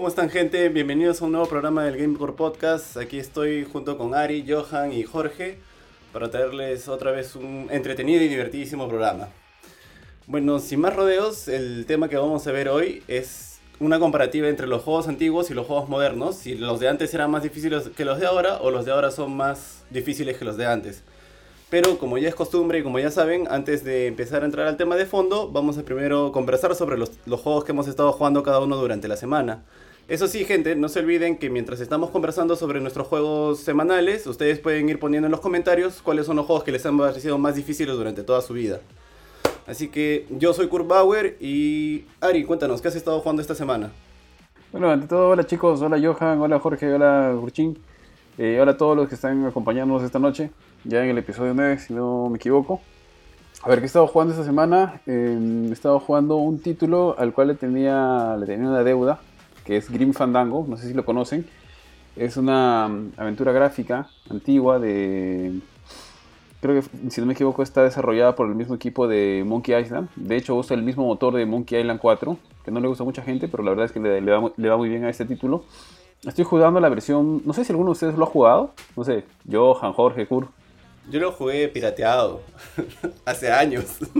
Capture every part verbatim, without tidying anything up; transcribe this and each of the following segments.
¿Cómo están, gente? Bienvenidos a un nuevo programa del Gamecore Podcast. Aquí estoy junto con Ari, Johan y Jorge para traerles otra vez un entretenido y divertidísimo programa. Bueno, sin más rodeos, el tema que vamos a ver hoy es una comparativa entre los juegos antiguos y los juegos modernos. Si los de antes eran más difíciles que los de ahora o los de ahora son más difíciles que los de antes. Pero como ya es costumbre y como ya saben, antes de empezar a entrar al tema de fondo, vamos a primero conversar sobre los, los juegos que hemos estado jugando cada uno durante la semana. Eso sí, gente, no se olviden que mientras estamos conversando sobre nuestros juegos semanales, ustedes pueden ir poniendo en los comentarios cuáles son los juegos que les han parecido más difíciles durante toda su vida. Así que yo soy Kurt Bauer y Ari, cuéntanos, ¿qué has estado jugando esta semana? Bueno, ante todo, hola chicos, hola Johan, hola Jorge, hola Gurchin, eh, hola a todos los que están acompañándonos esta noche, ya en el episodio nueve, si no me equivoco. A ver, ¿qué he estado jugando esta semana? Eh, he estado jugando un título al cual le tenía, le tenía una deuda, que es Grim Fandango, no sé si lo conocen. Es una um, aventura gráfica antigua de... Creo que, si no me equivoco, está desarrollada por el mismo equipo de Monkey Island. De hecho, usa el mismo motor de Monkey Island cuatro, que no le gusta a mucha gente, pero la verdad es que le, le, va, le va muy bien a este título. Estoy jugando la versión... No sé si alguno de ustedes lo ha jugado. No sé, Johan, Jorge, Kurt. Yo lo jugué pirateado, hace años.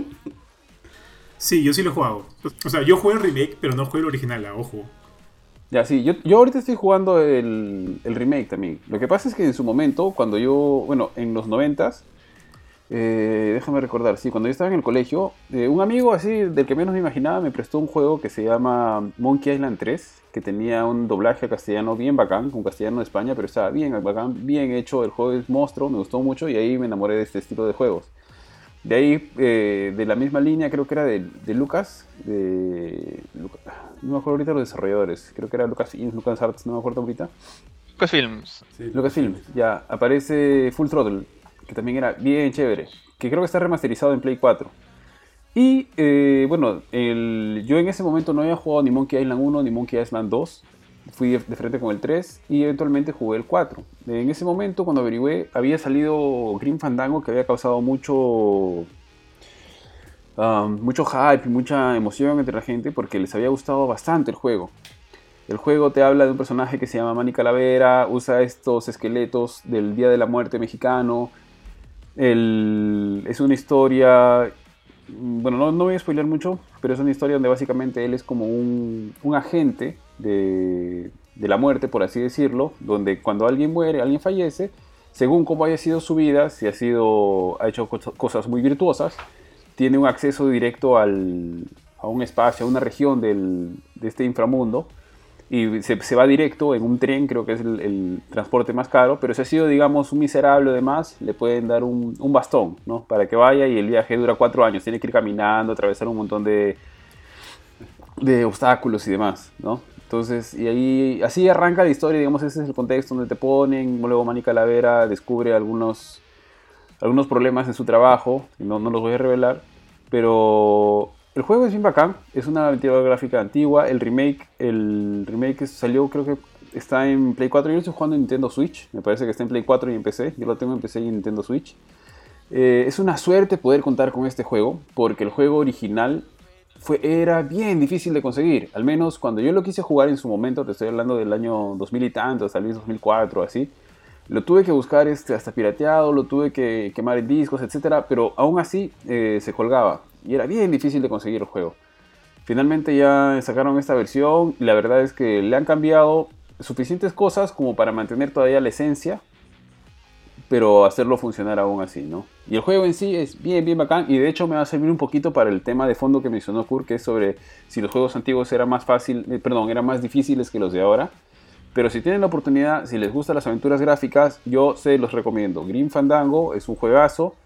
Sí, yo sí lo he jugado. O sea, yo jugué el remake, pero no jugué el original, a ojo. Ya, sí, yo, yo ahorita estoy jugando el, el remake también. Lo que pasa es que en su momento, cuando yo, bueno, en los noventas, eh, déjame recordar, sí, cuando yo estaba en el colegio, eh, un amigo así, del que menos me imaginaba, me prestó un juego que se llama Monkey Island tres, que tenía un doblaje a castellano bien bacán, un castellano de España, pero estaba bien bacán, bien hecho, el juego es monstruo, me gustó mucho y ahí me enamoré de este estilo de juegos. De ahí, eh, de la misma línea, creo que era de, de Lucas, de... Lucas, no me acuerdo ahorita los desarrolladores, creo que era Lucas Lucas Arts, no me acuerdo ahorita. Lucasfilms. Sí, Lucasfilms, ya, aparece Full Throttle, que también era bien chévere, que creo que está remasterizado en Play cuatro. Y, eh, bueno, el, yo en ese momento no había jugado ni Monkey Island uno ni Monkey Island dos, fui de, de frente con el tres y eventualmente jugué el cuatro. En ese momento, cuando averigüé, había salido Grim Fandango, que había causado mucho, um, mucho hype y mucha emoción entre la gente porque les había gustado bastante el juego. El juego te habla de un personaje que se llama Manny Calavera, usa estos esqueletos del Día de la Muerte mexicano. El, es una historia... Bueno, no, no voy a spoiler mucho, pero es una historia donde básicamente él es como un, un agente de, de la muerte, por así decirlo, donde cuando alguien muere, alguien fallece, según cómo haya sido su vida, si ha sido ha hecho cosas muy virtuosas, tiene un acceso directo al, a un espacio, a una región del, de este inframundo, y se, se va directo en un tren, creo que es el, el transporte más caro, pero si ha sido, digamos, un miserable o demás, le pueden dar un, un bastón, ¿no? Para que vaya, y el viaje dura cuatro años, tiene que ir caminando, atravesar un montón de, de obstáculos y demás, ¿no? Entonces, y ahí, así arranca la historia, digamos, ese es el contexto donde te ponen. Luego Manny Calavera descubre algunos, algunos problemas en su trabajo, no, no los voy a revelar, pero... El juego es bien bacán, es una aventura gráfica antigua. El remake, el remake salió, creo que está en Play cuatro. Yo lo estoy jugando en Nintendo Switch, me parece que está en Play cuatro y en P C. Yo lo tengo en P C y en Nintendo Switch. Eh, es una suerte poder contar con este juego, porque el juego original fue, era bien difícil de conseguir. Al menos cuando yo lo quise jugar en su momento, te estoy hablando del año dos mil y tanto, salió en dos mil cuatro, así. Lo tuve que buscar este, hasta pirateado, lo tuve que quemar en discos, etcétera. Pero aún así eh, se colgaba. Y era bien difícil de conseguir el juego. Finalmente ya sacaron esta versión y la verdad es que le han cambiado suficientes cosas como para mantener todavía la esencia, pero hacerlo funcionar aún así, ¿no? Y el juego en sí es bien, bien bacán, y de hecho me va a servir un poquito para el tema de fondo que mencionó Kurt, que es sobre si los juegos antiguos eran más fácil, eh, perdón, eran más difíciles que los de ahora. Pero si tienen la oportunidad, si les gustan las aventuras gráficas, yo se los recomiendo. Grim Fandango es un juegazo.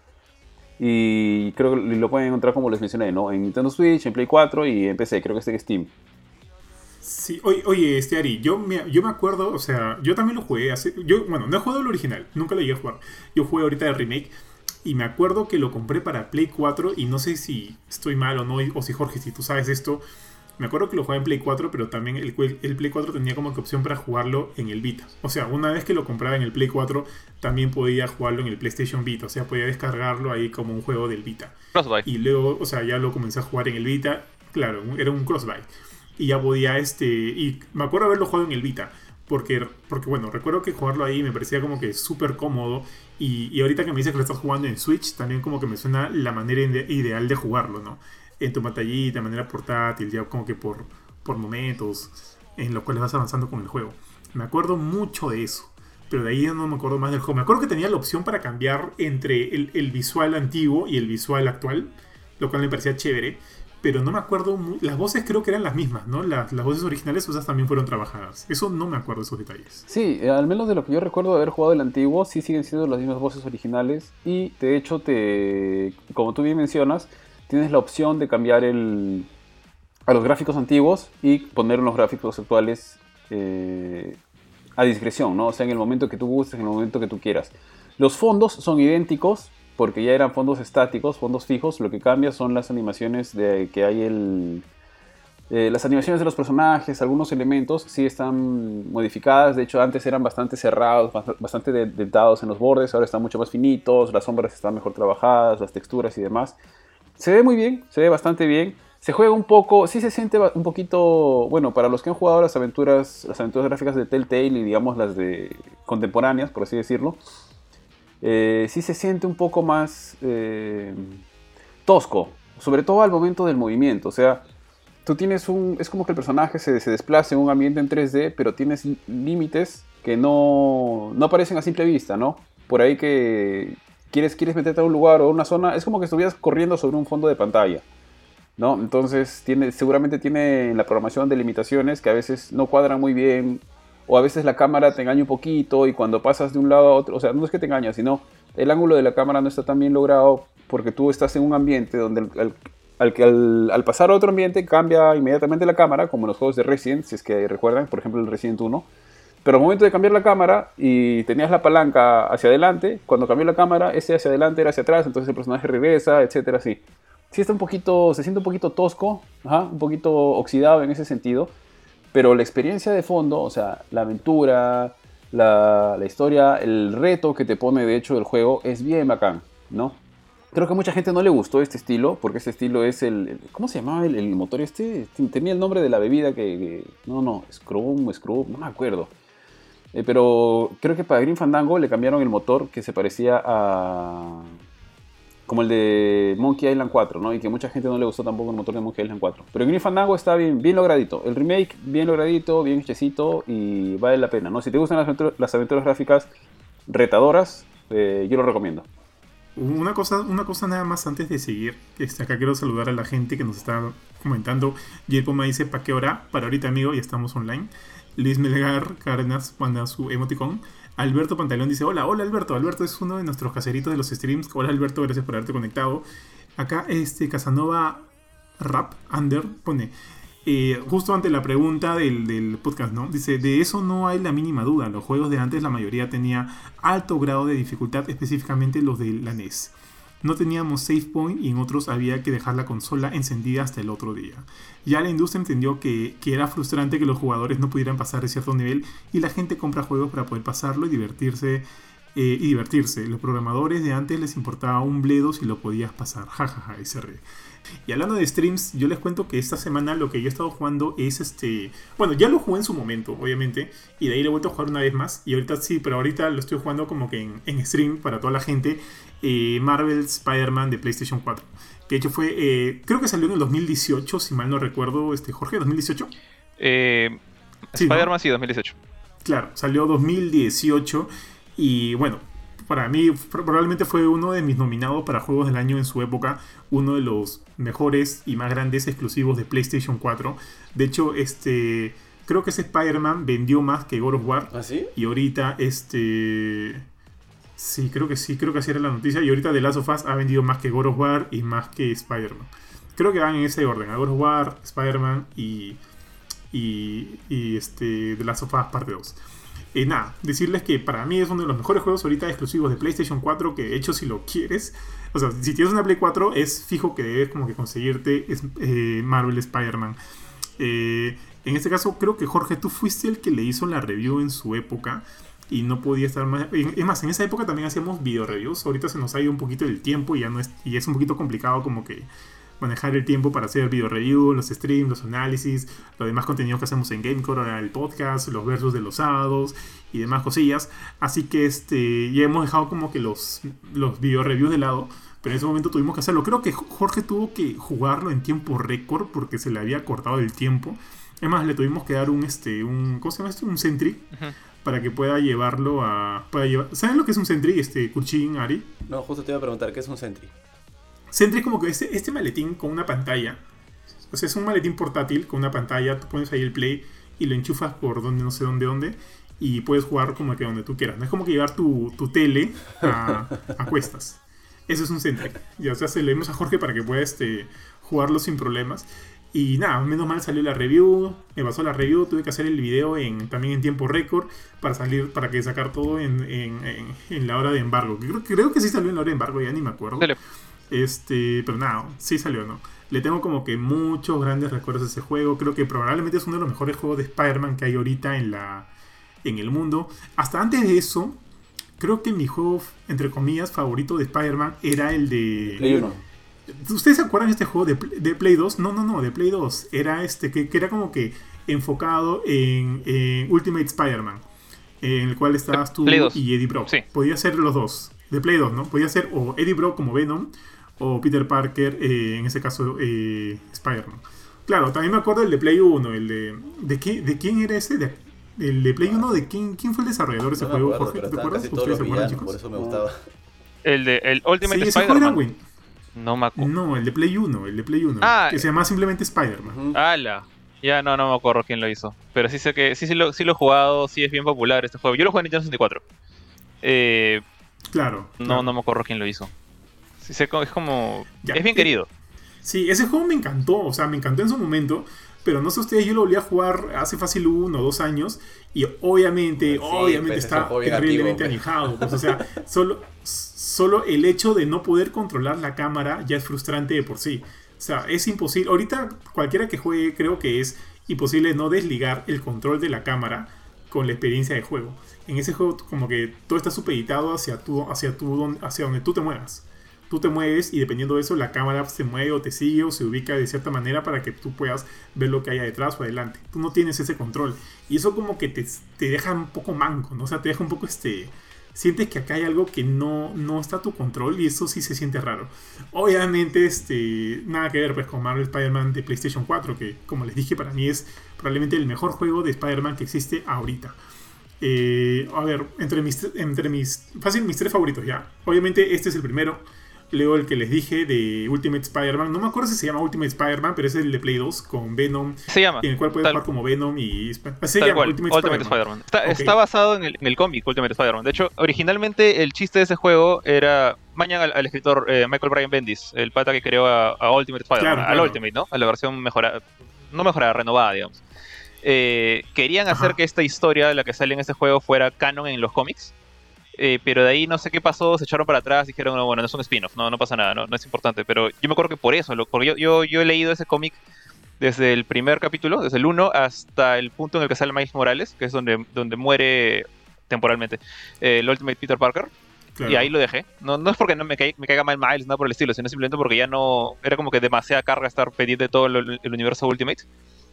Y creo que lo pueden encontrar, como les mencioné, ¿no? En Nintendo Switch, en Play cuatro y en P C, creo que está en Steam. Sí, oye, oye este Ari, yo me, yo me acuerdo, o sea, yo también lo jugué hace... Yo, bueno, no he jugado el original, nunca lo llegué a jugar. Yo jugué ahorita el remake y me acuerdo que lo compré para Play cuatro y no sé si estoy mal o no, o si Jorge, si tú sabes esto... Me acuerdo que lo jugué en Play cuatro, pero también el, el Play cuatro tenía como que opción para jugarlo en el Vita. O sea, una vez que lo compraba en el Play cuatro, también podía jugarlo en el PlayStation Vita. O sea, podía descargarlo ahí como un juego del Vita. Crossbuy. Y luego, o sea, ya lo comencé a jugar en el Vita. Claro, era un crossbuy. y ya podía, este, y me acuerdo haberlo jugado en el Vita, porque, porque bueno, recuerdo que jugarlo ahí me parecía como que súper cómodo, y, y ahorita que me dices que lo estás jugando en Switch, también como que me suena la manera ide- ideal de jugarlo, ¿no? En tu pantallita, de manera portátil, ya como que por, por momentos en los cuales vas avanzando con el juego. Me acuerdo mucho de eso. Pero de ahí no me acuerdo más del juego. Me acuerdo que tenía la opción para cambiar entre el, el visual antiguo y el visual actual, lo cual me parecía chévere. Pero no me acuerdo muy... Las voces creo que eran las mismas, ¿no? Las, las voces originales esas también fueron trabajadas. Eso no me acuerdo de esos detalles. Sí, eh, al menos de lo que yo recuerdo de haber jugado el antiguo, sí siguen siendo las mismas voces originales. Y de hecho, te, como tú bien mencionas, tienes la opción de cambiar el, a los gráficos antiguos y poner los gráficos actuales eh, a discreción, ¿no? O sea, en el momento que tú gustes, en el momento que tú quieras. Los fondos son idénticos, porque ya eran fondos estáticos, fondos fijos. Lo que cambia son las animaciones de que hay el... Eh, las animaciones de los personajes, algunos elementos sí están modificadas. De hecho, antes eran bastante cerrados, bastante dentados en los bordes. Ahora están mucho más finitos, las sombras están mejor trabajadas, las texturas y demás. Se ve muy bien, se ve bastante bien. Se juega un poco, sí se siente un poquito, bueno, para los que han jugado las aventuras, las aventuras gráficas de Telltale y digamos las de contemporáneas, por así decirlo, eh, sí se siente un poco más eh, tosco, sobre todo al momento del movimiento. O sea, tú tienes un, es como que el personaje se, se desplace en un ambiente en tres D, pero tienes límites que no, no aparecen a simple vista, ¿no? Por ahí que quieres, quieres meterte a un lugar o a una zona, es como que estuvieras corriendo sobre un fondo de pantalla, ¿no? Entonces tiene, seguramente tiene en la programación de limitaciones que a veces no cuadran muy bien, o a veces la cámara te engaña un poquito y cuando pasas de un lado a otro, o sea, no es que te engaña, sino el ángulo de la cámara no está tan bien logrado porque tú estás en un ambiente donde el, el, al, al, al pasar a otro ambiente cambia inmediatamente la cámara, como en los juegos de Resident, si es que recuerdan, por ejemplo el Resident uno. Pero al momento de cambiar la cámara y tenías la palanca hacia adelante, cuando cambió la cámara, ese hacia adelante era hacia atrás, entonces el personaje regresa, etcétera, así. Sí está un poquito, se siente un poquito tosco, ajá, un poquito oxidado en ese sentido, pero la experiencia de fondo, o sea, la aventura, la, la historia, el reto que te pone de hecho el juego es bien bacán, ¿no? Creo que a mucha gente no le gustó este estilo, porque este estilo es el... el ¿cómo se llamaba el, el motor este? Tenía el nombre de la bebida que... que no, no, Scrum, Scrub, no me acuerdo. Eh, pero creo que para Grim Fandango le cambiaron el motor que se parecía a... como el de Monkey Island cuatro, ¿no? Y que mucha gente no le gustó tampoco el motor de Monkey Island cuatro. Pero Grim Fandango está bien, bien logradito. El remake, bien logradito, bien hechecito y vale la pena, ¿no? Si te gustan las aventuras, las aventuras gráficas retadoras, eh, yo lo recomiendo. Una cosa, una cosa nada más antes de seguir. Este, acá quiero saludar a la gente que nos está comentando. J-Poma me dice, ¿para qué hora? Para ahorita, amigo, ya estamos online. Luis Melgar Cárdenas manda su emoticón. Alberto Pantaleón dice, hola, hola Alberto. Alberto es uno de nuestros caseritos de los streams. Hola Alberto, gracias por haberte conectado. Acá este Casanova Rap Under pone, eh, justo ante la pregunta del, del podcast, ¿no? Dice, de eso no hay la mínima duda. Los juegos de antes la mayoría tenía alto grado de dificultad, específicamente los de la N E S. No teníamos save point y en otros había que dejar la consola encendida hasta el otro día. Ya la industria entendió que, que era frustrante que los jugadores no pudieran pasar de cierto nivel y la gente compra juegos para poder pasarlo y divertirse. Eh, y divertirse. Los programadores de antes les importaba un bledo si lo podías pasar. Jajaja, y se ríe. Y hablando de streams, yo les cuento que esta semana lo que yo he estado jugando es este... Bueno, ya lo jugué en su momento, obviamente, y de ahí lo he vuelto a jugar una vez más. Y ahorita sí, pero ahorita lo estoy jugando como que en, en stream para toda la gente. Eh, Marvel Spider-Man de PlayStation cuatro. Que de hecho fue... Eh, creo que salió en el dos mil dieciocho, si mal no recuerdo, este Jorge, ¿dos mil dieciocho? Eh, Sí, Spider-Man ¿no? sí, dos mil dieciocho. Claro, salió dos mil dieciocho y bueno, para mí probablemente fue uno de mis nominados para Juegos del Año en su época, uno de los mejores y más grandes exclusivos de PlayStation cuatro. De hecho, este creo que ese Spider-Man vendió más que God of War. ¿Ah, sí? Y ahorita, este... Sí, creo que sí, creo que así era la noticia. Y ahorita The Last of Us ha vendido más que God of War y más que Spider-Man. Creo que van en ese orden, God of War, Spider-Man y... Y, y este The Last of Us parte dos. Eh, nada, decirles que para mí es uno de los mejores juegos ahorita exclusivos de PlayStation cuatro, que de hecho si lo quieres, o sea, si tienes una Play cuatro es fijo que debes como que conseguirte es, eh, Marvel Spider-Man. Eh, en este caso creo que Jorge, tú fuiste el que le hizo la review en su época y no podía estar más... Es más, en esa época también hacíamos video reviews, ahorita se nos ha ido un poquito el tiempo y ya no es, y es un poquito complicado como que manejar el tiempo para hacer video review, los streams, los análisis, los demás contenidos que hacemos en Gamecore, ahora el podcast, los versos de los sábados y demás cosillas. Así que este ya hemos dejado como que los, los video reviews de lado, pero en ese momento tuvimos que hacerlo. Creo que Jorge tuvo que jugarlo en tiempo récord porque se le había cortado el tiempo. Es más, le tuvimos que dar un, este, un ¿cómo se llama esto? Un Sentry. Uh-huh. Para que pueda llevarlo a... Pueda llevar, ¿saben lo que es un Sentry, este, Kurchin, Ari? No, justo te iba a preguntar, ¿qué es un Sentry? Sentry es como que este, este maletín con una pantalla. O sea, es un maletín portátil con una pantalla. Tú pones ahí el play y lo enchufas por donde, no sé dónde, dónde. Y puedes jugar como que donde tú quieras. No es como que llevar tu, tu tele a, a cuestas. Eso es un Sentry. Ya, o sea, se lo dimos a Jorge para que pueda este, jugarlo sin problemas. Y nada, menos mal salió la review, me pasó la review, tuve que hacer el video en, también en tiempo récord para salir, para que sacar todo en, en, en, en la hora de embargo. Creo, creo que sí salió en la hora de embargo, ya ni me acuerdo. Dale. Este, pero nada, sí salió, ¿no? Le tengo como que muchos grandes recuerdos a ese juego. Creo que probablemente es uno de los mejores juegos de Spider-Man que hay ahorita en, la, en el mundo. Hasta antes de eso, creo que mi juego, entre comillas, favorito de Spider-Man era el de... Play uno. ¿Ustedes se acuerdan de este juego de, de Play dos? No, no, no, de Play dos. Era este que, que era como que enfocado en, en Ultimate Spider-Man, en el cual estabas tú y Eddie Brock. Sí. Podía ser los dos, de Play dos, ¿no? Podía ser o Eddie Brock como Venom o Peter Parker, eh, en ese caso eh, Spider-Man. Claro, también me acuerdo del de Play uno, el de... ¿De, qué, de quién era ese? De, el de Play uno, ¿de quién, quién fue el desarrollador de ese no juego, acuerdo, Jorge? ¿Te acuerdas? ¿Ustedes se acuerdan, chicos? Por eso me gustaba. El de el Ultimate sí, Spider-Man. No me acuerdo. No, el de Play uno, el de Play uno. Ah, que se llama simplemente Spider-Man. ¡Hala! Ya no, no me acuerdo quién lo hizo. Pero sí sé que sí, sí, lo, sí lo he jugado, sí es bien popular este juego. Yo lo jugué en Nintendo sesenta y cuatro. Eh, claro. No, claro. no me acuerdo quién lo hizo. Sí sé, es como... Ya, es bien querido. Sí, ese juego me encantó, o sea, me encantó en su momento. Pero no sé ustedes, yo lo volví a jugar hace fácil uno o dos años. Y obviamente, sí, obviamente pues está terriblemente anijado. Pues, o sea, solo, solo el hecho de no poder controlar la cámara ya es frustrante de por sí. O sea, es imposible. Ahorita cualquiera que juegue creo que es imposible no desligar el control de la cámara con la experiencia de juego. En ese juego como que todo está supeditado hacia, tu, hacia, tu, hacia donde tú te muevas. Tú te mueves y dependiendo de eso la cámara se mueve o te sigue o se ubica de cierta manera para que tú puedas ver lo que hay detrás o adelante. Tú no tienes ese control. Y eso como que te, te deja un poco manco, ¿no? O sea, te deja un poco este... Sientes que acá hay algo que no, no está a tu control y eso sí se siente raro. Obviamente, este, nada que ver pues con Marvel Spider-Man de PlayStation cuatro, que como les dije para mí es probablemente el mejor juego de Spider-Man que existe ahorita. Eh, a ver, entre mis, entre mis, fácil, mis tres favoritos ya. Obviamente este es el primero. Luego el que les dije de Ultimate Spider-Man. No me acuerdo si se llama Ultimate Spider-Man, pero es el de Play dos con Venom. Se llama. En el cual puedes tal, jugar como Venom y... Se tal llama cual, Ultimate, Ultimate Spider-Man. Spider-Man. Está, okay. Está basado en el, en el cómic Ultimate Spider-Man. De hecho, originalmente el chiste de ese juego era... Mañana al, al escritor eh, Michael Bryan Bendis, el pata que creó a, a Ultimate Spider-Man. Claro, claro. Al Ultimate, ¿no? A la versión mejorada. No mejorada, renovada, digamos. Eh, querían hacer Ajá. que esta historia, la que sale en este juego, fuera canon en los cómics. Eh, pero de ahí no sé qué pasó, se echaron para atrás, dijeron, no, bueno, no es un spin-off, no, no pasa nada, no, no es importante. Pero yo me acuerdo que por eso, lo, porque yo, yo, yo he leído ese cómic desde el primer capítulo, desde el uno hasta el punto en el que sale Miles Morales, que es donde, donde muere temporalmente eh, el Ultimate Peter Parker. Claro. Y ahí lo dejé. No, no es porque no me, ca me caiga mal Miles, nada por el estilo, sino simplemente porque ya no... Era como que demasiada carga estar pendiente de todo el, el universo Ultimate.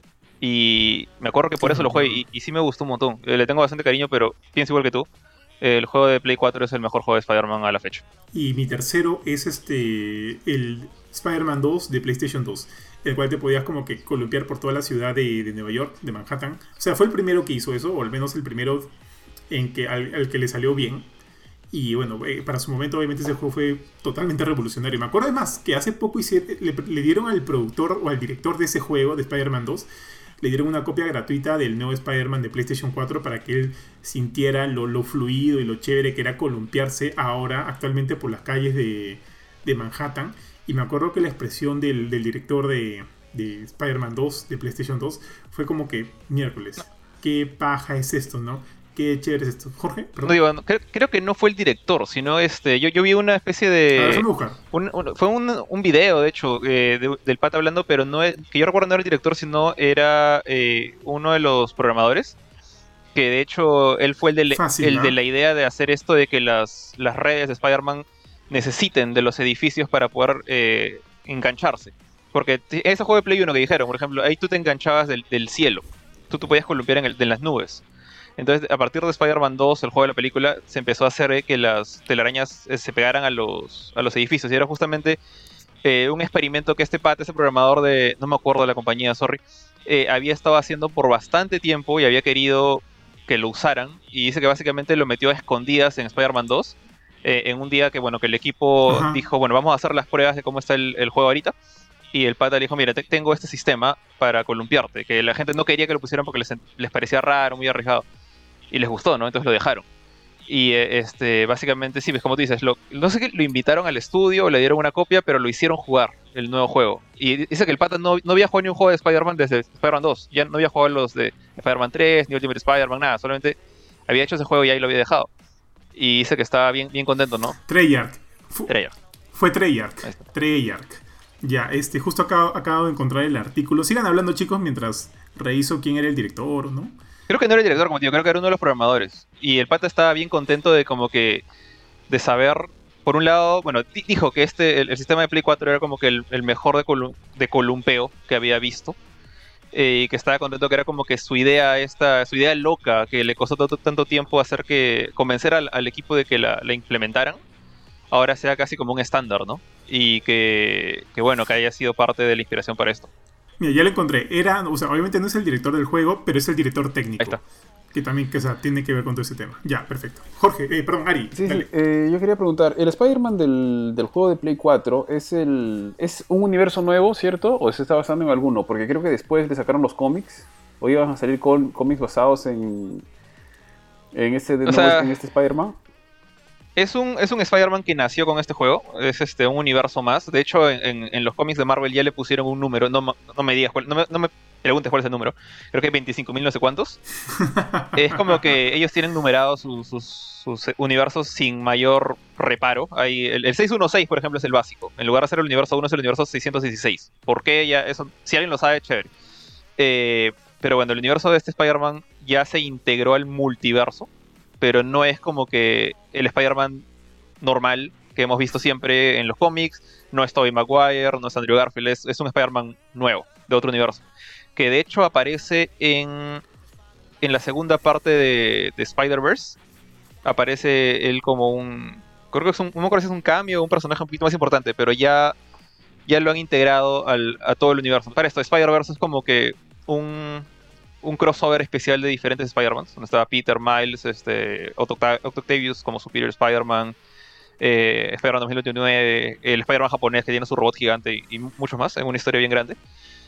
Y me acuerdo que por eso lo jugué y, y sí me gustó un montón. Eh, le tengo bastante cariño, pero pienso igual que tú. El juego de Play cuatro es el mejor juego de Spider-Man a la fecha. Y mi tercero es este el Spider-Man dos de PlayStation dos, el cual te podías como que columpiar por toda la ciudad de, de Nueva York, de Manhattan. O sea, fue el primero que hizo eso, o al menos el primero en que, al, al que le salió bien. Y bueno, eh, para su momento obviamente ese juego fue totalmente revolucionario. Me acuerdo además que hace poco hicieron, le, le dieron al productor o al director de ese juego de Spider-Man dos, le dieron una copia gratuita del nuevo Spider-Man de PlayStation cuatro para que él sintiera lo, lo fluido y lo chévere que era columpiarse ahora, actualmente por las calles de, de Manhattan. Y me acuerdo que la expresión del, del director de, de Spider-Man dos, de PlayStation dos, fue como que, miércoles, qué paja es esto, ¿no? Qué chévere es esto. Jorge, perdón. No, digo, no, creo, creo que no fue el director, sino este. Yo, yo vi una especie de. A ver, buscar. Un, un, fue un, un video, de hecho, eh, de, del pata hablando, pero no es, que yo recuerdo no era el director, sino era eh, uno de los programadores. Que de hecho él fue el, de, Fácil, el ¿no? de la idea de hacer esto de que las, las redes de Spider-Man necesiten de los edificios para poder eh, engancharse. Porque ese juego de Play uno que dijeron, por ejemplo, ahí tú te enganchabas del, del cielo. Tú te podías columpiar en, el, en las nubes. Entonces, a partir de Spider-Man dos, el juego de la película, se empezó a hacer eh, que las telarañas eh, se pegaran a los, a los edificios. Y era justamente eh, un experimento que este pata, ese programador de, no me acuerdo de la compañía, sorry, eh, había estado haciendo por bastante tiempo y había querido que lo usaran. Y dice que básicamente lo metió a escondidas en Spider-Man dos. Eh, en un día que, bueno, que el equipo Ajá. dijo, bueno, vamos a hacer las pruebas de cómo está el, el juego ahorita. Y el pata le dijo, mira, te, tengo este sistema para columpiarte. Que la gente no quería que lo pusieran porque les, les parecía raro, muy arriesgado. Y les gustó, ¿no? Entonces lo dejaron. Y eh, este, básicamente, sí, pues como tú dices, lo, no sé qué, lo invitaron al estudio, le dieron una copia, pero lo hicieron jugar, el nuevo juego. Y dice que el pata no, no había jugado ni un juego de Spider-Man desde Spider-Man dos. Ya no había jugado los de Spider-Man tres, ni Ultimate Spider-Man, nada. Solamente había hecho ese juego y ahí lo había dejado. Y dice que estaba bien, bien contento, ¿no? Treyarch. Fu- Treyarch. Fue Treyarch. Ahí está. Treyarch. Ya, este, justo acabo, acabo de encontrar el artículo. Sigan hablando, chicos, mientras reviso quién era el director, ¿no? Creo que no era el director, como te digo, creo que era uno de los programadores. Y el pata estaba bien contento de como que, de saber, por un lado, bueno, di- dijo que este, el, el sistema de Play cuatro era como que el, el mejor de, colu- de columpeo que había visto. Eh, y que estaba contento que era como que su idea esta, su idea loca, que le costó tanto, tanto tiempo hacer que, convencer al, al equipo de que la, la implementaran, ahora sea casi como un estándar, ¿no? Y que, que bueno, que haya sido parte de la inspiración para esto. Mira, ya lo encontré. Era, o sea, obviamente no es el director del juego, pero es el director técnico. Ahí está. Que también, que, o sea, tiene que ver con todo ese tema. Ya, perfecto. Jorge, eh, perdón, Ari. Sí, sí, dale. eh, yo quería preguntar, ¿el Spider-Man del, del juego de Play cuatro es el es un universo nuevo, cierto? ¿O se está basando en alguno? Porque creo que después le sacaron los cómics, o iban a salir con cómics basados en, en este, de O nuevo- sea, en este Spider-Man. Es un, es un Spider-Man que nació con este juego, es este un universo más. De hecho, en, en- en los cómics de Marvel ya le pusieron un número, no, ma- no me digas cuál, no me, no me preguntes cuál es el número, creo que veinticinco mil no sé cuántos. Es como que ellos tienen numerados sus, sus, sus universos sin mayor reparo. Hay, el, el seiscientos dieciséis, por ejemplo, es el básico. En lugar de ser el universo uno, es el universo seiscientos dieciséis. ¿Por qué? Ya eso, si alguien lo sabe, chévere. Eh, pero bueno, el universo de este Spider-Man ya se integró al multiverso, pero no es como que el Spider-Man normal que hemos visto siempre en los cómics. No es Tobey Maguire, no es Andrew Garfield, es, es un Spider-Man nuevo, de otro universo. Que de hecho aparece en, en la segunda parte de, de Spider-Verse. Aparece él como un... Creo que es un, no me acuerdo si es un cambio, un personaje un poquito más importante, pero ya, ya lo han integrado al, a todo el universo. Para esto, Spider-Verse es como que un... un crossover especial de diferentes Spider-Mans, donde estaba Peter, Miles, este, Octa- Octavius como Superior Spider-Man, eh, Spider-Man dos mil veintinueve, el Spider-Man japonés que tiene su robot gigante y, y muchos más, en una historia bien grande.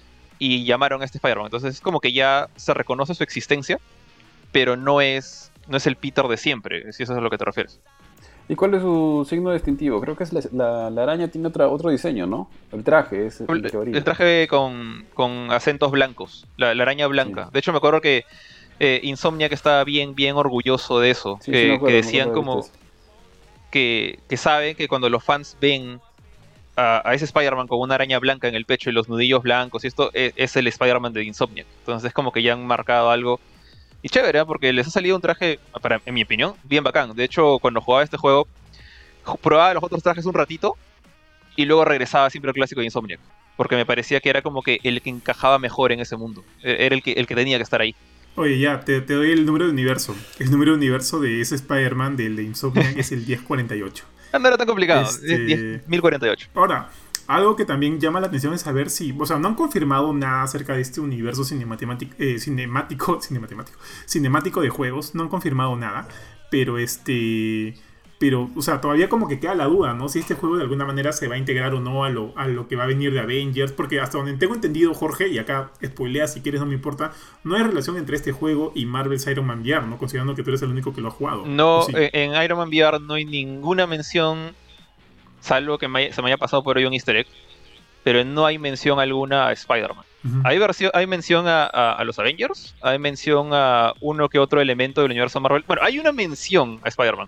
Y llamaron a este Spider-Man. Entonces es como que ya se reconoce su existencia, pero no es, no es el Peter de siempre, si eso es a lo que te refieres. ¿Y cuál es su signo distintivo? Creo que es la, la, la araña tiene otra, otro diseño, ¿no? El traje es el, El, que varía. el traje con, con acentos blancos, la, la araña blanca. Sí. De hecho, me acuerdo que eh, Insomniac estaba bien, bien orgulloso de eso. Sí, que, sí me acuerdo, que me decían acuerdo de como esto. que, que saben que cuando los fans ven a, a ese Spider-Man con una araña blanca en el pecho y los nudillos blancos y esto, es, es el Spider-Man de Insomniac. Entonces es como que ya han marcado algo. Y chévere, ¿eh? Porque les ha salido un traje, para, en mi opinión, bien bacán. De hecho, cuando jugaba este juego, probaba los otros trajes un ratito y luego regresaba siempre al clásico de Insomniac. Porque me parecía que era como que el que encajaba mejor en ese mundo. Era el que, el que tenía que estar ahí. Oye, ya, te, te doy el número de universo. El número de universo de ese Spider-Man, del de Insomniac, es el diez cuarenta y ocho. Ah, no era tan complicado. Este- diez mil cuarenta y ocho. Ahora, algo que también llama la atención es saber si, o sea, no han confirmado nada acerca de este universo cinemático, eh, cinemático, cinemático, cinemático de juegos, no han confirmado nada, pero este, pero, o sea, todavía como que queda la duda, ¿no? Si este juego de alguna manera se va a integrar o no a lo, a lo que va a venir de Avengers, porque hasta donde tengo entendido, Jorge, y acá spoilea si quieres, no me importa, no hay relación entre este juego y Marvel's Iron Man V R, ¿no? Considerando que tú eres el único que lo ha jugado. No, ¿O sí? eh, en Iron Man V R no hay ninguna mención, salvo que me haya- se me haya pasado por ahí un easter egg, pero no hay mención alguna a Spider-Man. Ujú. Hay, versión, hay mención a, a- a los Avengers, hay mención a uno que otro elemento del universo Marvel. Bueno, hay una mención a Spider-Man.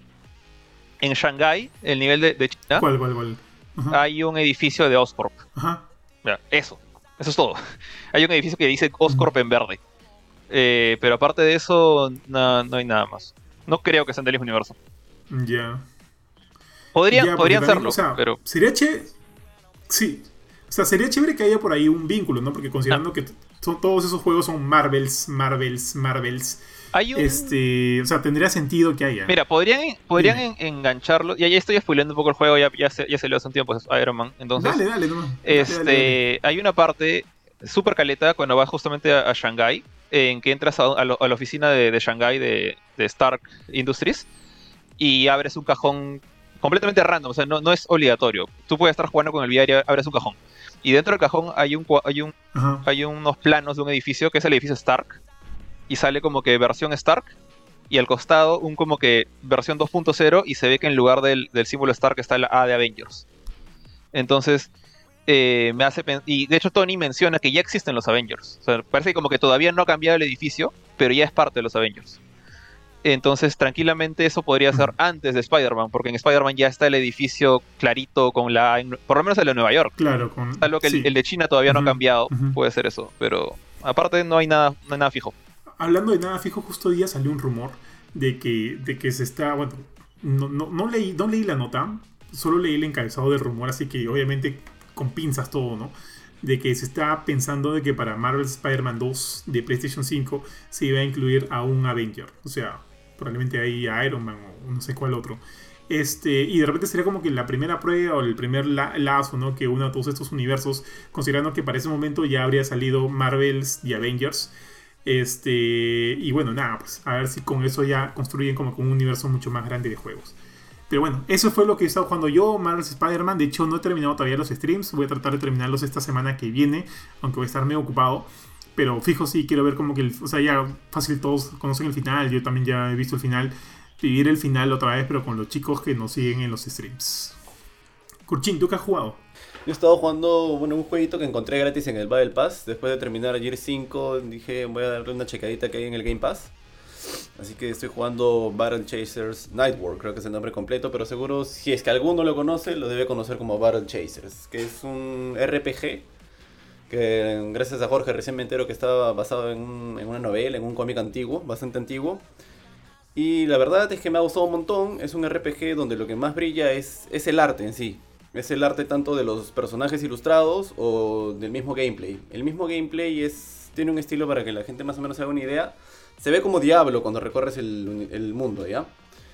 En Shanghái, el nivel de, de China, ¿Cuál, cuál, cuál? Ajá. hay un edificio de Oscorp. Ajá. Ya, eso, eso es todo. Hay un edificio que dice Oscorp en verde. Eh, pero aparte de eso, no, no hay nada más. No creo que sean del mismo universo. Ya. Podrían, Ya, porque podrían también, serlo, o sea, pero sería che. Sí. O sea, sería chévere que haya por ahí un vínculo, ¿no? Porque considerando ah. que t- son, todos esos juegos son Marvels, Marvels, Marvels. Hay un... Este, o sea, tendría sentido que haya. Mira, podrían, podrían en, engancharlo. Ya, ya estoy spoileando un poco el juego, ya, ya, se, ya salió hace un tiempo, es Iron Man. Entonces, dale, dale, no. Este, dale, dale. Hay una parte súper caleta cuando vas justamente a, a Shanghai, en que entras a, a, lo, a la oficina de, de Shanghai de, de Stark Industries y abres un cajón completamente random, o sea, no, no es obligatorio. Tú puedes estar jugando con el V R y abres un cajón. Y dentro del cajón hay, un, hay, un, hay unos planos de un edificio, que es el edificio Stark, y sale como que versión Stark, y al costado un como que versión dos punto cero, y se ve que en lugar del, del símbolo Stark está la A de Avengers. Entonces, eh, me hace pen- y de hecho Tony menciona que ya existen los Avengers. O sea, parece como que todavía no ha cambiado el edificio, pero ya es parte de los Avengers. Entonces, tranquilamente eso podría ser antes de Spider-Man, porque en Spider-Man ya está el edificio clarito con la... Por lo menos el de Nueva York. Claro, con... Algo que sí. el, el de China todavía uh-huh, no ha cambiado, uh-huh. Puede ser eso. Pero aparte no hay nada, no hay nada fijo. Hablando de nada fijo, justo hoy día salió un rumor de que, de que se está... Bueno, no, no, no, leí, no leí la nota, solo leí el encabezado del rumor, así que obviamente con pinzas todo, ¿no? De que se está pensando de que para Marvel Spider-Man dos de PlayStation cinco se iba a incluir a un Avenger. O sea, probablemente ahí a Iron Man o no sé cuál otro. Este, y de repente sería como que la primera prueba o el primer la- lazo, ¿no? Que una a todos estos universos, considerando que para ese momento ya habría salido Marvels y Avengers. Este, y bueno, nada, pues a ver si con eso ya construyen como con un universo mucho más grande de juegos. Pero bueno, eso fue lo que he estado jugando yo, Marvel's Spider-Man. De hecho, no he terminado todavía los streams. Voy a tratar de terminarlos esta semana que viene, aunque voy a estar medio ocupado. Pero fijo, sí, quiero ver como que... El, o sea, ya fácil, todos conocen el final. Yo también ya he visto el final. Vivir el final otra vez, pero con los chicos que nos siguen en los streams. Kurchin, ¿tú qué has jugado? Yo he estado jugando, bueno, un jueguito que encontré gratis en el Battle Pass. Después de terminar ayer cinco, dije, voy a darle una checadita que hay en el Game Pass. Así que estoy jugando Battle Chasers Nightwar, creo que es el nombre completo, pero seguro si es que alguno lo conoce, lo debe conocer como Battle Chasers, que es un R P G que gracias a Jorge recién me entero que estaba basado en, un, en una novela, en un cómic antiguo, bastante antiguo. Y la verdad es que me ha gustado un montón. Es un R P G donde lo que más brilla es, es el arte en sí. Es el arte tanto de los personajes ilustrados o del mismo gameplay. El mismo gameplay es, tiene un estilo para que la gente más o menos se haga una idea. Se ve como Diablo cuando recorres el, el mundo, ¿ya?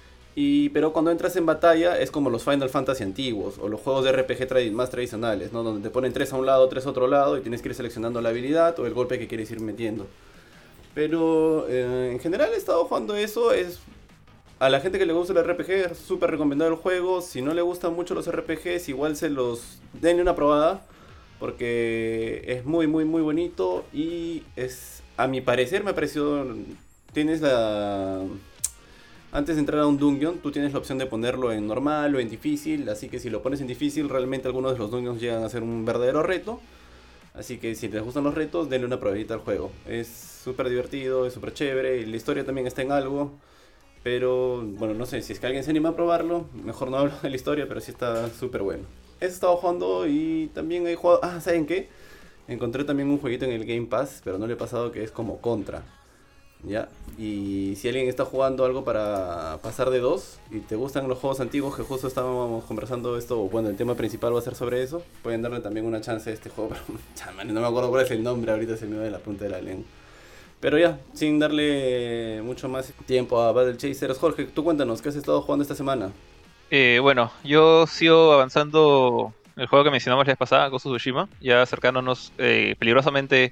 Y, pero cuando entras en batalla es como los Final Fantasy antiguos o los juegos de R P G tradi- más tradicionales, ¿no? Donde te ponen tres a un lado, tres a otro lado y tienes que ir seleccionando la habilidad o el golpe que quieres ir metiendo. Pero eh, en general he estado jugando eso. Es, a la gente que le gusta el R P G es súper recomendado el juego. Si no le gustan mucho los R P Gs, igual se los denle una probada, porque es muy muy muy bonito y es, a mi parecer me ha parecido, tienes la... Antes de entrar a un dungeon, tú tienes la opción de ponerlo en normal o en difícil, así que si lo pones en difícil, realmente algunos de los dungeons llegan a ser un verdadero reto. Así que si les gustan los retos, denle una probadita al juego. Es súper divertido, es súper chévere, y la historia también está en algo. Pero, bueno, no sé, si es que alguien se anima a probarlo, mejor no hablo de la historia, pero sí está súper bueno. He estado jugando y también he jugado... Ah, ¿saben qué? Encontré también un jueguito en el Game Pass, pero no le he pasado, que es como Contra. ¿Ya? Y si alguien está jugando algo para pasar de dos y te gustan los juegos antiguos, que justo estábamos conversando esto, bueno, el tema principal va a ser sobre eso, pueden darle también una chance a este juego, pero chaman, no me acuerdo cuál es el nombre, ahorita se me va de la punta de la lengua. Pero ya, sin darle mucho más tiempo a Battle Chasers, Jorge, tú cuéntanos, ¿qué has estado jugando esta semana? Eh, bueno, yo sigo avanzando el juego que mencionamos la vez pasada, Ghost of Tsushima, ya acercándonos eh, peligrosamente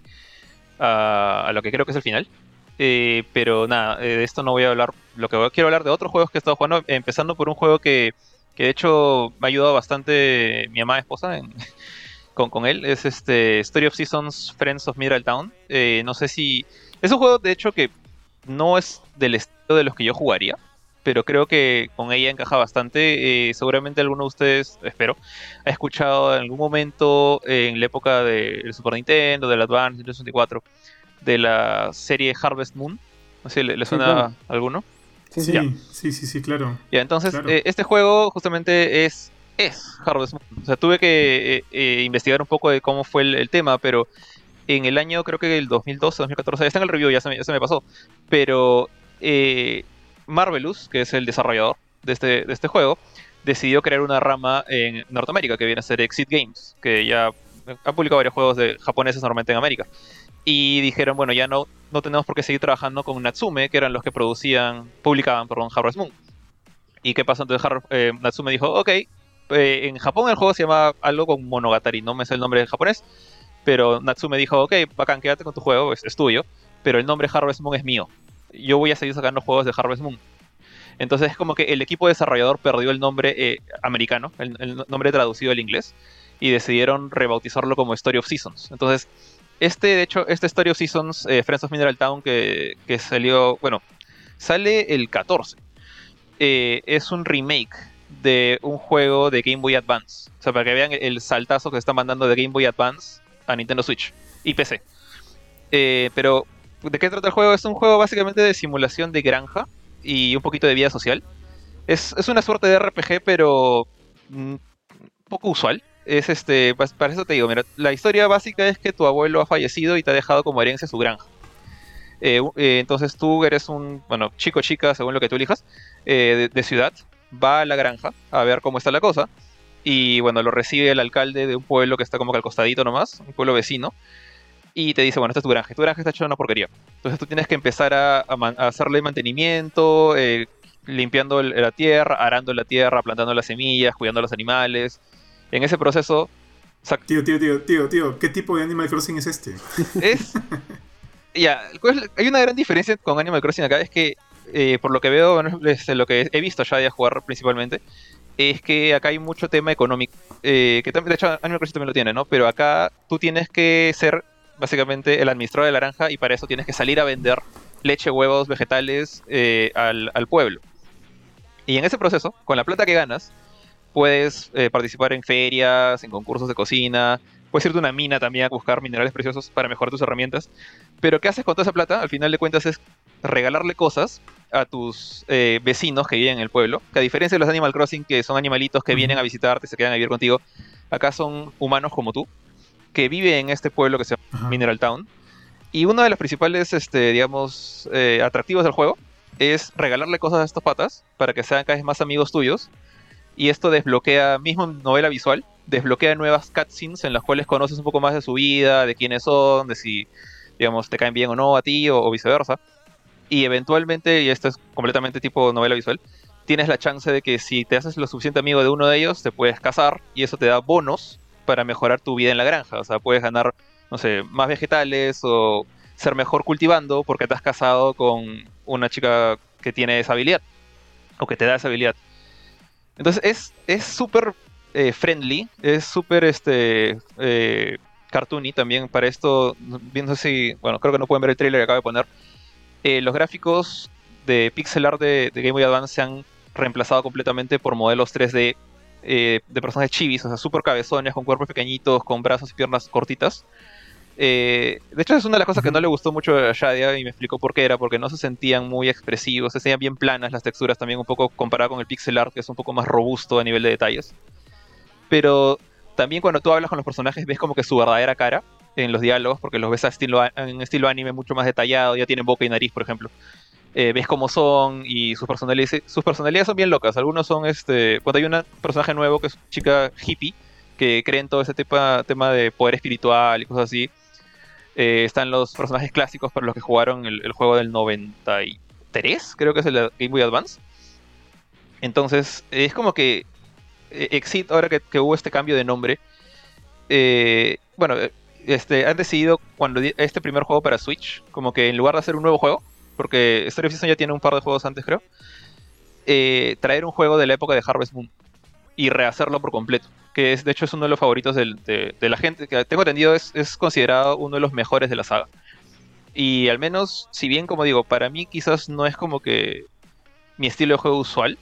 a, a lo que creo que es el final. Eh, pero nada, eh, de esto no voy a hablar. Lo que voy- quiero hablar de otros juegos que he estado jugando, empezando por un juego que, que de hecho me ha ayudado bastante mi amada esposa en- con, con él. Es este Story of Seasons Friends of Middle Town. Eh, no sé si... Es un juego de hecho que no es del estilo de los que yo jugaría, pero creo que con ella encaja bastante. Eh, seguramente alguno de ustedes, espero, ha escuchado en algún momento eh, en la época del Super Nintendo, del Advance, del sesenta y cuatro, de la serie Harvest Moon. No sé, ¿le, le Sí, suena claro. a alguno? Sí, Sí, sí. Ya. sí, sí, sí, claro. Ya, entonces, Claro. eh, este juego justamente es, es Harvest Moon. O sea, tuve que eh, eh, investigar un poco de cómo fue el, el tema, pero en el año, creo que el dos mil doce, dos mil catorce, ya está en el review, ya se me, ya se me pasó. Pero eh, Marvelous, que es el desarrollador de este, de este juego, decidió crear una rama en Norteamérica que viene a ser Exit Games, que ya han publicado varios juegos de japoneses normalmente en América. Y dijeron, bueno, ya no, no tenemos por qué seguir trabajando con Natsume, que eran los que producían, publicaban, perdón, Harvest Moon. ¿Y qué pasó? Entonces Har eh, Natsume dijo, ok, eh, en Japón el juego se llama algo con Monogatari, no me sé el nombre en japonés, pero Natsume dijo, ok, bacán, quédate con tu juego, es, es tuyo, pero el nombre Harvest Moon es mío. Yo voy a seguir sacando juegos de Harvest Moon. Entonces es como que el equipo desarrollador perdió el nombre eh, americano, el, el nombre traducido al inglés, y decidieron rebautizarlo como Story of Seasons. Entonces, este, de hecho, este Story of Seasons, eh, Friends of Mineral Town, que, que salió, bueno, sale el catorce. Eh, es un remake de un juego de Game Boy Advance. O sea, para que vean el saltazo que se está mandando de Game Boy Advance a Nintendo Switch y P C. Eh, pero, ¿de qué trata el juego? Es un juego básicamente de simulación de granja y un poquito de vida social. Es, es una suerte de R P G, pero mm, poco usual. Es este, para eso te digo, mira, la historia básica es que tu abuelo ha fallecido y te ha dejado como herencia su granja. Eh, eh, entonces tú eres un, bueno, chico o chica, según lo que tú elijas, eh, de, de ciudad, va a la granja a ver cómo está la cosa. Y bueno, lo recibe el alcalde de un pueblo que está como que al costadito nomás, un pueblo vecino. Y te dice, bueno, esta es tu granja. Tu granja está hecha una porquería. Entonces tú tienes que empezar a, a, man, a hacerle mantenimiento, eh, limpiando el, la tierra, arando la tierra, plantando las semillas, cuidando a los animales. En ese proceso... Tío, tío, tío, tío, tío, ¿qué tipo de Animal Crossing es este? Es... Ya, hay una gran diferencia con Animal Crossing acá, es que, eh, por lo que veo, bueno, es lo que he visto ya de jugar principalmente, es que acá hay mucho tema económico, eh, que también, de hecho, Animal Crossing también lo tiene, ¿no? Pero acá tú tienes que ser, básicamente, el administrador de la granja y para eso tienes que salir a vender leche, huevos, vegetales eh, al, al pueblo. Y en ese proceso, con la plata que ganas, puedes eh, participar en ferias, en concursos de cocina, puedes irte a una mina también a buscar minerales preciosos para mejorar tus herramientas. Pero ¿qué haces con toda esa plata? Al final de cuentas es regalarle cosas a tus eh, vecinos que viven en el pueblo. Que a diferencia de los Animal Crossing, que son animalitos que vienen a visitarte y se quedan a vivir contigo, acá son humanos como tú, que viven en este pueblo que se llama Ajá. Mineral Town. Y uno de los principales, este, digamos, eh, atractivos del juego es regalarle cosas a estos patas para que sean cada vez más amigos tuyos. Y esto desbloquea, mismo novela visual, desbloquea nuevas cutscenes en las cuales conoces un poco más de su vida, de quiénes son, de si, digamos, te caen bien o no a ti, o, o viceversa. Y eventualmente, y esto es completamente tipo novela visual, tienes la chance de que si te haces lo suficiente amigo de uno de ellos, te puedes casar, y eso te da bonos para mejorar tu vida en la granja. O sea, puedes ganar, no sé, más vegetales, o ser mejor cultivando, porque te has casado con una chica que tiene esa habilidad, o que te da esa habilidad. Entonces es súper eh, friendly, es súper este, eh, cartoony también para esto. Viendo si, bueno, creo que no pueden ver el trailer que acabo de poner. Eh, los gráficos de pixel art de, de Game Boy Advance se han reemplazado completamente por modelos tres D eh, de personajes chivis, o sea, súper cabezones, con cuerpos pequeñitos, con brazos y piernas cortitas. Eh, de hecho, es una de las cosas que no le gustó mucho a Shadia y me explicó por qué era, porque no se sentían muy expresivos, se sentían bien planas las texturas también, un poco comparado con el pixel art, que es un poco más robusto a nivel de detalles. Pero también cuando tú hablas con los personajes ves como que su verdadera cara en los diálogos, porque los ves a estilo, en estilo anime mucho más detallado, ya tienen boca y nariz, por ejemplo. Eh, ves cómo son y sus personalidades, sus personalidades son bien locas. Algunos son, este, cuando hay un personaje nuevo que es chica hippie, que cree en todo ese tema, tema de poder espiritual y cosas así. Eh, están los personajes clásicos para los que jugaron el, el juego del noventa y tres, creo que es el Game Boy Advance. Entonces, es como que eh, Exit, ahora que, que hubo este cambio de nombre, eh, bueno, este, han decidido cuando este primer juego para Switch, como que en lugar de hacer un nuevo juego, porque Story of Seasons ya tiene un par de juegos antes, creo, eh, traer un juego de la época de Harvest Moon y rehacerlo por completo, que es, de hecho es uno de los favoritos del, de, de la gente, que tengo entendido es, es considerado uno de los mejores de la saga. Y al menos, si bien como digo, para mí quizás no es como que mi estilo de juego usual,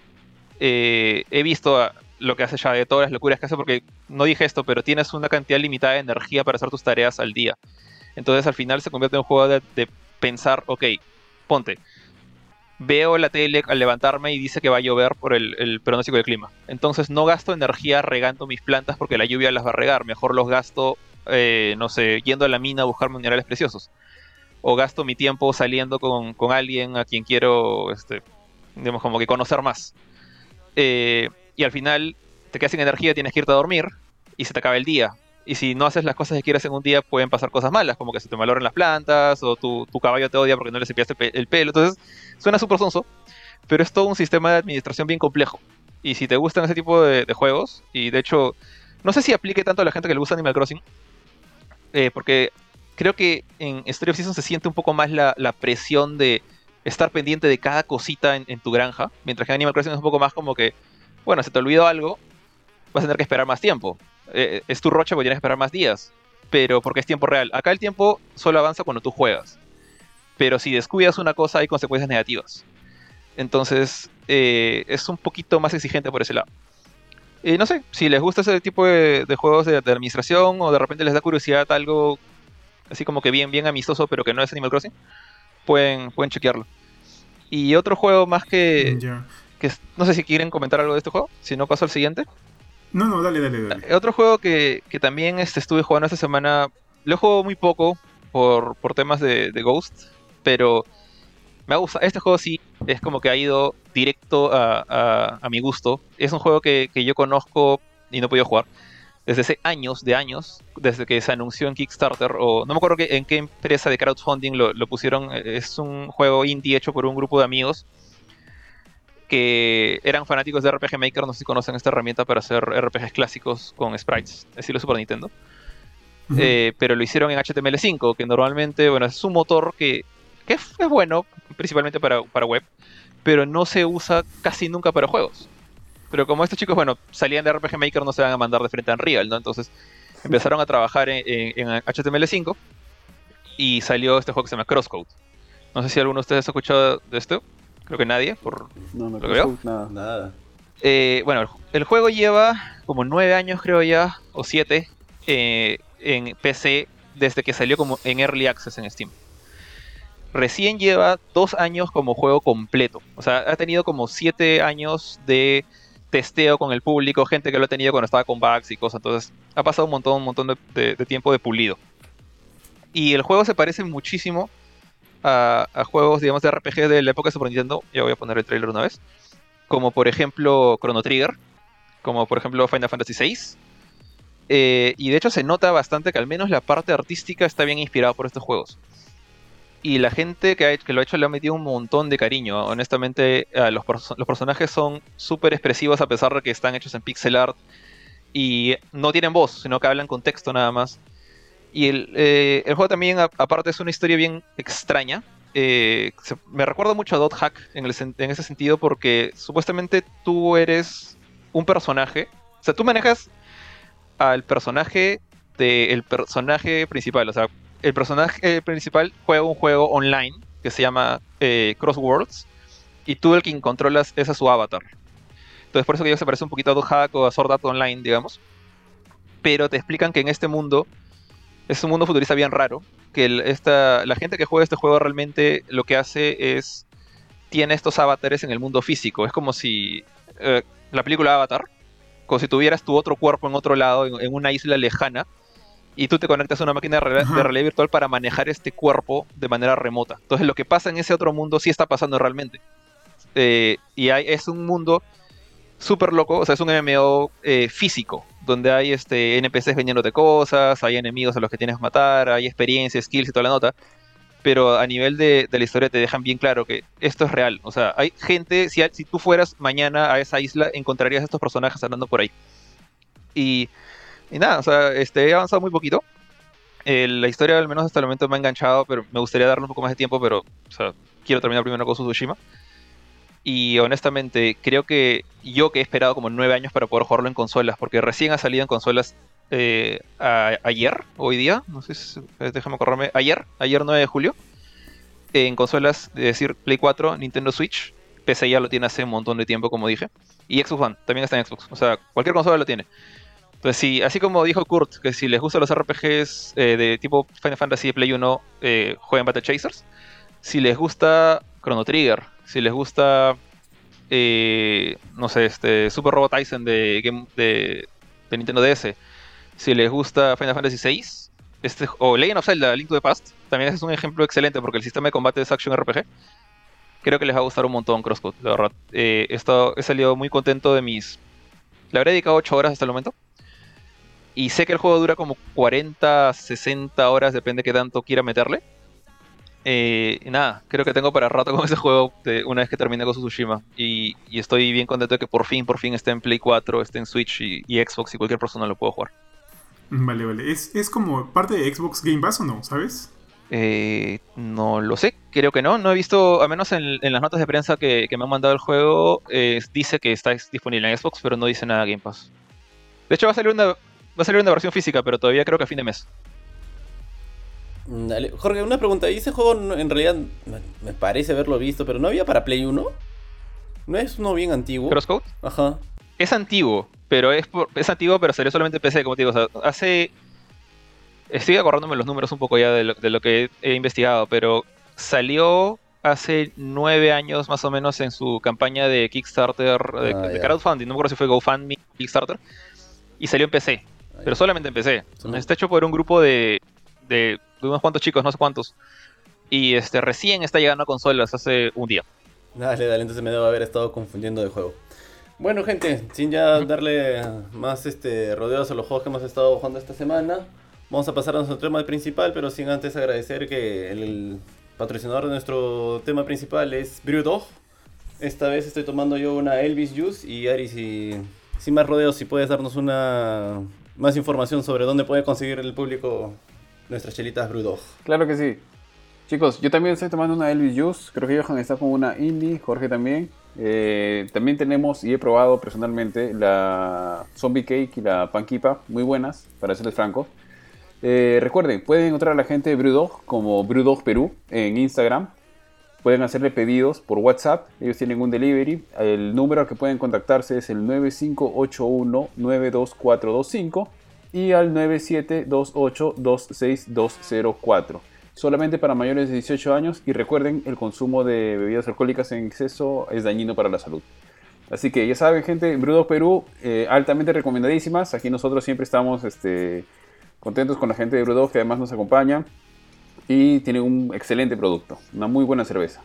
eh, he visto a, lo que hace ya de todas las locuras que hace, porque no dije esto, pero tienes una cantidad limitada de energía para hacer tus tareas al día. Entonces al final se convierte en un juego de, de pensar, ok, ponte, veo la tele al levantarme y dice que va a llover por el, el pronóstico del clima. Entonces no gasto energía regando mis plantas porque la lluvia las va a regar. Mejor los gasto, eh, no sé, yendo a la mina a buscar minerales preciosos. O gasto mi tiempo saliendo con, con alguien a quien quiero, este, digamos, como que conocer más. Eh, y al final te quedas sin energía, tienes que irte a dormir y se te acaba el día. y si no haces las cosas que quieres en un día, pueden pasar cosas malas, como que se te maloren las plantas, o tu, tu caballo te odia porque no le cepillas el, pe el pelo. Entonces, suena súper sonso, pero es todo un sistema de administración bien complejo. Y si te gustan ese tipo de, de juegos, y de hecho, no sé si aplique tanto a la gente que le gusta Animal Crossing, eh, porque creo que en Story of Seasons se siente un poco más la, la presión de estar pendiente de cada cosita en, en tu granja, mientras que Animal Crossing es un poco más como que, bueno, se te olvidó algo, vas a tener que esperar más tiempo. Eh, es tu rocha porque tienes que esperar más días, pero porque es tiempo real. Acá el tiempo solo avanza cuando tú juegas, pero si descuidas una cosa hay consecuencias negativas. Entonces eh, es un poquito más exigente por ese lado. Eh, no sé, si les gusta ese tipo de, de juegos de, de administración, o de repente les da curiosidad algo así como que bien, bien amistoso, pero que no es Animal Crossing, pueden, pueden chequearlo. Y otro juego más que, Ya. que... No sé si quieren comentar algo de este juego, si no paso al siguiente. No, no, dale, dale, dale. Otro juego que, que también este, estuve jugando esta semana, lo he jugado muy poco por, por temas de, de Ghost, pero me ha gustado. Este juego sí es como que ha ido directo a, a, a mi gusto. Es un juego que, que yo conozco y no he podido jugar desde hace años, de años, desde que se anunció en Kickstarter, o no me acuerdo que, en qué empresa de crowdfunding lo, lo pusieron. Es un juego indie hecho por un grupo de amigos que eran fanáticos de R P G Maker. No sé si conocen esta herramienta para hacer R P Gs clásicos con sprites, estilo Super Nintendo. Uh-huh. eh, pero lo hicieron en H T M L cinco, que normalmente, bueno, es un motor que, que es, es bueno, principalmente para, para web, pero no se usa casi nunca para juegos. Pero como estos chicos, bueno, salían de R P G Maker, no se van a mandar de frente a Unreal, ¿no? Entonces empezaron a trabajar en, en, en H T M L cinco y salió este juego que se llama Crosscode. No sé si alguno de ustedes ha escuchado de esto. Creo que nadie, por no, no, lo que veo. Nada. Nada. Eh, bueno, el, el juego lleva como nueve años, creo ya, o siete, eh, en P C desde que salió como en Early Access en Steam. Recién lleva dos años como juego completo. O sea, ha tenido como siete años de testeo con el público, gente que lo ha tenido cuando estaba con bugs y cosas. Entonces, ha pasado un montón, un montón de, de, de tiempo de pulido. Y el juego se parece muchísimo a, a juegos, digamos, de R P G de la época de Super Nintendo. Ya voy a poner el trailer una vez. Como por ejemplo Chrono Trigger, como por ejemplo Final Fantasy seis. Eh, y de hecho se nota bastante que al menos la parte artística está bien inspirada por estos juegos. Y la gente que, ha, que lo ha hecho le ha metido un montón de cariño. Honestamente, eh, los, perso los personajes son súper expresivos a pesar de que están hechos en pixel art. Y no tienen voz, sino que hablan con texto nada más. Y el, eh, el juego también, a, aparte, es una historia bien extraña. Eh, se, me recuerda mucho a Dot Hack en, el, en ese sentido, porque supuestamente tú eres un personaje. O sea, tú manejas al personaje del personaje principal. O sea, el personaje principal juega un juego online que se llama eh, Cross Worlds, y tú el que controlas ese es su avatar. Entonces por eso que ya se parece un poquito a Dot Hack o a Sword Art Online, digamos. Pero te explican que en este mundo es un mundo futurista bien raro, que el, esta, la gente que juega este juego realmente lo que hace es, tiene estos avatares en el mundo físico. Es como si eh, la película Avatar, como si tuvieras tu otro cuerpo en otro lado, en, en una isla lejana, y tú te conectas a una máquina de realidad, de realidad virtual para manejar este cuerpo de manera remota. Entonces lo que pasa en ese otro mundo sí está pasando realmente. Eh, y hay, es un mundo súper loco, o sea, es un M M O eh, físico, donde hay este, N P Cs vendiéndote cosas, hay enemigos a los que tienes que matar, hay experiencia, skills y toda la nota, pero a nivel de, de la historia te dejan bien claro que esto es real. O sea, hay gente, si, si tú fueras mañana a esa isla, encontrarías a estos personajes andando por ahí. Y, y nada, o sea, este, he avanzado muy poquito. Eh, la historia, al menos hasta el momento, me ha enganchado, pero me gustaría darle un poco más de tiempo, pero, o sea, quiero terminar primero con Tsushima. Y honestamente, creo que yo que he esperado como nueve años para poder jugarlo en consolas, porque recién ha salido en consolas eh, a, ayer, hoy día, no sé si, déjame acordarme, ayer, ayer nueve de julio, en consolas, es decir, Play cuatro, Nintendo Switch, P C ya lo tiene hace un montón de tiempo, como dije, y Xbox One, también está en Xbox, o sea, cualquier consola lo tiene. Entonces, sí, así como dijo Kurt, que si les gustan los R P Gs eh, de tipo Final Fantasy de Play uno, eh, jueguen Battle Chasers. Si les gusta Chrono Trigger, si les gusta, eh, no sé, este Super Robot Tyson de, Game, de, de Nintendo D S, si les gusta Final Fantasy seis, este, o Legend of Zelda, Link to the Past, también es un ejemplo excelente porque el sistema de combate es Action R P G. Creo que les va a gustar un montón Crosscode, la verdad. Eh, he, estado, he salido muy contento de mis... Le habré dedicado ocho horas hasta el momento. Y sé que el juego dura como cuarenta, sesenta horas, depende de qué tanto quiera meterle. Eh, y nada, creo que tengo para rato con ese juego de una vez que termine con Tsushima. Y, y estoy bien contento de que por fin, por fin esté en Play cuatro, esté en Switch y, y Xbox y cualquier persona lo pueda jugar. Vale, vale. ¿Es, ¿Es como parte de Xbox Game Pass o no? ¿Sabes? Eh, no lo sé, creo que no. No he visto, al menos en, en las notas de prensa que, que me han mandado el juego, eh, dice que está disponible en Xbox, pero no dice nada Game Pass. De hecho, va a salir una, va a salir una versión física, pero todavía creo que a fin de mes. Dale. Jorge, una pregunta. ¿Y ese juego no- en realidad me me parece haberlo visto, pero no había para Play uno? ¿No es uno bien antiguo? ¿Crosscode? Ajá. Es antiguo, pero es, por- es antiguo, pero salió solamente en P C, como te digo. O sea, hace. Estoy acordándome los números un poco ya de lo, de lo que he investigado, pero salió hace nueve años más o menos en su campaña de Kickstarter, de, Ah, de ya. crowdfunding, no me acuerdo si fue GoFundMe, Kickstarter, y salió en P C, Ah, pero ya. solamente en P C. Sí. Está hecho por un grupo de, de, de unos cuantos chicos, no sé cuántos, y este recién está llegando a consolas hace un día. Dale, dale, entonces me debo haber estado confundiendo de juego. Bueno, gente, sin ya darle más este rodeos a los juegos que hemos estado jugando esta semana, vamos a pasar a nuestro tema principal, pero sin antes agradecer que el, el patrocinador de nuestro tema principal es Brewdog. Esta vez estoy tomando yo una Elvis Juice y Ari, si, sin más rodeos, si puedes darnos una más información sobre dónde puede conseguir el público nuestras chelitas Brewdog. Claro que sí. Chicos, yo también estoy tomando una Elvis Juice. Creo que Johan está con una Indie, Jorge también. Eh, también tenemos, y he probado personalmente, la Zombie Cake y la Panquipa, muy buenas, para serles franco. Eh, recuerden, pueden encontrar a la gente de Brewdog como Brewdog Perú en Instagram. Pueden hacerle pedidos por WhatsApp, ellos tienen un delivery. El número al que pueden contactarse es el nueve cinco ocho uno nueve dos cuatro dos cinco y al nueve siete dos ocho dos seis dos cero cuatro. Solamente para mayores de dieciocho años, y recuerden, el consumo de bebidas alcohólicas en exceso es dañino para la salud. Así que ya saben, gente, Brewdog Perú, eh, altamente recomendadísimas. Aquí nosotros siempre estamos este, contentos con la gente de Brewdog, que además nos acompaña y tiene un excelente producto, una muy buena cerveza.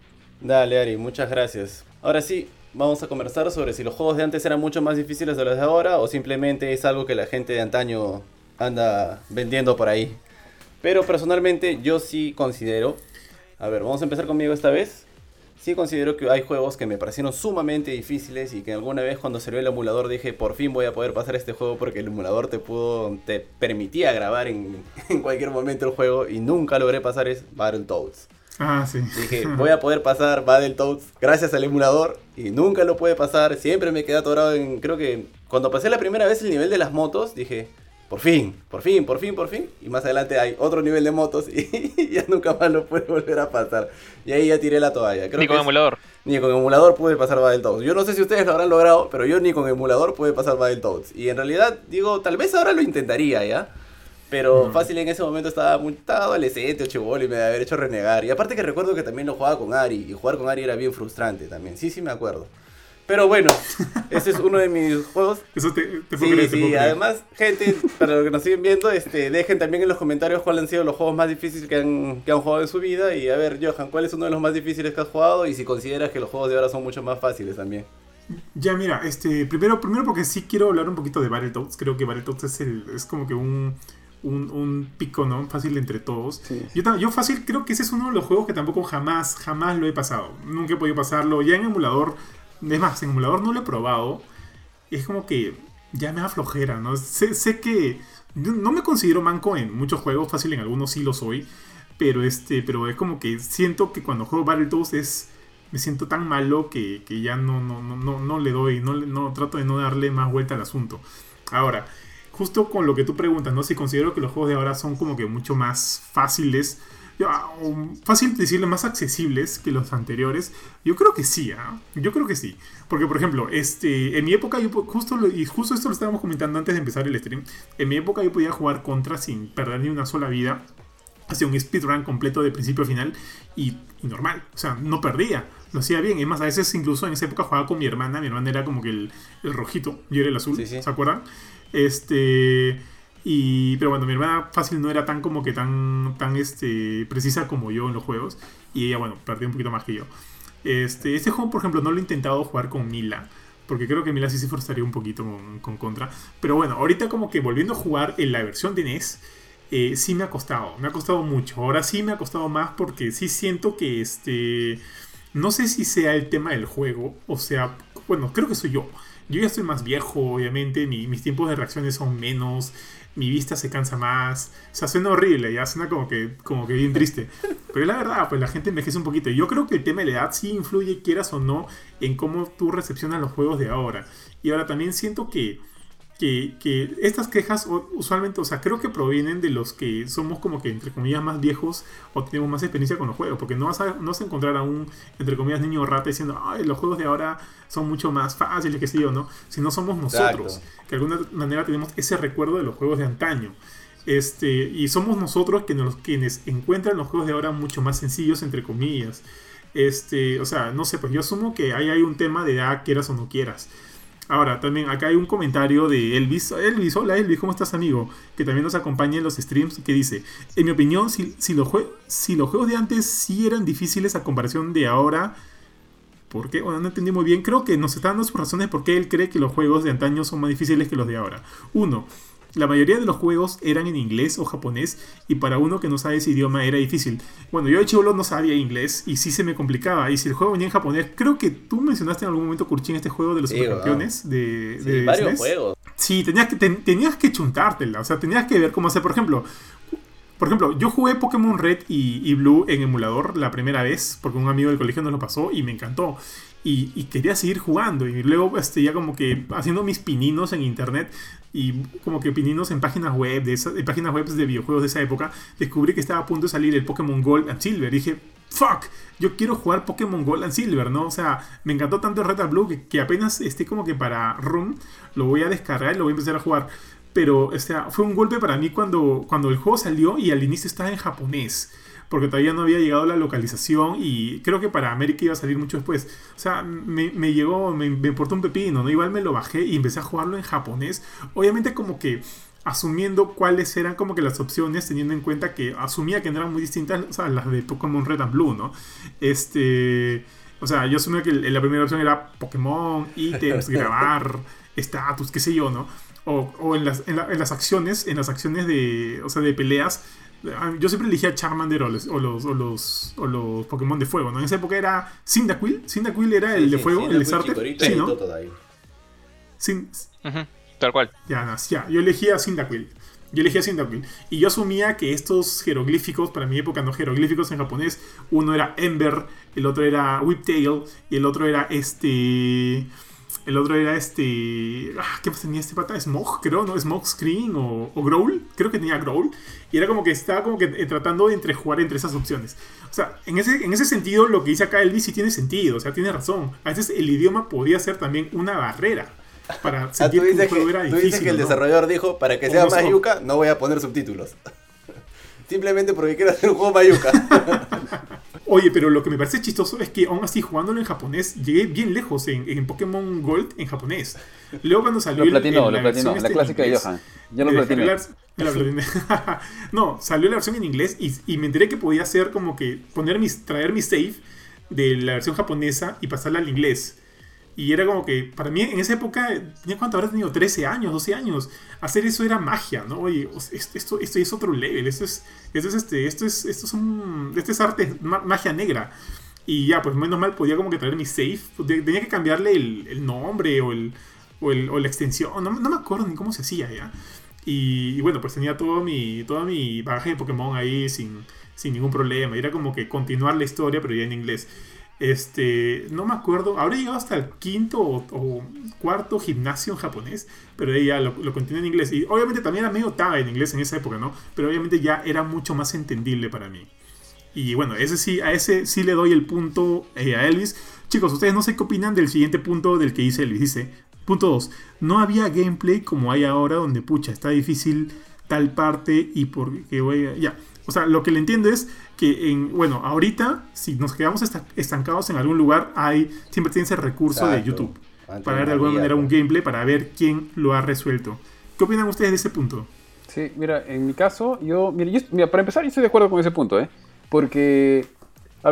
Dale, Ari, muchas gracias. Ahora sí, vamos a conversar sobre si los juegos de antes eran mucho más difíciles de los de ahora o simplemente es algo que la gente de antaño anda vendiendo por ahí. Pero personalmente yo sí considero, a ver, vamos a empezar conmigo esta vez. Sí considero que hay juegos que me parecieron sumamente difíciles y que alguna vez cuando salió el emulador dije, por fin voy a poder pasar este juego porque el emulador te pudo, te permitía grabar en, en cualquier momento el juego y nunca logré pasar es Battletoads. Ah, sí. Dije, voy a poder pasar Battletoads gracias al emulador y nunca lo pude pasar, siempre me quedé atorado en, creo que cuando pasé la primera vez el nivel de las motos, dije, por fin, por fin, por fin, por fin, y más adelante hay otro nivel de motos y ya nunca más lo pude volver a pasar, y ahí ya tiré la toalla. Creo Ni que con es- emulador. Ni con emulador pude pasar Battletoads. Yo no sé si ustedes lo habrán logrado, pero yo ni con emulador pude pasar Battletoads. Y en realidad, digo, tal vez ahora lo intentaría, ¿ya? Pero Mm. fácil en ese momento estaba muy estaba adolescente o chibolo y me debe haber hecho renegar. Y aparte que recuerdo que también lo jugaba con Ari. Y jugar con Ari era bien frustrante también. Sí, sí me acuerdo. Pero bueno, ese es uno de mis juegos. Eso te, te puedo Sí, creer, te sí, puedo creer. además, gente, para los que nos siguen viendo, este, dejen también en los comentarios cuáles han sido los juegos más difíciles que han, que han jugado en su vida. Y a ver, Johan, ¿cuál es uno de los más difíciles que has jugado? Y si consideras que los juegos de ahora son mucho más fáciles también. Ya, mira, este, primero, primero porque sí quiero hablar un poquito de Battletoads. Creo que Battletoads es, el, es como que un, un, un pico, ¿no? Fácil entre todos. Sí. Yo, ta- yo fácil creo que ese es uno de los juegos que tampoco jamás, jamás lo he pasado. Nunca he podido pasarlo. Ya en emulador, es más, en emulador no lo he probado. Es como que ya me da flojera, ¿no? Sé, sé que yo no me considero manco en muchos juegos, fácil en algunos sí lo soy. Pero, este, pero es como que siento que cuando juego Battletoads es... Me siento tan malo que, que ya no, no, no, no, no le doy, no, le- no trato de no darle más vuelta al asunto. Ahora, justo con lo que tú preguntas, ¿no? Si considero que los juegos de ahora son como que mucho más fáciles, yo, ah, um, fácil decirle más accesibles que los anteriores. Yo creo que sí, ¿ah? Yo creo que sí. Porque, por ejemplo, este, en mi época, yo po- justo, lo- y justo esto lo estábamos comentando antes de empezar el stream, en mi época yo podía jugar Contra sin perder ni una sola vida. Hacía un speedrun completo de principio a final y, y normal, o sea, no perdía, lo hacía bien. Es más, a veces incluso en esa época jugaba con mi hermana. Mi hermana era como que el, el rojito, yo era el azul, Sí, sí. ¿se acuerdan? Este, y, pero bueno, mi hermana fácil no era tan como que tan, tan este, precisa como yo en los juegos. Y ella, bueno, perdió un poquito más que yo. Este, este juego, por ejemplo, no lo he intentado jugar con Mila, porque creo que Mila Sísifo estaría un poquito con, con contra. Pero bueno, ahorita como que volviendo a jugar en la versión de N E S, eh, sí me ha costado, me ha costado mucho. Ahora sí me ha costado más porque sí siento que este... No sé si sea el tema del juego, o sea, bueno, creo que soy yo. Yo ya estoy más viejo, obviamente, mi, mis tiempos de reacciones son menos, mi vista se cansa más. O sea, suena horrible, ya suena como que, como que bien triste. Pero la verdad, pues la gente envejece un poquito. Yo creo que el tema de la edad sí influye, quieras o no, en cómo tú recepcionas los juegos de ahora. Y ahora también siento que... Que, que estas quejas usualmente, o sea, creo que provienen de los que somos como que, entre comillas, más viejos o tenemos más experiencia con los juegos, porque no vas a, no vas a encontrar a un, entre comillas, niño rata diciendo, ay, los juegos de ahora son mucho más fáciles, que sé yo, ¿no? Si no somos nosotros, Exacto. que de alguna manera tenemos ese recuerdo de los juegos de antaño. Este, y somos nosotros que nos, quienes encuentran los juegos de ahora mucho más sencillos, entre comillas. Este, o sea, no sé, pues yo asumo que ahí hay un tema de edad, quieras o no quieras. Ahora, también acá hay un comentario de Elvis. Elvis, hola Elvis, ¿cómo estás, amigo? Que también nos acompaña en los streams, que dice, en mi opinión, si, si, los, jue- si los juegos de antes sí eran difíciles a comparación de ahora, ¿por qué? Bueno, no entendí muy bien. Creo que nos está dando sus razones por qué él cree que los juegos de antaño son más difíciles que los de ahora. Uno, la mayoría de los juegos eran en inglés o japonés y para uno que no sabe ese idioma era difícil. Bueno, yo de chibolo no sabía inglés y sí se me complicaba. Y si el juego venía en japonés, creo que tú mencionaste en algún momento, Kurchin, este juego de los sí, supercampeones wow. de, sí, de varios S N E S. Juegos. Sí, tenías que, ten, tenías que chuntártela, o sea, tenías que ver cómo hacer. Por ejemplo, por ejemplo, yo jugué Pokémon Red y, y Blue en emulador la primera vez porque un amigo del colegio nos lo pasó y me encantó. Y, y quería seguir jugando. Y luego este, ya como que haciendo mis pininos en internet y como que pininos en páginas web, de esas, en páginas web de videojuegos de esa época, descubrí que estaba a punto de salir el Pokémon Gold and Silver. Y dije, fuck, yo quiero jugar Pokémon Gold and Silver, ¿no? O sea, me encantó tanto el Red and Blue que, que apenas esté como que para Room lo voy a descargar y lo voy a empezar a jugar. Pero o sea, fue un golpe para mí cuando, cuando el juego salió y al inicio estaba en japonés. Porque todavía no había llegado la localización y creo que para América iba a salir mucho después. O sea, me, me llegó, me, me importó un pepino, ¿no? Igual me lo bajé y empecé a jugarlo en japonés. Obviamente como que asumiendo cuáles eran como que las opciones, teniendo en cuenta que asumía que no eran muy distintas, o sea, las de Pokémon Red and Blue, ¿no? Este... O sea, yo asumía que la primera opción era Pokémon, ítems, grabar, estatus, qué sé yo, ¿no? O, o en, las, en, la, en las acciones, en las acciones de, o sea, de peleas, yo siempre elegía Charmander o los, o los, o los, o los Pokémon de fuego, ¿no? En esa época era Cyndaquil. Cyndaquil era el sí, de fuego, sí, el de Sarter. Sí, ¿no? Sin... Uh-huh. Tal cual. Ya, no, ya, yo elegía Cyndaquil. Yo elegía Cyndaquil. Y yo asumía que estos jeroglíficos, para mi época, no jeroglíficos en japonés, uno era Ember, el otro era Whiptail y el otro era este... El otro era este... Ah, ¿qué más tenía este pata? Smog, creo, ¿no? Smog Screen o, o Growl. Creo que tenía Growl. Y era como que estaba como que eh, tratando de entre jugar entre esas opciones. O sea, en ese, en ese sentido, lo que dice acá Elvis sí tiene sentido. O sea, tiene razón. A veces el idioma podía ser también una barrera para sentir ah, que un juego era difícil. Tú dices que el ¿no? desarrollador dijo, para que sea no, más yuca, no voy a poner subtítulos. Simplemente porque quiero hacer un juego mayuca. Oye, pero lo que me parece chistoso es que aún así jugándolo en japonés llegué bien lejos en, en Pokémon Gold en japonés. Luego cuando salió lo platinó, el, lo platinó, la clásica de Johan. Yo lo platiné. La, la no, salió la versión en inglés y, y me enteré que podía hacer como que poner mis, traer mi save de la versión japonesa y pasarla al inglés. Y era como que, para mí en esa época, tenía cuánto habrá tenido, trece años, doce años. Hacer eso era magia, ¿no? Oye, esto, esto, esto es otro level, esto es, esto es, este, esto es, esto es, un, esto es arte, magia negra. Y ya, pues menos mal podía como que traer mi save. Tenía que cambiarle el, el nombre o, el, o, el, o la extensión, no, no me acuerdo ni cómo se hacía ya. Y, y bueno, pues tenía todo mi, todo mi bagaje de Pokémon ahí sin, sin ningún problema. Y era como que continuar la historia, pero ya en inglés. Este, no me acuerdo, habré llegado hasta el quinto o, o cuarto gimnasio en japonés, pero ahí ya lo, lo continué en inglés. Y obviamente también era medio taga en inglés en esa época, ¿no? Pero obviamente ya era mucho más entendible para mí. Y bueno, ese sí, a ese sí le doy el punto eh, a Elvis. Chicos, ustedes no sé qué opinan del siguiente punto del que dice Elvis. Dice, punto dos, no había gameplay como hay ahora donde, pucha, está difícil tal parte y porque voy a... Ya, o sea, lo que le entiendo es que, en, bueno, ahorita, si nos quedamos estancados en algún lugar, hay siempre tienes el recurso Exacto. de YouTube Antes para ver de alguna manera ¿no? un gameplay, para ver quién lo ha resuelto. ¿Qué opinan ustedes de ese punto? Sí, mira, en mi caso, yo, mira, yo, mira para empezar, yo estoy de acuerdo con ese punto, ¿eh? Porque, a ver,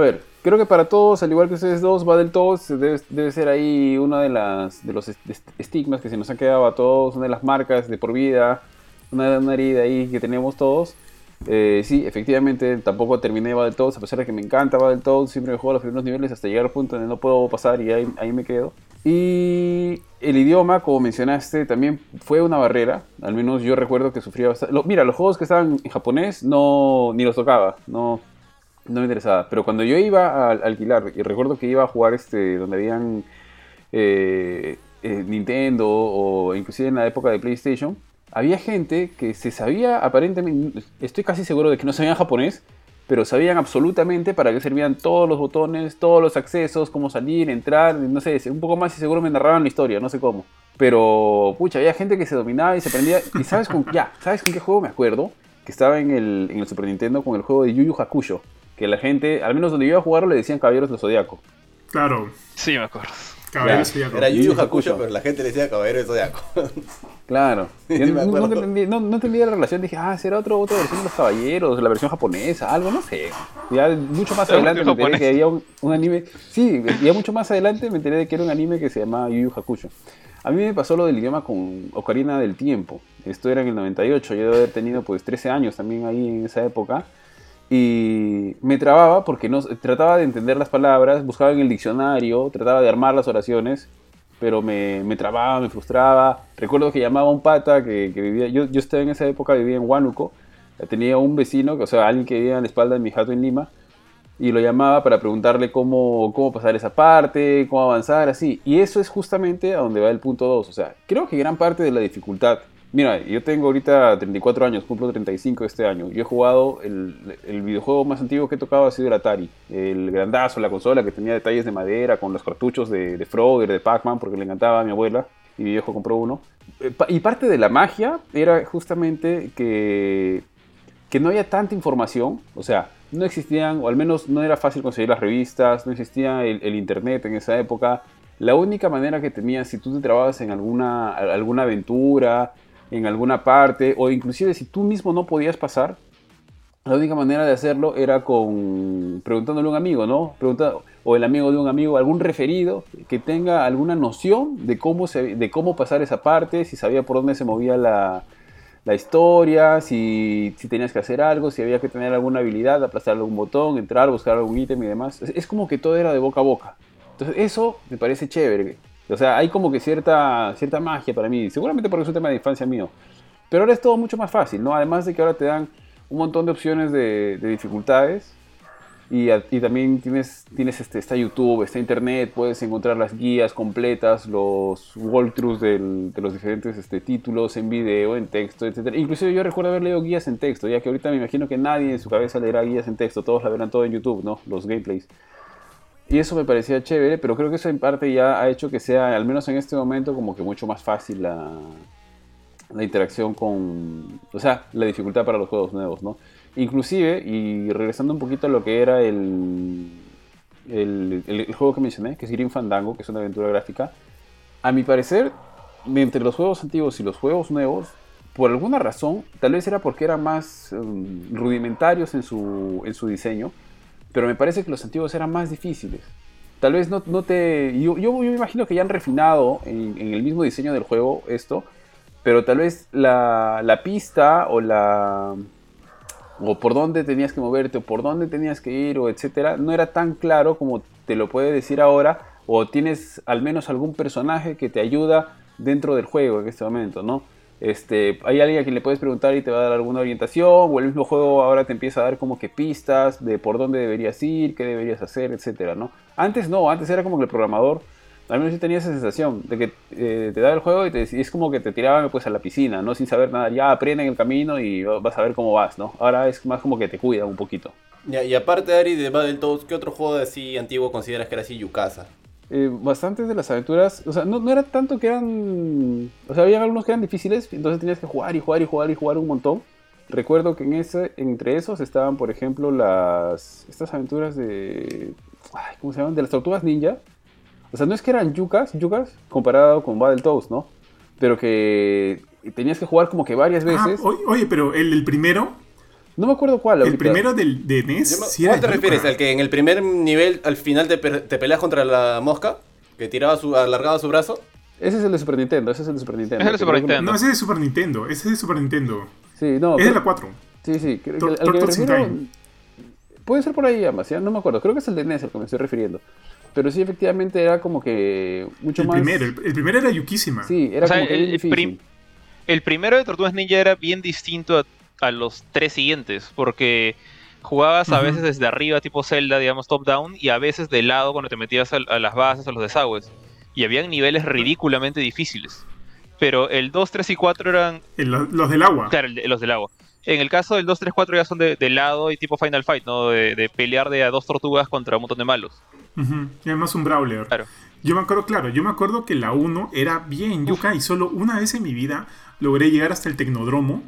creo que para todos, al igual que ustedes dos, Battletoads debe, debe ser ahí uno de, las, de los est- estigmas que se nos ha quedado a todos, una de las marcas de por vida, una, una herida ahí que tenemos todos. Eh, sí, efectivamente, tampoco terminé Battletoads, a pesar de que me encanta Battletoads, siempre me juego los primeros niveles hasta llegar al punto donde no puedo pasar y ahí, ahí me quedo. Y el idioma, como mencionaste, también fue una barrera, al menos yo recuerdo que sufría bastante. Lo, mira, los juegos que estaban en japonés no, ni los tocaba, no, no me interesaba, pero cuando yo iba a, a alquilar, y recuerdo que iba a jugar este, donde habían eh, eh, Nintendo o inclusive en la época de PlayStation, había gente que se sabía aparentemente, estoy casi seguro de que no sabían japonés, pero sabían absolutamente para qué servían todos los botones, todos los accesos, cómo salir, entrar, no sé, un poco más y seguro me narraban la historia, no sé cómo. Pero, pucha, había gente que se dominaba y se aprendía. ¿Y sabes con, ya, ¿sabes con qué juego me acuerdo? Que estaba en el, en el Super Nintendo con el juego de Yu Yu Hakusho. Que la gente, al menos donde yo iba a jugarlo, le decían Caballeros del Zodiaco. Claro. Sí, me acuerdo. Caballeros del Zodiaco. Era Yu Yu Hakusho, pero la gente le decía Caballero del Zodiaco. Claro. Sí, Yo me no, acuerdo. no entendía, no, no entendía la relación. Dije, ah, será otro, otra versión de los Caballeros, la versión japonesa, algo, no sé. Ya mucho más La adelante me versión enteré que japonesa. había un, un anime. Sí, ya mucho más adelante me enteré de que era un anime que se llamaba Yu Yu Hakusho. A mí me pasó lo del idioma con Ocarina del Tiempo. Esto era en el noventa y ocho. Yo debo haber tenido pues trece años también ahí en esa época. Y me trababa porque no, trataba de entender las palabras, buscaba en el diccionario, trataba de armar las oraciones, pero me, me trababa, me frustraba. Recuerdo que llamaba a un pata que, que vivía, yo, yo estaba en esa época, vivía en Huánuco, tenía un vecino, o sea, alguien que vivía en la espalda de mi jato en Lima, y lo llamaba para preguntarle cómo, cómo pasar esa parte, cómo avanzar, así. Y eso es justamente a donde va el punto dos. O sea, creo que gran parte de la dificultad... Mira, yo tengo ahorita treinta y cuatro años, cumplo treinta y cinco este año. Yo he jugado, el, el videojuego más antiguo que he tocado ha sido el Atari. El grandazo, la consola que tenía detalles de madera, con los cartuchos de, de Frogger, de Pac-Man, porque le encantaba a mi abuela. Y mi viejo compró uno. Eh, pa- Y parte de la magia era justamente que, que no había tanta información. O sea, no existían, o al menos no era fácil conseguir las revistas, no existía el, el internet en esa época. La única manera que tenías, si tú te trababas en alguna, alguna aventura, en alguna parte, o inclusive si tú mismo no podías pasar, la única manera de hacerlo era con preguntándole a un amigo, ¿no? Pregunta, o el amigo de un amigo, algún referido que tenga alguna noción de cómo, se, de cómo pasar esa parte, si sabía por dónde se movía la, la historia, si, si tenías que hacer algo, si había que tener alguna habilidad, aplastar algún botón, entrar, buscar algún ítem y demás. Es, es como que todo era de boca a boca. Entonces eso me parece chévere. O sea, hay como que cierta, cierta magia para mí, seguramente porque es un tema de infancia mío. Pero ahora es todo mucho más fácil, ¿no? Además de que ahora te dan un montón de opciones de, de dificultades. Y, a- y también tienes, tienes este, está YouTube, está Internet, puedes encontrar las guías completas, los walkthroughs del- de los diferentes este, títulos en video, en texto, etcétera. Inclusive yo recuerdo haber leído guías en texto, ya que ahorita me imagino que nadie en su cabeza leerá guías en texto, todos la verán todo en YouTube, ¿no? Los gameplays. Y eso me parecía chévere, pero creo que eso en parte ya ha hecho que sea, al menos en este momento, como que mucho más fácil la, la interacción con, o sea, la dificultad para los juegos nuevos, ¿no? Inclusive, y regresando un poquito a lo que era el, el, el- el juego que mencioné, que es Grim Fandango, que es una aventura gráfica, a mi parecer, entre los juegos antiguos y los juegos nuevos, por alguna razón, tal vez era porque eran más um, rudimentarios en su, en su diseño, pero me parece que los antiguos eran más difíciles. Tal vez no, no te... Yo, yo, yo me imagino que ya han refinado en, en el mismo diseño del juego esto, pero tal vez la, la pista o la... o por dónde tenías que moverte, o por dónde tenías que ir, o etcétera, no era tan claro como te lo puede decir ahora, o tienes al menos algún personaje que te ayuda dentro del juego en este momento, ¿no? Este, hay alguien a quien le puedes preguntar y te va a dar alguna orientación, o el mismo juego ahora te empieza a dar como que pistas de por dónde deberías ir, qué deberías hacer, etcétera, ¿no? Antes no, antes era como que el programador, al menos yo tenía esa sensación de que eh, te daba el juego y, te, y es como que te tiraban pues a la piscina, ¿no? Sin saber nada, ya aprenden el camino y vas a ver cómo vas, ¿no? Ahora es más como que te cuidan un poquito. Ya, y aparte, Ari, de Battletoads, ¿qué otro juego así antiguo consideras que era así Yukasa? Eh, bastantes de las aventuras, o sea, no, no era tanto que eran, o sea, había algunos que eran difíciles, entonces tenías que jugar y jugar y jugar y jugar un montón. Recuerdo que en ese, entre esos estaban, por ejemplo, las, estas aventuras de, ay, ¿cómo se llaman? De las tortugas ninja. O sea, no es que eran yucas, yucas, comparado con Battletoads, ¿no? Pero que tenías que jugar como que varias Ah, veces. oye, oye, pero el, el primero, No me acuerdo cuál. El ahorita. primero del, de N E S. Me, Sí ¿Cuál era te refieres? yuca. ¿Al que en el primer nivel al final te, pe- te peleas contra la mosca? ¿Que tiraba su, alargaba su brazo? Ese es el de Super Nintendo, ese es el de Super Nintendo. Es el de que Super creo que- Nintendo. No, ese es de Super Nintendo. Ese es de Super Nintendo. Sí, no. Es de creo- la cuatro. Sí, sí. Creo que Tor- al que me Turtles in refiero... Time. Puede ser por ahí ambas, ¿ya? No me acuerdo. Creo que es el de N E S al que me estoy refiriendo. Pero sí, efectivamente, era como que mucho El más... primero. El, el primero era yuquísima. Sí, era O sea, como que el- bien el difícil. prim- El primero de Tortugas Ninja era bien distinto a, a los tres siguientes, porque jugabas a Ujú. veces desde arriba, tipo Zelda, digamos, top-down, y a veces de lado cuando te metías a, a las bases, a los desagües. Y habían niveles ridículamente difíciles. Pero el dos, tres y cuatro eran, El- los del agua. claro, el de- los del agua. En el caso del dos, tres, cuatro ya son de, de lado y tipo Final Fight, ¿no? De, de pelear de a dos tortugas contra un montón de malos. Ujú. Y además un brawler. Claro. Yo me acuerdo, claro, yo me acuerdo que la uno era bien yuca y solo una vez en mi vida logré llegar hasta el Tecnodromo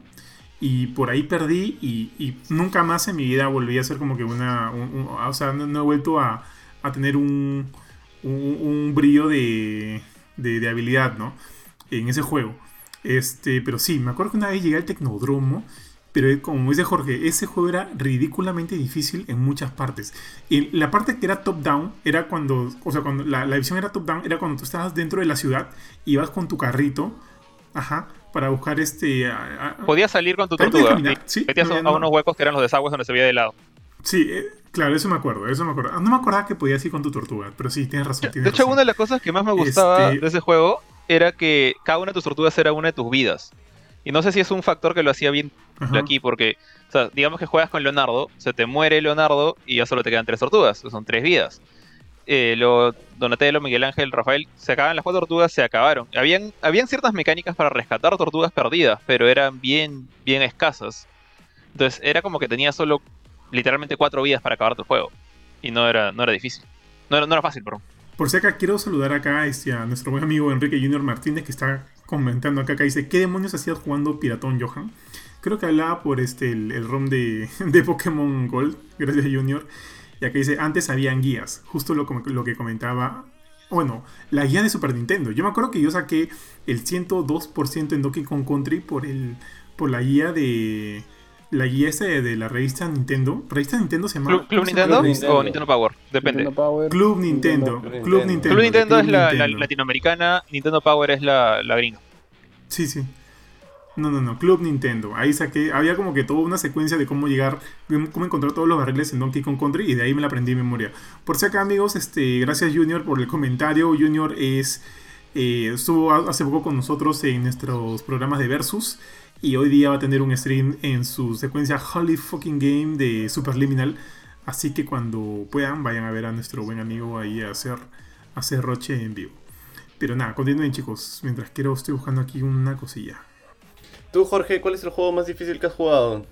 y por ahí perdí y, y nunca más en mi vida volví a ser como que una... un- un- o sea, no, no he vuelto a, a tener un, un, un brillo de, de, de habilidad, ¿no? En ese juego. Este, pero sí, me acuerdo que una vez llegué al Tecnodromo. Pero eh, como dice Jorge, ese juego era ridículamente difícil en muchas partes. Y la parte que era top-down era cuando, o sea, cuando la, la visión era top-down, era cuando tú estabas dentro de la ciudad y ibas con tu carrito, ajá, para buscar este... a- a- Podías salir con tu Ahí podías tortuga caminar, y sí, metías no, a no. unos huecos que eran los desagües donde se veía de lado. Sí, eh, claro, eso me acuerdo, eso me acuerdo. Ah, no me acordaba que podías ir con tu tortuga, pero sí, tienes razón. Tienes De hecho, razón. una de las cosas que más me gustaba Este- de ese juego era que cada una de tus tortugas era una de tus vidas. Y no sé si es un factor que lo hacía bien Ajá. aquí, porque, o sea, digamos que juegas con Leonardo, se te muere Leonardo y ya solo te quedan tres tortugas, que son tres vidas. Eh, lo, Donatello, Miguel Ángel, Rafael, se acaban las cuatro tortugas, se acabaron. Habían, habían ciertas mecánicas para rescatar tortugas perdidas, pero eran bien, bien escasas. Entonces era como que tenía solo literalmente cuatro vidas para acabar tu juego. Y no era, no era difícil. No era, no era fácil, perdón. Por si acá quiero saludar acá este, a nuestro buen amigo Enrique Junior Martínez, que está comentando acá, acá dice, ¿qué demonios hacías jugando Piratón, Johan? Creo que hablaba por este el, el ROM de, de Pokémon Gold, gracias Junior. Y acá dice, antes habían guías, justo lo, lo que comentaba, bueno, la guía de Super Nintendo. Yo me acuerdo que yo saqué el ciento dos por ciento en Donkey Kong Country por, el, por la guía de... La guía esta de, de la revista Nintendo. ¿Revista Nintendo se llama? ¿Club, Club ¿cómo se llama? Nintendo, Nintendo. o Nintendo Power? Depende. Nintendo Power, Club Nintendo. Club Club Nintendo. Nintendo. Club Nintendo Club es la, la Nintendo. latinoamericana, Nintendo Power es la, la gringa. Sí, sí. No, no, no. Club Nintendo. Ahí saqué. Había como que toda una secuencia de cómo llegar, de cómo encontrar todos los barriles en Donkey Kong Country y de ahí me la aprendí en memoria. Por si acá, amigos, este, gracias Junior por el comentario. Junior es eh, estuvo hace poco con nosotros en nuestros programas de Versus y hoy día va a tener un stream en su secuencia Holy Fucking Game de Superliminal. Así que cuando puedan, vayan a ver a nuestro buen amigo ahí a hacer, a hacer Roche en vivo. Pero nada, continúen chicos. Mientras quiero, estoy buscando aquí una cosilla. Tú, Jorge, ¿cuál es el juego más difícil que has jugado?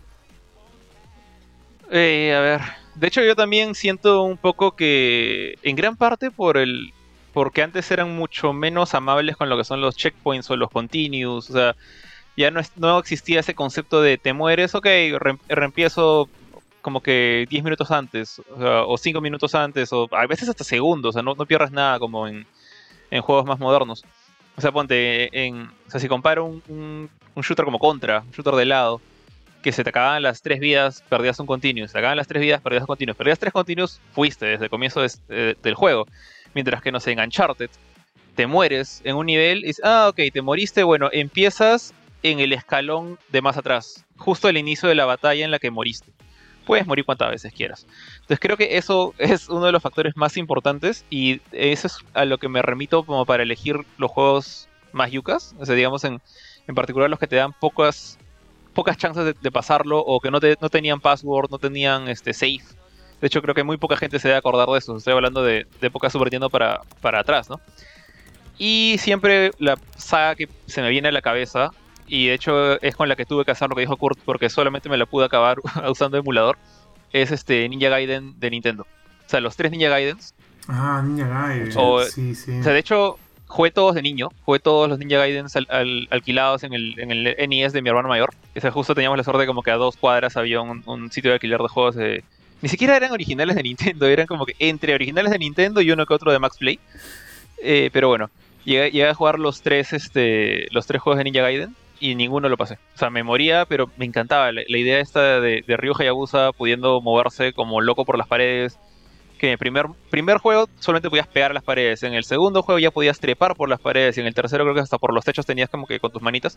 Eh, a ver. De hecho, yo también siento un poco que, en gran parte por el, porque antes eran mucho menos amables con lo que son los checkpoints o los continues. O sea, ya no, es- no existía ese concepto de te mueres, ok, re- reempiezo como que diez minutos antes, o, sea, o cinco minutos antes, o a veces hasta segundos. O sea, no, no pierdas nada como en, en juegos más modernos. O sea, ponte, en, o sea, si comparo un, un, un shooter como Contra, un shooter de lado, que se te acababan las tres vidas, perdías un continuo. Se te acababan las tres vidas, perdías un continuo. Perdías tres continuos, fuiste desde el comienzo de, eh, del juego. Mientras que, no sé, en Uncharted, te mueres en un nivel y dices, ah, ok, te moriste, bueno, empiezas en el escalón de más atrás, justo al inicio de la batalla en la que moriste. Puedes morir cuantas veces quieras. Entonces creo que eso es uno de los factores más importantes y eso es a lo que me remito como para elegir los juegos más yucas. O sea, digamos, en, en particular los que te dan pocas pocas chances de, de pasarlo o que no, te, no tenían password, no tenían este safe. De hecho, creo que muy poca gente se debe acordar de eso. Estoy hablando de, de época Super Nintendo para, para atrás, ¿no? Y siempre la saga que se me viene a la cabeza, y de hecho es con la que tuve que hacer lo que dijo Kurt, porque solamente me la pude acabar usando emulador, es este Ninja Gaiden de Nintendo. O sea, los tres Ninja Gaidens. Ah, Ninja Gaiden. O- sí, sí. O sea, de hecho, jugué todos de niño, jugué todos los Ninja Gaidens al- al- alquilados en el, en el N E S de mi hermano mayor. O sea, justo teníamos la suerte de como que a dos cuadras había un, un sitio de alquiler de juegos de... Ni siquiera eran originales de Nintendo, eran como que entre originales de Nintendo y uno que otro de Max Play. Eh, pero bueno, llegué, llegué a jugar los tres, este, los tres juegos de Ninja Gaiden. y ninguno lo pasé. O sea, me moría, pero me encantaba la, la idea esta de, de Ryu Hayabusa pudiendo moverse como loco por las paredes. Que en el primer, primer juego solamente podías pegar a las paredes. En el segundo juego ya podías trepar por las paredes. Y en el tercero creo que hasta por los techos tenías como que con tus manitas.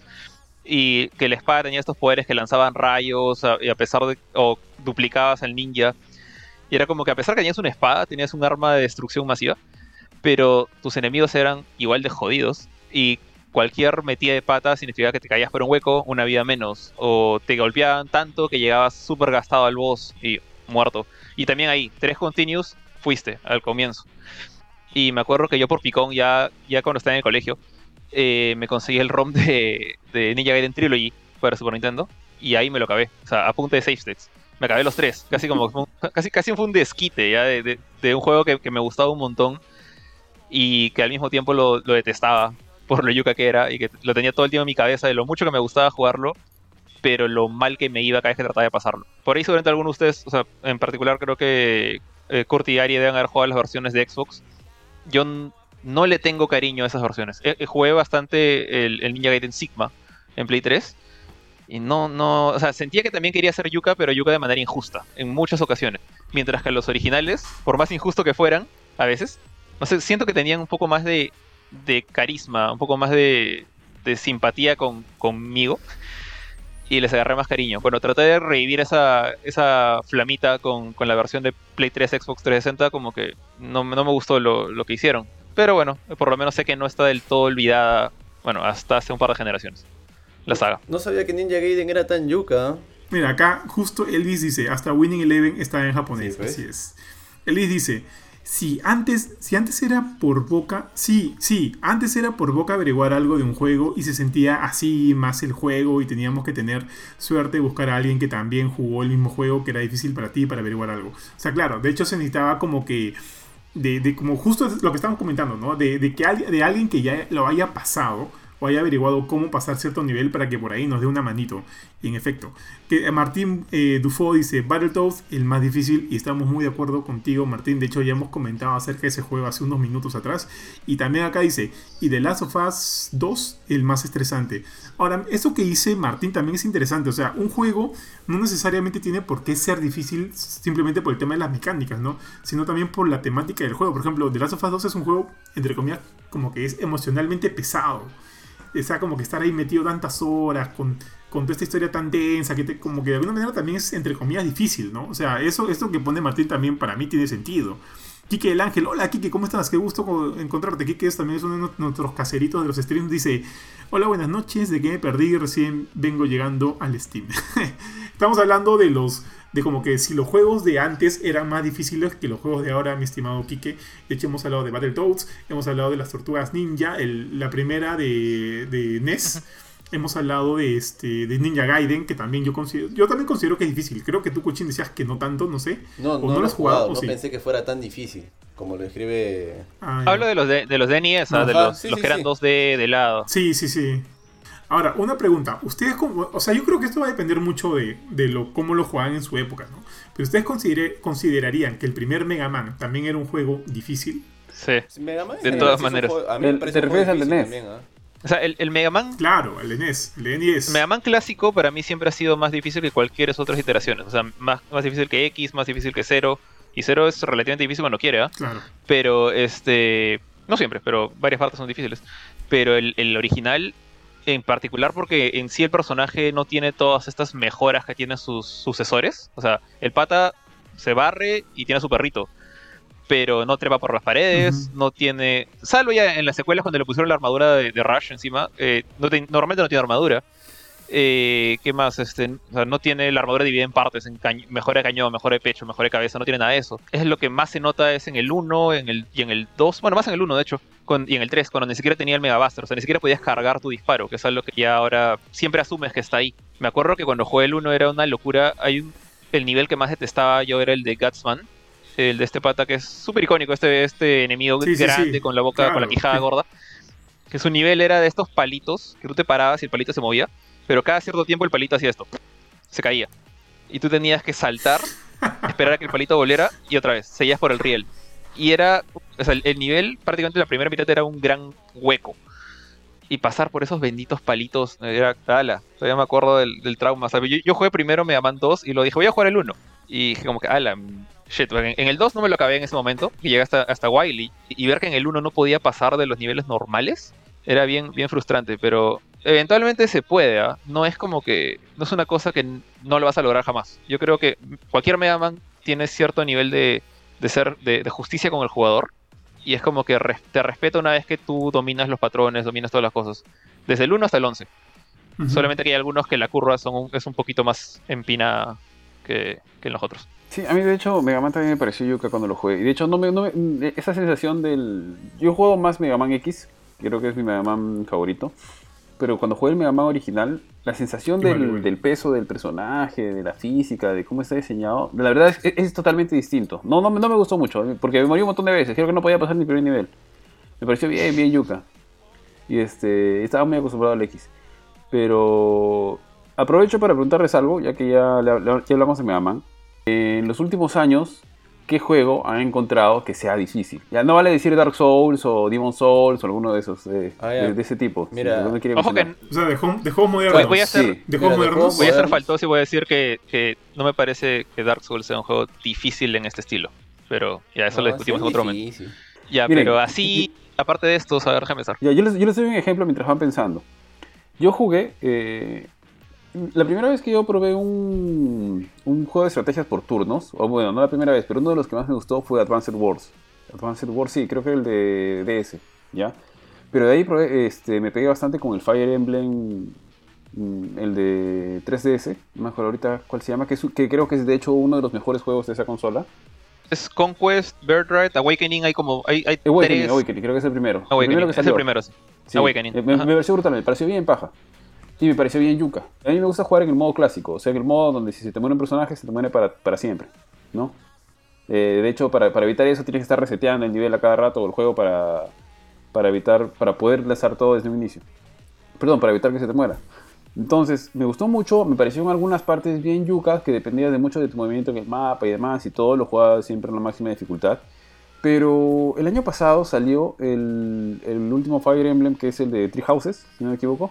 Y que la espada tenía estos poderes que lanzaban rayos. A, y a pesar de... o duplicabas al ninja. Y era como que a pesar que tenías una espada, tenías un arma de destrucción masiva. Pero tus enemigos eran igual de jodidos. Y cualquier metida de pata significaba que te caías por un hueco, una vida menos. O te golpeaban tanto que llegabas súper gastado al boss y muerto. Y también ahí, tres continues, fuiste al comienzo. Y me acuerdo que yo por picón, ya, ya cuando estaba en el colegio, eh, me conseguí el ROM de, de Ninja Gaiden Trilogy para Super Nintendo. Y ahí me lo acabé, o sea, a punta de save states. Me acabé los tres, casi como fue un, casi, casi fue un desquite ya de, de, de un juego que, que me gustaba un montón. Y que al mismo tiempo lo, lo detestaba por lo yuca que era y que lo tenía todo el tiempo en mi cabeza de lo mucho que me gustaba jugarlo, pero lo mal que me iba cada vez que trataba de pasarlo. Por ahí seguramente algunos de ustedes, o sea, en particular creo que eh, Kurt y Ari deben haber jugado las versiones de Xbox. Yo n- no le tengo cariño a esas versiones. Eh, eh, jugué bastante el, el Ninja Gaiden Sigma en Play tres y no, no, o sea, sentía que también quería hacer yuca, pero yuca de manera injusta, en muchas ocasiones. Mientras que los originales, por más injusto que fueran, a veces, no sé, siento que tenían un poco más de, de carisma, un poco más de, de simpatía con, conmigo. Y les agarré más cariño. Bueno, traté de revivir esa, esa flamita con, con la versión de Play tres, Xbox trescientos sesenta, como que no, no me gustó lo, lo que hicieron. Pero bueno, por lo menos sé que no está del todo olvidada, bueno, hasta hace un par de generaciones, la saga. No sabía que Ninja Gaiden era tan yuca. Mira, acá justo Elvis dice, hasta Winning Eleven está en japonés, Sí, pues. así es. Elvis dice, si antes, si antes era por boca, sí, sí, antes era por boca averiguar algo de un juego y se sentía así más el juego y teníamos que tener suerte de buscar a alguien que también jugó el mismo juego que era difícil para ti para averiguar algo. O sea, claro, de hecho se necesitaba como que, de, de como justo lo que estamos comentando, ¿no? De, de que alguien, de alguien que ya lo haya pasado o haya averiguado cómo pasar cierto nivel para que por ahí nos dé una manito. Y en efecto, que Martín eh, Dufo dice Battletoads el más difícil, y estamos muy de acuerdo contigo, Martín. De hecho ya hemos comentado acerca de ese juego hace unos minutos atrás. Y también acá dice, y The Last of Us dos el más estresante. Ahora, eso que dice Martín también es interesante. O sea, un juego no necesariamente tiene por qué ser difícil simplemente por el tema de las mecánicas, ¿no? Sino también por la temática del juego. Por ejemplo, The Last of Us dos es un juego, entre comillas, como que es emocionalmente pesado. O sea, como que estar ahí metido tantas horas con, con toda esta historia tan densa, que te, como que de alguna manera también es, entre comillas, difícil, ¿no? O sea, eso, esto que pone Martín también para mí tiene sentido. Quique el Ángel, hola Quique, ¿cómo estás? Qué gusto encontrarte. Quique es, también es uno de nuestros caseritos de los streams. Dice, hola, buenas noches, de que me perdí, recién vengo llegando al Steam. Estamos hablando de los... de como que si los juegos de antes eran más difíciles que los juegos de ahora, mi estimado Quique. De hecho, hemos hablado de Battletoads, hemos hablado de las Tortugas Ninja, el, la primera de, de N E S. Uh-huh. Hemos hablado de este de Ninja Gaiden, que también yo considero, yo también considero que es difícil. Creo que tú, Cochín, decías que no tanto, no sé. No, no, no lo has jugado, jugado no sí. pensé que fuera tan difícil como lo escribe. Ah, Hablo de los de, de los de N E S, Ajá, de los, sí, los sí, que eran sí. dos D de lado. Sí, sí, sí. Ahora, una pregunta. Ustedes, como, o sea, yo creo que esto va a depender mucho de, de lo, cómo lo jugaban en su época, ¿no? Pero ustedes considere, considerarían que el primer Mega Man también era un juego difícil. Sí, Mega Man de todas maneras. Juego, a mí El, me parece ¿te un juego refieres al de difícil N E S? también, ¿eh? O sea, el, el Mega Man... Claro, el de N E S, el de N E S. Mega Man clásico para mí siempre ha sido más difícil que cualquier otras iteraciones. O sea, más, más difícil que X, más difícil que Zero. Y Zero es relativamente difícil cuando quiere, ¿eh? Claro. Pero, este... no siempre, pero varias partes son difíciles. Pero el, el original, en particular porque en sí el personaje no tiene todas estas mejoras que tienen sus sucesores. O sea, el pata se barre y tiene a su perrito. Pero no trepa por las paredes, uh-huh. no tiene... Salvo ya en las secuelas cuando le pusieron la armadura de, de Rush encima, eh, no te, normalmente no tiene armadura. Eh, ¿Qué más? Este, o sea, no tiene la armadura dividida en partes, en cañ- mejora de cañón, mejora de pecho, mejora de cabeza, no tiene nada de eso. Es lo que más se nota es en el uno en el, y en el dos, bueno, más en el uno de hecho, con, y en el tres, cuando ni siquiera tenía el Mega Buster, o sea, ni siquiera podías cargar tu disparo, que es algo que ya ahora siempre asumes que está ahí. Me acuerdo que cuando jugué el uno era una locura, hay un, el nivel que más detestaba yo era el de Gutsman, el de este pata que es súper icónico, este, este enemigo sí, grande sí, sí. con la boca, Claro, con la quijada sí. gorda, que su nivel era de estos palitos, que tú te parabas y el palito se movía, pero cada cierto tiempo el palito hacía esto, se caía, y tú tenías que saltar, esperar a que el palito volviera y otra vez, seguías por el riel, y era, o sea, el, el nivel, prácticamente la primera mitad era un gran hueco, y pasar por esos benditos palitos, era ala, todavía me acuerdo del, del trauma. ¿Sabes? Yo, yo jugué primero Mega Man dos y lo dije, voy a jugar el uno. Y dije como que, ala, shit, en, en el dos no me lo acabé en ese momento, y llegué hasta, hasta Wily, y ver que en el uno no podía pasar de los niveles normales, era bien, bien frustrante, pero eventualmente se puede, ¿eh? No es como que, no es una cosa que no lo vas a lograr jamás. Yo creo que cualquier Mega Man tiene cierto nivel de, de ser, de, de justicia con el jugador, y es como que res, te respeta una vez que tú dominas los patrones, dominas todas las cosas, desde el uno hasta el once. Uh-huh. Solamente que hay algunos que la curva son un, es un poquito más empinada que, que en los otros. Sí, a mí de hecho Mega Man también me pareció yuca cuando lo jugué. Y de hecho no me, no me, esa sensación del... Yo juego más Mega Man X, creo que es mi Mega Man favorito. Pero cuando jugué el Mega Man original, la sensación del, vale, vale. del peso del personaje, de la física, de cómo está diseñado, la verdad es, es totalmente distinto. No, no, no me gustó mucho, porque me morí un montón de veces. Creo que no podía pasar ni primer nivel. Me pareció bien, bien yuca. Y este, estaba muy acostumbrado al X. Pero aprovecho para preguntarles algo, ya que ya, ya hablamos de Mega Man. En los últimos años, ¿qué juego han encontrado que sea difícil? Ya no vale decir Dark Souls o Demon Souls o alguno de esos, eh, ah, de, de ese tipo. Mira, no ojo que... O sea, de juegos de juego modernos. Voy a ser, sí. de juegos modernos. Voy a ser faltoso y voy a decir que, que no me parece que Dark Souls sea un juego difícil en este estilo. Pero ya eso no, lo discutimos en otro momento. Ya, Miren, pero así, aparte de esto, a ver, déjame pensar. Ya, yo, les, yo les doy un ejemplo mientras van pensando. Yo jugué... Eh, La primera vez que yo probé un, un juego de estrategias por turnos, o bueno, no la primera vez, pero uno de los que más me gustó fue Advanced Wars. Advanced Wars, sí, creo que el de D S, ¿ya? Pero de ahí probé, este, me pegué bastante con el Fire Emblem, el de tres D S, no me acuerdo ahorita cuál se llama, que, es, que creo que es de hecho uno de los mejores juegos de esa consola. Es Conquest, Birthright, Awakening, hay como... Hay, hay Awakening, tres... Awakening, creo que es el primero. Awakening, el primero que es el primero, sí. sí. Awakening. Me, me pareció brutal, me pareció bien paja. Y me pareció bien yuca. A mí me gusta jugar en el modo clásico, o sea, en el modo donde si se te muere un personaje, se te muere para, para siempre, ¿no? Eh, de hecho, para, para evitar eso tienes que estar reseteando el nivel a cada rato o el juego para, para evitar, para poder lanzar todo desde un inicio. Perdón, para evitar que se te muera. Entonces, me gustó mucho, me parecieron algunas partes bien yucas que dependían de mucho de tu movimiento en el mapa y demás, y todo lo jugaba siempre en la máxima dificultad. Pero el año pasado salió el, el último Fire Emblem, que es el de Three Houses, si no me equivoco.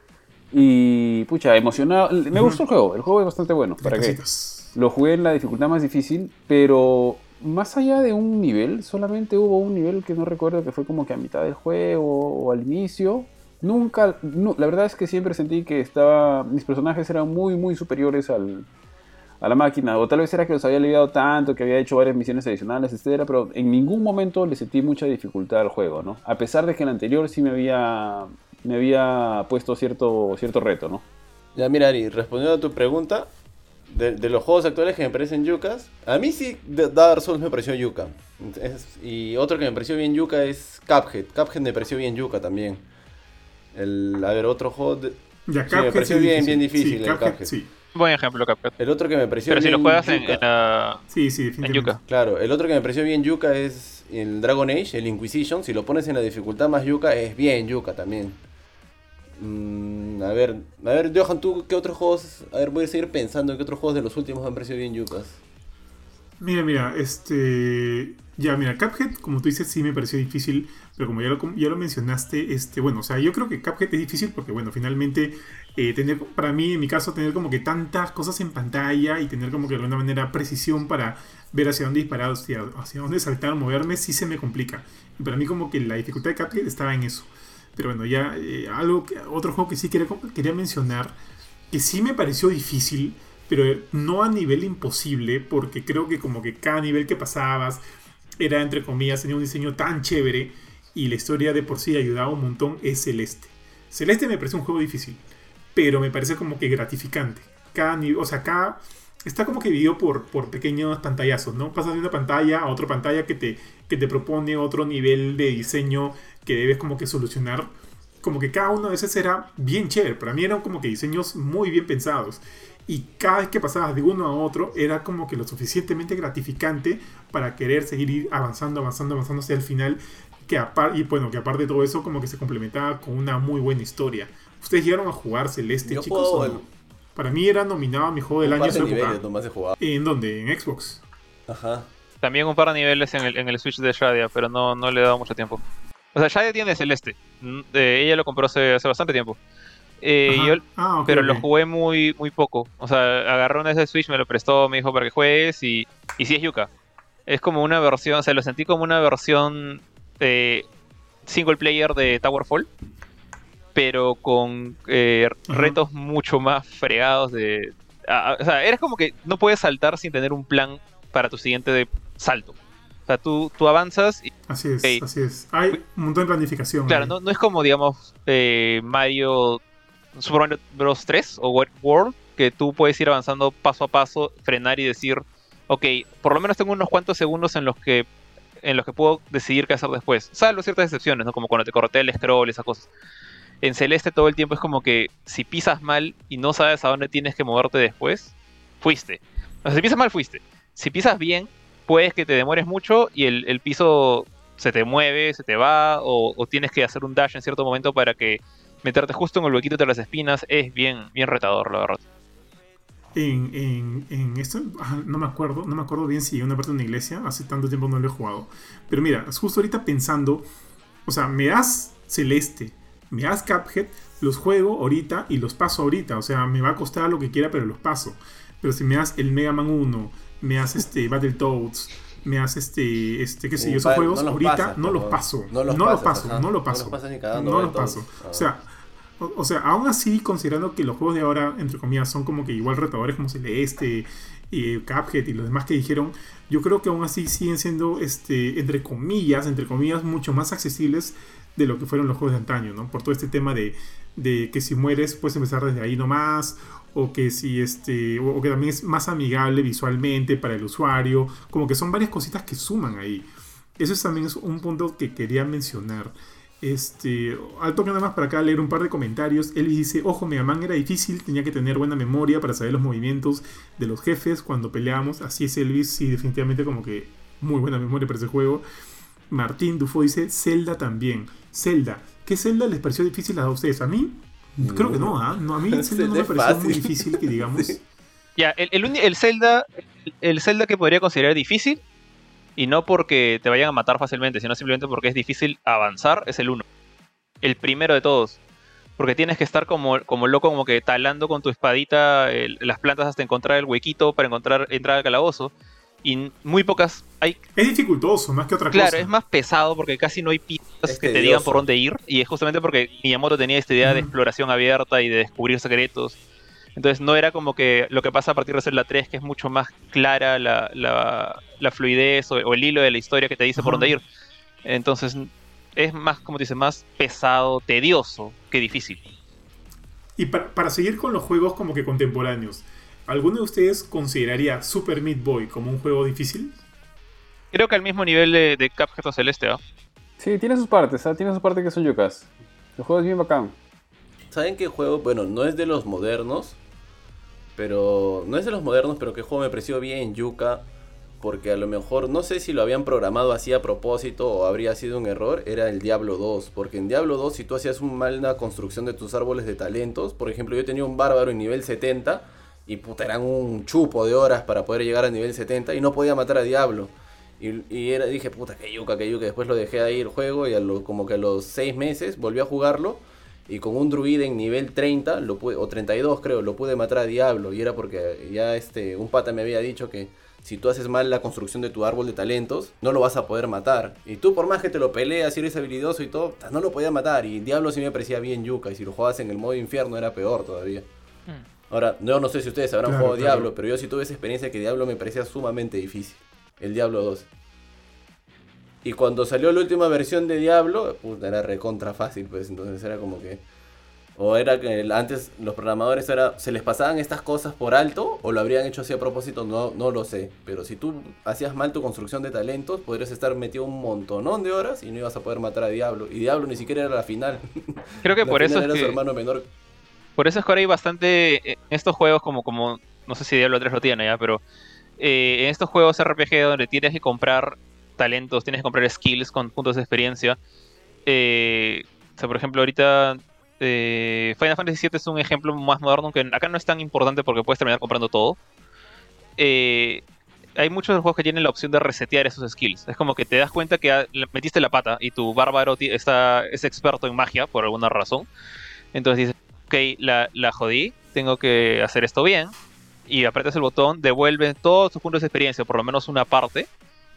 Y pucha, emocionado. Me gustó el juego, el juego es bastante bueno. ¿Para qué? Lo jugué en la dificultad más difícil, pero más allá de un nivel, solamente hubo un nivel que no recuerdo, que fue como que a mitad del juego o al inicio. Nunca, no, la verdad es que siempre sentí que estaba, mis personajes eran muy muy superiores al, a la máquina, o tal vez era que los había aliviado tanto, que había hecho varias misiones adicionales, etcétera, pero en ningún momento le sentí mucha dificultad al juego, ¿no? A pesar de que en el anterior sí me había... me había puesto cierto, cierto reto, ¿no? Ya, mira, Ari, respondiendo a tu pregunta, de, de los juegos actuales que me parecen yucas, a mí sí Dark Souls me pareció yuca. Es, y otro que me pareció bien yuca es Cuphead. Cuphead me pareció bien yuca también. El, a ver, otro juego... De, ya, sí, me pareció sí, bien, sí, bien difícil sí, el Cuphead. Cuphead. Sí. Buen ejemplo, Cuphead. El otro que me pareció Pero bien si lo juegas en, yuca, en, la... sí, sí, en yuca. Claro, el otro que me pareció bien yuca es el Dragon Age, el Inquisition. Si lo pones en la dificultad más yuca, es bien yuca también. Mm, a ver, a ver, Johan, ¿tú qué otros juegos? A ver, voy a seguir pensando en qué otros juegos de los últimos me han parecido bien yucas. Mira, mira, este... Ya, mira, Cuphead, como tú dices, sí me pareció difícil, pero como ya lo, ya lo mencionaste, este, bueno, o sea, yo creo que Cuphead es difícil porque, bueno, finalmente, eh, tener, para mí, en mi caso, tener como que tantas cosas en pantalla y tener como que de alguna manera precisión para ver hacia dónde disparar, hacia, hacia dónde saltar, moverme, sí se me complica. Y para mí como que la dificultad de Cuphead estaba en eso. Pero bueno, ya, eh, algo que, otro juego que sí quería, quería mencionar, que sí me pareció difícil, pero no a nivel imposible, porque creo que como que cada nivel que pasabas era, entre comillas, tenía un diseño tan chévere y la historia de por sí ayudaba un montón, es Celeste. Celeste me parece un juego difícil, pero me parece como que gratificante. Cada nivel, o sea, cada... Está como que dividido por, por pequeños pantallazos, ¿no? Pasas de una pantalla a otra pantalla que te, que te propone otro nivel de diseño que debes como que solucionar. Como que cada uno de esos era bien chévere. Para mí eran como que diseños muy bien pensados. Y cada vez que pasabas de uno a otro era como que lo suficientemente gratificante para querer seguir avanzando, avanzando, avanzando hacia el final. Que aparte, y bueno, que aparte de todo eso como que se complementaba con una muy buena historia. ¿Ustedes llegaron a jugar Celeste, Yo chicos? puedo, ¿o no? Para mí era nominado a mi juego del un año par de en su época. niveles nomás he jugado. ¿En dónde? ¿En Xbox? Ajá. También un par de niveles en el, en el Switch de Shadia, pero no, no le he dado mucho tiempo. O sea, Shadia tiene Celeste, Eh, ella lo compró hace, hace bastante tiempo. Eh, yo, ah, okay, pero okay. lo jugué muy muy poco. O sea, agarré una de Switch, me lo prestó, me dijo para que juegues y, y sí es yuca. Es como una versión, o sea, lo sentí como una versión eh, single player de Towerfall, pero con eh, retos mucho más fregados de... A, a, o sea, eres como que no puedes saltar sin tener un plan para tu siguiente de salto. O sea, tú, tú avanzas y... Así es, okay, así es. Hay un montón de planificación. Claro, no, no es como, digamos, eh, Mario... Super Mario Bros. tres o Wet World, que tú puedes ir avanzando paso a paso, frenar y decir, ok, por lo menos tengo unos cuantos segundos en los que en los que puedo decidir qué hacer después. Salvo ciertas excepciones, ¿no? Como cuando te corretea el scroll, esas cosas. En Celeste todo el tiempo es como que si pisas mal y no sabes a dónde tienes que moverte después, fuiste. O sea, si pisas mal, fuiste. Si pisas bien, puedes que te demores mucho y el, el piso se te mueve, se te va, o, o tienes que hacer un dash en cierto momento para que meterte justo en el huequito de las espinas. Es bien, bien retador, la verdad. En, en, en esto, no me acuerdo, no me acuerdo bien si hay una parte de una iglesia, hace tanto tiempo no lo he jugado. Pero mira, justo ahorita pensando, o sea, me das Celeste, me das Cuphead, los juego ahorita y los paso ahorita. O sea, me va a costar lo que quiera, pero los paso. Pero si me das el Mega Man uno, me das este Battletoads, me das este, este qué sé yo, esos Uh, juegos no los ahorita pasas, no los no, paso. no los no los pasas, paso, ajá. no los paso. No los pasas ni cagando, No los Battletoads. paso. Ah. O sea, o, o sea, aún así, considerando que los juegos de ahora, entre comillas, son como que igual retadores como Celeste y Cuphead y los demás que dijeron, yo creo que aún así siguen siendo, este, entre comillas, entre comillas, mucho más accesibles de lo que fueron los juegos de antaño, ¿no? Por todo este tema de, de que si mueres puedes empezar desde ahí nomás, o que si este, o, o que también es más amigable visualmente para el usuario, como que son varias cositas que suman ahí. Eso es, también es un punto que quería mencionar. Este, al toque nada más para acá leer un par de comentarios. Elvis dice, ojo, Mega Man era difícil, tenía que tener buena memoria para saber los movimientos de los jefes cuando peleábamos. Así es, Elvis, sí, definitivamente como que muy buena memoria para ese juego. Martín Dufo dice, Zelda también. Zelda, ¿qué Zelda les pareció difícil a ustedes? A mí, no. creo que no, ¿eh? no, a mí Zelda no me pareció fácil. Muy difícil, que digamos. Sí. Ya, el, el, el Zelda, el Zelda que podría considerar difícil, y no porque te vayan a matar fácilmente, sino simplemente porque es difícil avanzar, es el uno. El primero de todos. Porque tienes que estar como, como loco, como que talando con tu espadita el, las plantas hasta encontrar el huequito para encontrar entrar al calabozo. Y muy pocas hay... Es dificultoso, más que otra claro, cosa. Claro, es más pesado porque casi no hay pistas es que tedioso. te digan por dónde ir. Y es justamente porque Miyamoto tenía esta idea mm. de exploración abierta y de descubrir secretos. Entonces no era como que lo que pasa a partir de Zelda tres, que es mucho más clara la, la, la fluidez o, o el hilo de la historia que te dice Ajá. por dónde ir. Entonces es más, como te dice, más pesado, tedioso que difícil. Y para, para seguir con los juegos como que contemporáneos, ¿alguno de ustedes consideraría Super Meat Boy como un juego difícil? Creo que al mismo nivel de, de Cuphead o Celeste, ¿no? Sí, tiene sus partes, ¿eh? Tiene sus partes que son yucas. El juego es bien bacán. ¿Saben qué juego? Bueno, no es de los modernos, pero no es de los modernos, pero qué juego me pareció bien yuca, porque a lo mejor, no sé si lo habían programado así a propósito o habría sido un error, era el Diablo dos, porque en Diablo dos si tú hacías un mal una construcción de tus árboles de talentos, por ejemplo yo tenía un bárbaro en nivel setenta y puta, eran un chupo de horas para poder llegar a nivel setenta y no podía matar a Diablo. Y, y era, dije, puta, que yuca, que yuca, después lo dejé ahí el juego y a lo, como que a los seis meses volví a jugarlo. Y con un druida en nivel treinta, lo pude, o treinta y dos creo, lo pude matar a Diablo. Y era porque ya este un pata me había dicho que si tú haces mal la construcción de tu árbol de talentos, no lo vas a poder matar. Y tú por más que te lo peleas y eres habilidoso y todo, no lo podías matar. Y Diablo sí me parecía bien yuca. Y si lo jugabas en el modo infierno era peor todavía. Hmm. Ahora, yo no sé si ustedes habrán claro, jugado claro. Diablo, pero yo sí tuve esa experiencia que Diablo me parecía sumamente difícil. El Diablo dos. Y cuando salió la última versión de Diablo, puta, era recontra fácil, pues entonces era como que... O era que antes los programadores era, se les pasaban estas cosas por alto o lo habrían hecho así a propósito, no, no lo sé. Pero si tú hacías mal tu construcción de talentos, podrías estar metido un montonón de horas y no ibas a poder matar a Diablo. Y Diablo ni siquiera era la final. Creo que la por eso era es que... su hermano menor. Por eso es que ahora hay bastante... En estos juegos como, como no sé si Diablo tres lo tiene ya, pero... Eh, en estos juegos R P G donde tienes que comprar talentos, tienes que comprar skills con puntos de experiencia. Eh, o sea, por ejemplo, ahorita... Eh, Final Fantasy siete es un ejemplo más moderno que acá no es tan importante porque puedes terminar comprando todo. Eh, hay muchos de los juegos que tienen la opción de resetear esos skills. Es como que te das cuenta que ha- le- metiste la pata y tu bárbaro ti- está, es experto en magia por alguna razón. Entonces dices, ok, la, la jodí, tengo que hacer esto bien. Y apretas el botón, devuelve todos tus puntos de experiencia, por lo menos una parte,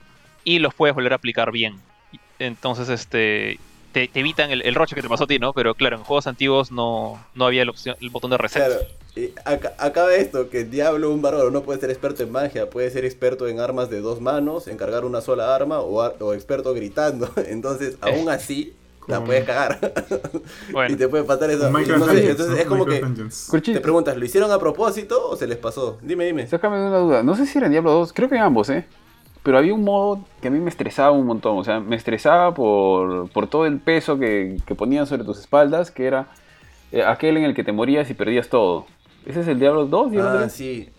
y los puedes volver a aplicar bien. Entonces, este... Te, te evitan el, el roche que te pasó a ti, ¿no? Pero claro, en juegos antiguos no, no había la opción, el botón de reset. Claro, y acá, acaba esto, que el Diablo, un bárbaro, no puede ser experto en magia, puede ser experto en armas de dos manos, en cargar una sola arma, o, ar- o experto gritando. Entonces, aún así, la Como- puedes cagar. Bueno. Y te puede pasar eso. Minecraft No sé, Dungeons, entonces ¿no? es como Minecraft que Dungeons. Curchi, te preguntas, ¿lo hicieron a propósito o se les pasó? Dime, dime. sácame de una duda. No sé si era en Diablo dos, creo que en ambos, ¿eh? Pero había un modo que a mí me estresaba un montón. O sea, me estresaba por, por todo el peso que, que ponían sobre tus espaldas, que era eh, aquel en el que te morías y perdías todo. ¿Ese es el Diablo dos? Diablo Ah, tres? sí.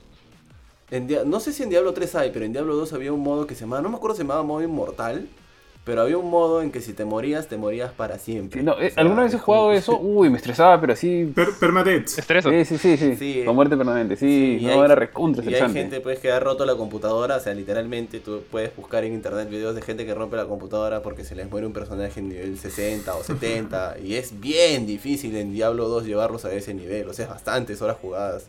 En Dia- no sé si en Diablo tres hay, pero en Diablo dos había un modo que se llamaba, no me acuerdo si se llamaba modo inmortal, pero había un modo en que si te morías, te morías para siempre. Sí, no, eh, O sea, ¿alguna vez he es como- jugado eso? Uy, me estresaba, pero así... Per Permadeath. Estresa. Sí, sí, sí, sí. Sí. Con muerte permanente. Sí, Sí, y no, hay- era recontra Y hay estresante. gente pues que ha roto la computadora, o sea, literalmente tú puedes buscar en internet videos de gente que rompe la computadora porque se les muere un personaje en nivel sesenta o setenta y es bien difícil en Diablo dos llevarlos a ese nivel, o sea, es bastantes horas jugadas.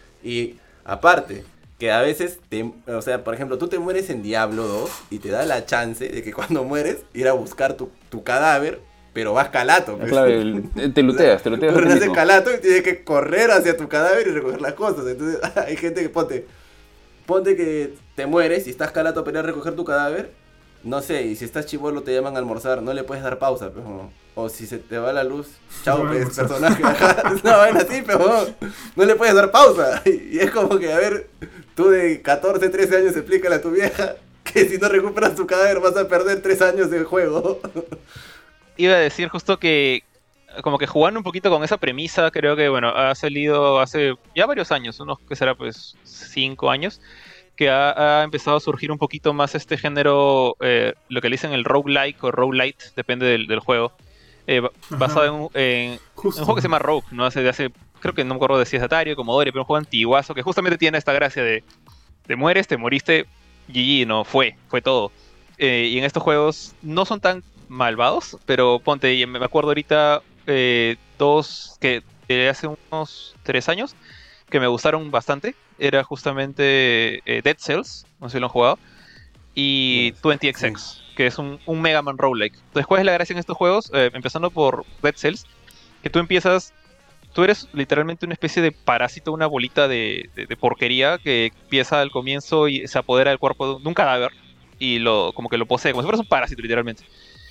Y aparte, que a veces, te, o sea, por ejemplo, tú te mueres en Diablo dos y te da la chance de que cuando mueres ir a buscar tu, tu cadáver, pero vas calato. Ah, pues. claro, el- te luteas, te luteas. a ti Pero mismo. calato y tienes que correr hacia tu cadáver y recoger las cosas. Entonces hay gente que ponte, ponte que te mueres y estás calato a pelear a recoger tu cadáver. No sé, y si estás chibolo te llaman a almorzar, no le puedes dar pausa, pero o si se te va la luz, chao, No, pues, almorzar. personaje. Ajá, es una vaina así, pero no le puedes dar pausa. Y es como que, a ver, tú de catorce, trece años explícale a tu vieja que si no recuperas tu cadáver vas a perder tres años de juego. Iba a decir justo que, como que jugando un poquito con esa premisa, creo que, bueno, ha salido hace ya varios años, unos que será pues cinco años, que ha, ha empezado a surgir un poquito más este género, eh, lo que le dicen el roguelike o roguelite, depende del, del juego, eh, ba- Ajá. basado en, un- en Justo. un juego que se llama Rogue, ¿no? Hace, de hace, creo que no me acuerdo de si es de Atari o Commodore, pero un juego antiguazo que justamente tiene esta gracia de te mueres, te moriste, G G, no, fue, fue todo. Eh, y en estos juegos no son tan malvados, pero ponte, y me acuerdo ahorita eh, dos que de hace unos tres años que me gustaron bastante. Era justamente eh, Dead Cells, no sé si lo han jugado, y veinte X X, que es un, un Mega Man roguelike. Entonces, ¿cuál es la gracia en estos juegos? Eh, empezando por Dead Cells, que tú empiezas, tú eres literalmente una especie de parásito, una bolita de, de- de porquería que empieza al comienzo y se apodera del cuerpo de un, de un cadáver y lo como que lo posee, como si fueras un parásito literalmente.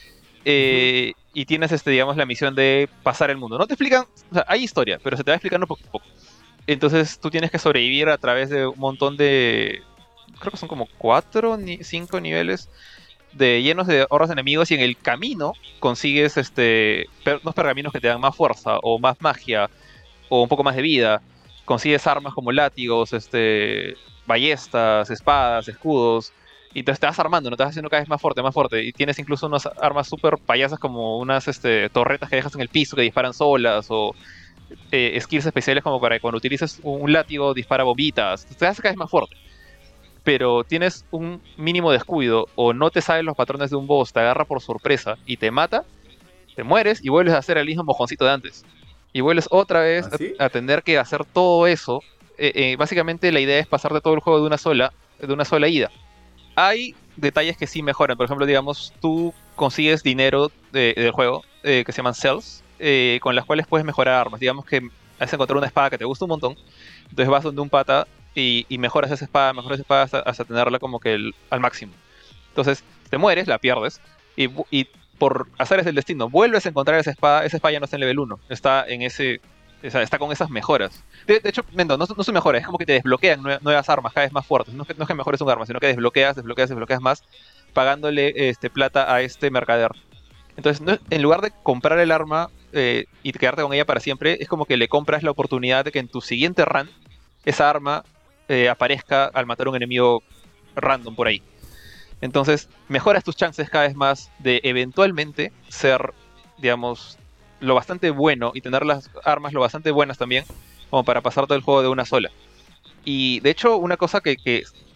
Eh, Y tienes, este, digamos, la misión de pasar el mundo. No te explican, o sea, hay historia, pero se te va explicando poco a poco. Entonces tú tienes que sobrevivir a través de un montón de, creo que son como cuatro, ni cinco niveles de llenos de hordas de enemigos y en el camino consigues este per- unos pergaminos que te dan más fuerza o más magia o un poco más de vida. Consigues armas como látigos, este, ballestas, espadas, escudos. Y entonces te vas armando, no te vas haciendo cada vez más fuerte, más fuerte. Y tienes incluso unas armas súper payasas como unas este, torretas que dejas en el piso que disparan solas. O eh, skills especiales como para que cuando utilices un látigo dispara bombitas. Te hace cada vez más fuerte. Pero tienes un mínimo descuido o no te sabes los patrones de un boss, te agarra por sorpresa y te mata, te mueres y vuelves a hacer el mismo mojoncito de antes. Y vuelves otra vez ¿Ah, sí? a, a tener que hacer todo eso. Eh, eh, básicamente la idea es pasarte todo el juego de una sola, de una sola ida. Hay detalles que sí mejoran. Por ejemplo, digamos, tú consigues dinero de- del juego eh, que se llaman cells, eh, con las cuales puedes mejorar armas. Digamos que has encontrado una espada que te gusta un montón, entonces vas donde un pata y, y mejoras esa espada, mejoras esa espada hasta, hasta tenerla como que el- al máximo. Entonces, te mueres, la pierdes, y, bu- y por azares del destino, vuelves a encontrar esa espada. Esa espada ya no está en level uno, está en ese. O sea, está con esas mejoras. De, de hecho, Mendo, no, no son mejoras, es como que te desbloquean nue- nuevas armas cada vez más fuertes. No es que, no es que mejores un arma, sino que desbloqueas, desbloqueas, desbloqueas más, pagándole este, plata a este mercader. Entonces, no- en lugar de comprar el arma eh, y quedarte con ella para siempre, es como que le compras la oportunidad de que en tu siguiente run, esa arma eh, aparezca al matar a un enemigo random por ahí. Entonces, mejoras tus chances cada vez más de eventualmente ser, digamos, lo bastante bueno y tener las armas lo bastante buenas también, como para pasar todo el juego de una sola. Y de hecho, una cosa que, que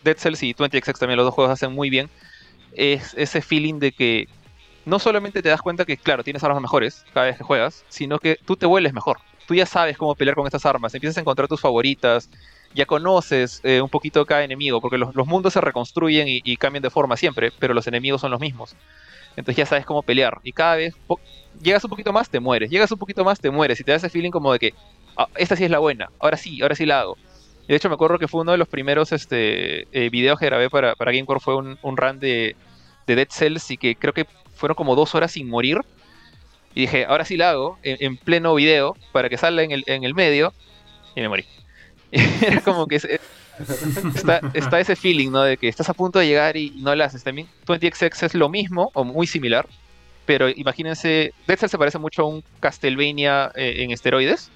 Dead Cells y veinte X X también, los dos juegos hacen muy bien, es ese feeling de que no solamente te das cuenta que, claro, tienes armas mejores cada vez que juegas, sino que tú te vuelves mejor. Tú ya sabes cómo pelear con estas armas, empiezas a encontrar tus favoritas, ya conoces eh, un poquito cada enemigo, porque los, los mundos se reconstruyen y, y cambian de forma siempre, pero los enemigos son los mismos. Entonces ya sabes cómo pelear, y cada vez po- llegas un poquito más, te mueres, llegas un poquito más, te mueres, y te da ese feeling como de que, ah, esta sí es la buena, ahora sí, ahora sí la hago. Y de hecho me acuerdo que fue uno de los primeros este, eh, videos que grabé para, para GameCore, fue un, un run de, de Dead Cells, y que creo que fueron como dos horas sin morir. Y dije, ahora sí la hago, en, en pleno video, para que salga en el, en el medio, y me morí. Era como que es- es- está, está ese feeling, ¿no? De que estás a punto de llegar y no lo haces. También veinte X X es lo mismo, o muy similar, pero imagínense, Dead Cells se parece mucho a un Castlevania eh, en esteroides.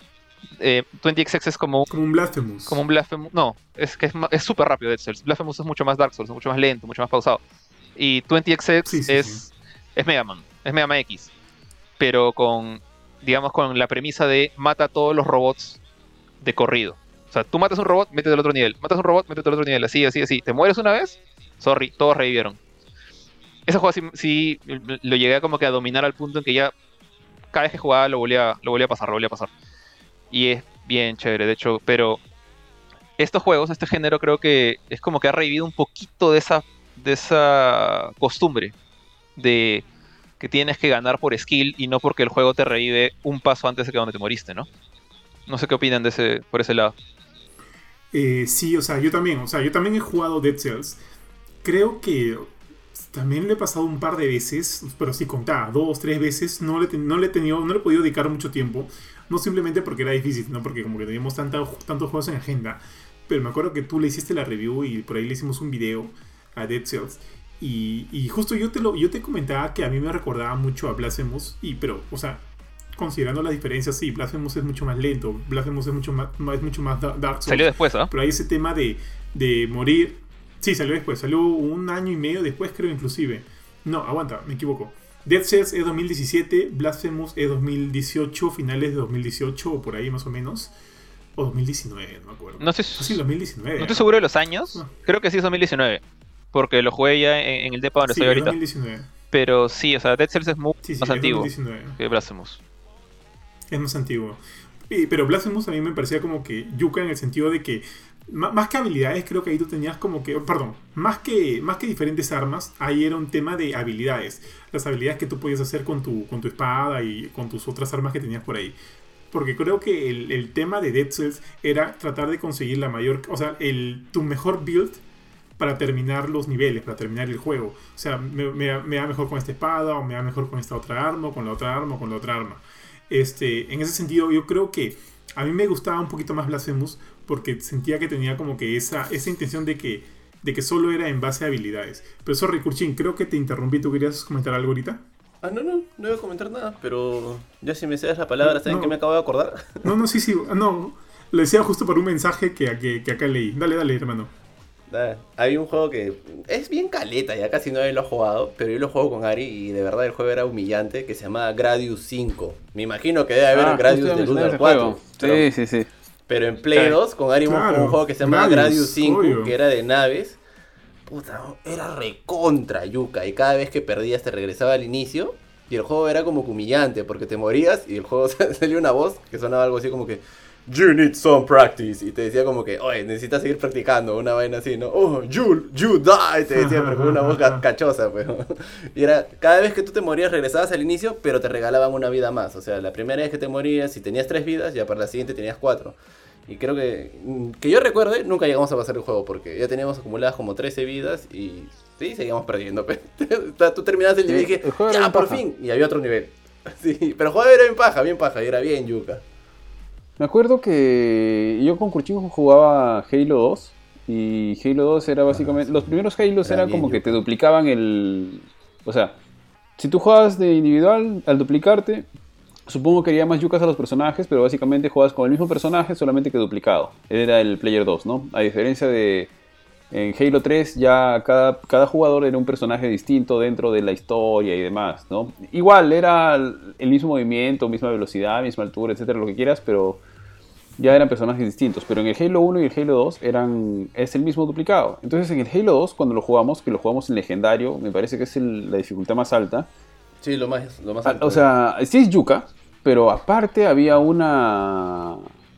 Eh, veinte X X es como, Como un Blasphemous. como un Blasphemous. No, es que es ma- es súper rápido Dead Cells. Blasphemous es mucho más Dark Souls, es mucho más lento, mucho más pausado. Y veinte X X Sí, sí, es, sí. es Mega Man, es Mega Man X, pero con, digamos, con la premisa de mata a todos los robots de corrido. O sea, tú matas un robot, métete al otro nivel. Matas un robot, métete al otro nivel. Así, así, así. Te mueres una vez, sorry, todos revivieron. Ese juego sí, sí lo llegué a como que a dominar al punto en que ya cada vez que jugaba lo volvía, lo volvía a pasar, lo volvía a pasar. Y es bien chévere, de hecho, pero estos juegos, este género creo que es como que ha revivido un poquito de esa, de esa costumbre de que tienes que ganar por skill y no porque el juego te revive un paso antes de que donde te moriste, ¿no? No sé qué opinan de ese, por ese lado. Eh, sí, o sea, yo también, o sea, yo también he jugado Dead Cells. Creo que también lo he pasado un par de veces, pero sí contaba, dos, tres veces. No le, no le he tenido, no le he podido dedicar mucho tiempo. No simplemente porque era difícil, no porque como que teníamos tanta, tantos juegos en agenda. Pero me acuerdo que tú le hiciste la review y por ahí le hicimos un video a Dead Cells. Y, y justo yo te, lo, yo te comentaba que a mí me recordaba mucho a Blasphemous. Y, pero, o sea, considerando las diferencias, sí, Blasphemous es mucho más lento. Blasphemous es mucho más, es mucho más Dark Souls. Salió después, ¿ah? Pero hay ese tema de, de morir. Sí, salió después. Salió un año y medio después, creo, inclusive. No, aguanta, me equivoco. Dead Cells es dos mil diecisiete, Blasphemous es dos mil dieciocho, finales de dos mil dieciocho o por ahí más o menos. O dos mil diecinueve, no me acuerdo. No estoy, Ah, sí, dos mil diecinueve. no estoy seguro de los años. No. Creo que sí es dos mil diecinueve. Porque lo jugué ya en, en el depa donde Sí, estoy es ahorita. dos mil diecinueve. Pero sí, o sea, Dead Cells es mucho Sí, sí, más es antiguo dos mil diecinueve. que Blasphemous. Es más antiguo. Y- pero Blasphemous a mí me parecía como que yuca en el sentido de que ma- más que habilidades, creo que ahí tú tenías como que, perdón, más que, más que diferentes armas, ahí era un tema de habilidades. Las habilidades que tú podías hacer con tu, con tu espada y con tus otras armas que tenías por ahí. Porque creo que el, el tema de Dead Cells era tratar de conseguir la mayor, o sea, el, tu mejor build para terminar los niveles, para terminar el juego. O sea, me, me, me da mejor con esta espada, o me da mejor con esta otra arma, o con la otra arma, o con la otra arma. Este, en ese sentido, yo creo que a mí me gustaba un poquito más Blasphemous porque sentía que tenía como que esa, esa intención de que, de que solo era en base a habilidades. Pero sorry, Kurchin, creo que te interrumpí. ¿Tú querías comentar algo ahorita? Ah, no, no, no iba a comentar nada, pero ya si me cedas la palabra, ¿saben No. qué me acabo de acordar? No, no, sí, sí. No, lo decía justo por un mensaje que, que, que acá leí. Dale, dale, hermano. Ah, hay un juego que es bien caleta, ya casi nadie lo ha jugado, pero yo lo juego con Ari y de verdad el juego era humillante, que se llamaba Gradius cinco. Me imagino que debe haber Ah, Gradius justo del iba a uno al mencionar cuatro. ese Pero, juego. Sí, sí, sí. pero en Play Claro. dos con Ari hemos jugado Claro, un juego que se llama Gradius, Gradius cinco, obvio. que era de naves. Puta, era recontra yuca y cada vez que perdías te regresaba al inicio. Y el juego era como que humillante porque te morías y el juego salía una voz que sonaba algo así como que You need some practice. Y te decía como que, oye, necesitas seguir practicando. Una vaina así, ¿no? Oh, you, you die. Te decía, pero con una voz ca- cachosa, pues. Y era, cada vez que tú te morías regresabas al inicio, pero te regalaban una vida más. O sea, la primera vez que te morías, si tenías tres vidas, ya para la siguiente tenías cuatro. Y creo que, que yo recuerde, nunca llegamos a pasar el juego porque ya teníamos acumuladas como trece vidas y sí, seguíamos perdiendo. Pero tú terminaste el nivel y Sí, dije, el juego era ya, bien por paja. fin. Y había otro nivel. Sí, pero el juego era bien paja, bien paja, y era bien yuca. Me acuerdo que yo con Kurchin jugaba Halo dos y Halo dos era básicamente... Ah, sí. Los primeros Halos Era eran bien como que yuca. te duplicaban el... O sea, si tú jugabas de individual, al duplicarte, supongo que haría más yucas a los personajes, pero básicamente jugabas con el mismo personaje, solamente que duplicado. Era el Player dos, ¿no? A diferencia de... En Halo tres ya cada, cada jugador era un personaje distinto dentro de la historia y demás, ¿no? Igual, era el mismo movimiento, misma velocidad, misma altura, etcétera, lo que quieras, pero ya eran personajes distintos, pero en el Halo uno y el Halo dos eran, es el mismo duplicado. Entonces en el Halo dos, cuando lo jugamos, que lo jugamos en legendario, me parece que es el, la dificultad más alta. Sí, lo más, lo más Ah, alto. o sea, sí es yuca, pero aparte había una...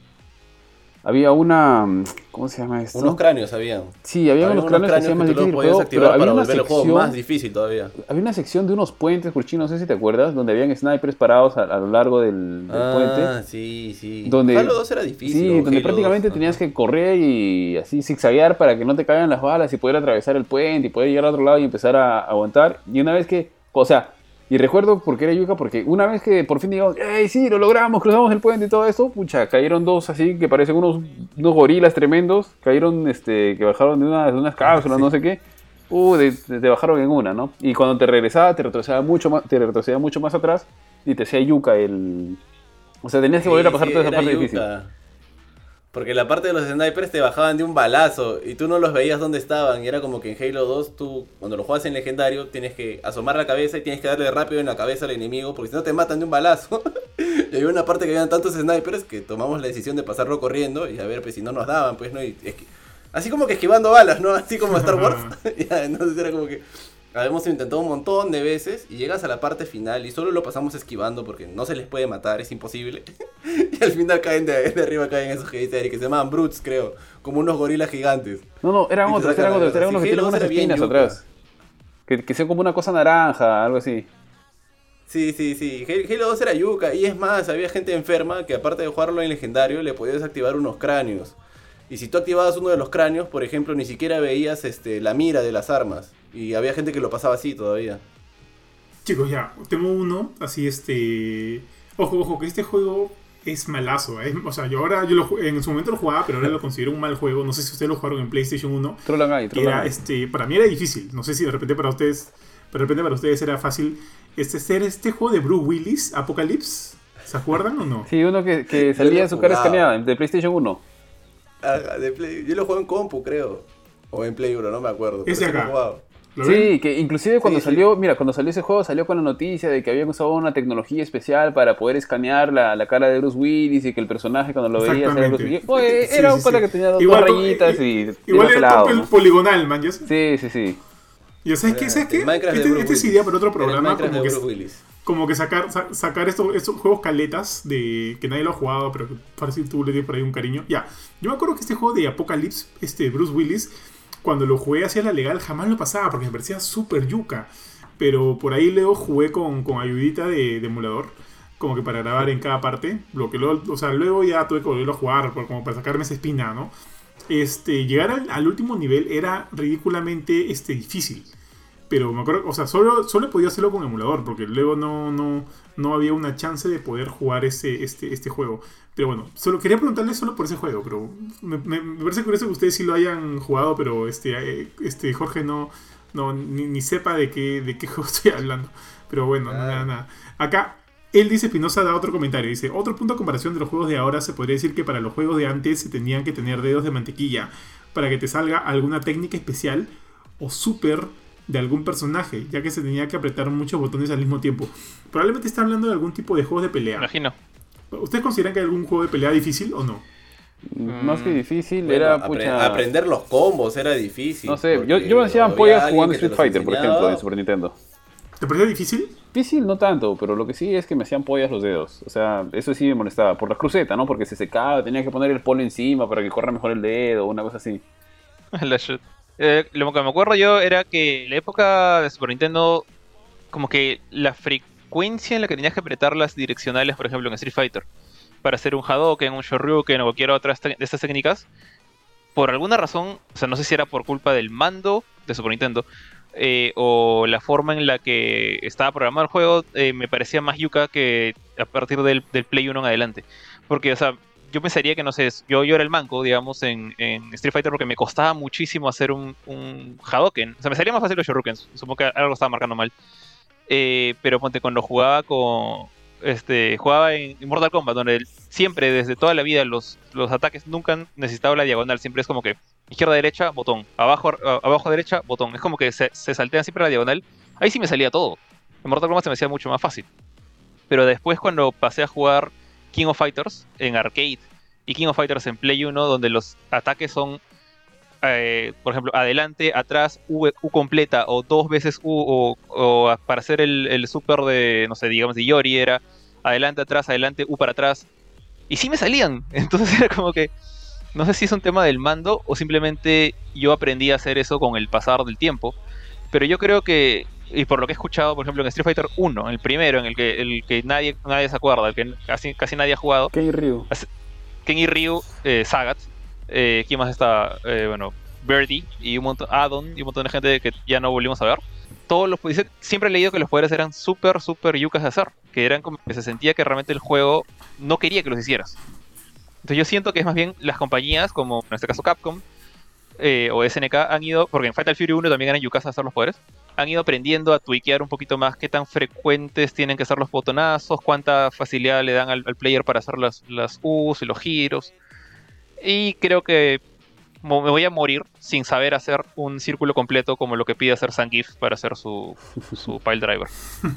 Había una... ¿Cómo se llama esto? Unos cráneos habían. Sí, había Había unos cráneos que hacían más tú los difícil el podías juego, activar pero había para una volver el juego sección... más difícil todavía. Había una sección de unos puentes, Curchi, no sé si te acuerdas, donde habían snipers parados a, a lo largo del, del Ah, puente. sí, sí. Donde, Halo dos era difícil. Sí, ¿no? donde Halo prácticamente dos, tenías ajá. que correr y así zigzaguear para que no te caigan las balas y poder atravesar el puente y poder llegar al otro lado y empezar a, a aguantar. Y una vez que, o sea, y recuerdo por qué era yuca, porque una vez que por fin digamos, ¡ey, sí, lo logramos, cruzamos el puente y todo esto! Pucha, cayeron dos así que parecen unos, unos gorilas tremendos, cayeron, este, que bajaron de, una, de unas cápsulas, Sí. no sé qué. Uh, de- de- te bajaron en una, ¿no? Y cuando te regresaba, te retrocedía mucho más, te retrocedía mucho más atrás y te hacía yuca el... O sea, tenías que volver a pasar Sí, toda esa era parte yuca. difícil. Porque la parte de los snipers te bajaban de un balazo y tú no los veías dónde estaban. Y era como que en Halo dos tú, cuando lo juegas en legendario, tienes que asomar la cabeza y tienes que darle rápido en la cabeza al enemigo, porque si no te matan de un balazo. Y había una parte que habían tantos snipers que tomamos la decisión de pasarlo corriendo y a ver, pues si no nos daban, pues no. Y es que, así como que esquivando balas, ¿no? Así como Star Wars. Ya, entonces era como que habíamos intentado un montón de veces y llegas a la parte final y solo lo pasamos esquivando porque no se les puede matar, es imposible. Y al final caen de, de arriba, caen esos que dice Eric, que se llamaban Brutes, creo, como unos gorilas gigantes. No, no, eran Y te otros, sacan eran la otros, guerra. eran Sí, unos que Halo tienen dos unas era bien espinas yuca. atrás. Que, que son como una cosa naranja, algo así. Sí, sí, sí. Halo Halo dos era yuca. Y es más, había gente enferma que aparte de jugarlo en legendario, le podías activar unos cráneos. Y si tú activabas uno de los cráneos, por ejemplo, ni siquiera veías este, la mira de las armas. Y había gente que lo pasaba así todavía. Chicos, ya, tengo uno, así este... Ojo, ojo, que este juego es malazo, ¿eh? O sea, yo ahora, yo lo, ju- en su momento lo jugaba, pero ahora lo considero un mal juego. No sé si ustedes lo jugaron en PlayStation uno. Trollan ahí, Que trollan era, ahí. este, para mí era difícil. No sé si de repente para ustedes, de repente para ustedes era fácil. Este, ser este juego de Bruce Willis, Apocalypse, ¿se acuerdan o no? Sí, uno que, que Yo salía lo en su cara jugaba. escaneada, de PlayStation uno. Ah, de Play- Yo lo jugué en compu, creo. O en Play uno, no me acuerdo. pero Ese sí lo he acá. jugado. ¿Lo ven? Sí, que inclusive cuando Sí, sí. salió, mira, cuando salió ese juego salió con la noticia de que habían usado una tecnología especial para poder escanear la, la cara de Bruce Willis y que el personaje cuando lo veías era Bruce Willis. Exactamente. Oye, Sí, era sí, un pata sí. que tenía dos, Igual dos to- rayitas i- y Igual bien era pelado, papel ¿no? poligonal, man. ¿Ya sabes? Sí, sí, sí. ¿Ya sabes qué? Era ¿Sabes qué? el Minecraft de Este, Bruce este es Willis. idea para otro Era el programa. Minecraft Como de que, Bruce Willis. como que sacar, sa- sacar estos, estos juegos caletas de que nadie lo ha jugado, pero que parece que tú le tienes por ahí un cariño. Ya, yo me acuerdo que este juego de Apocalypse, este Bruce Willis, cuando lo jugué hacia la legal jamás lo pasaba porque me parecía súper yuca. Pero por ahí luego jugué con, con ayudita de, de emulador, como que para grabar en cada parte. Lo que luego, o sea, luego ya tuve que volverlo a jugar, por- como para sacarme esa espina, ¿no? Este, llegar al, al último nivel era ridículamente este, difícil. Pero me acuerdo, o sea, solo, solo podía hacerlo con emulador, porque luego no, no, no había una chance de poder jugar ese, este, este juego. Pero bueno, solo quería preguntarles solo por ese juego, pero me, me- me parece curioso que ustedes sí lo hayan jugado, pero este, eh, este Jorge no, no ni, ni sepa de qué, de qué juego estoy hablando. Pero bueno, Ah. nada, nada. Acá, él dice, Espinosa da otro comentario, dice, otro punto de comparación de los juegos de ahora, se podría decir que para los juegos de antes se tenían que tener dedos de mantequilla para que te salga alguna técnica especial o súper de algún personaje, ya que se tenía que apretar muchos botones al mismo tiempo. Probablemente está hablando de algún tipo de juegos de Me pelea. imagino. ¿Ustedes consideran que hay algún juego de pelea difícil o no? Más que difícil, Bueno, era apre- pucha... aprender los combos era difícil. No sé, yo, porque yo me hacía había ampollas alguien jugando que te Street los Fighter, por enseñaba. ejemplo, en Super Nintendo. ¿Te parecía difícil? Difícil no tanto, pero lo que sí es que me hacían pollas los dedos. O sea, eso sí me molestaba. Por la cruceta, ¿no? Porque se secaba, tenía que poner el polo encima para que corra mejor el dedo, una cosa así. La shit. Eh, lo que me acuerdo yo era que en la época de Super Nintendo, como que la frecuencia en la que tenías que apretar las direccionales, por ejemplo en Street Fighter, para hacer un Hadouken, un Shoryuken o cualquier otra de estas técnicas, por alguna razón, o sea, no sé si era por culpa del mando de Super Nintendo, eh, o la forma en la que estaba programado el juego, eh, me parecía más yuca que a partir del, del Play uno en adelante. Porque, o sea, yo pensaría que, no sé, yo, yo era el manco, digamos, en, en Street Fighter porque me costaba muchísimo hacer un, un Hadouken. O sea, me salía más fácil los Shoryukens. Supongo que algo estaba marcando mal. Eh, pero ponte, cuando jugaba con... Este, jugaba en Mortal Kombat, donde el- siempre, desde toda la vida, los, los ataques nunca han necesitado la diagonal. Siempre es como que izquierda, derecha, botón. Abajo, a- abajo, derecha, botón. Es como que se, se saltean siempre la diagonal. Ahí sí me salía todo. En Mortal Kombat se me hacía mucho más fácil. Pero después, cuando pasé a jugar King of Fighters en arcade y King of Fighters en Play uno, donde los ataques son, eh, por ejemplo, adelante, atrás, U, U completa, o dos veces U, o, o para hacer el, el super de, no sé, digamos, de Yori era adelante, atrás, adelante, U para atrás. Y sí me salían. Entonces era como que, no sé si es un tema del mando o simplemente yo aprendí a hacer eso con el pasar del tiempo. Pero yo creo que, y por lo que he escuchado, por ejemplo, en Street Fighter uno, el primero, en el que, el que nadie, nadie se acuerda, el que casi, casi nadie ha jugado. Ken y Ryu. Ken y Ryu, eh, Sagat. Eh, ¿Quién más está? Eh, bueno, Birdie y un montón, Adon y un montón de gente que ya no volvimos a ver. Todos los siempre he leído que los poderes eran súper, súper yucas de hacer. Que eran como que se sentía que realmente el juego no quería que los hicieras. Entonces yo siento que es más bien las compañías, como en este caso Capcom, eh, o S N K, han ido, porque en Fatal Fury uno también eran yucas de hacer los poderes, han ido aprendiendo a tweakear un poquito más qué tan frecuentes tienen que ser los botonazos, cuánta facilidad le dan al, al player para hacer las, las U's y los giros. Y creo que me voy a morir sin saber hacer un círculo completo como lo que pide hacer Zangief para hacer su, su pile driver.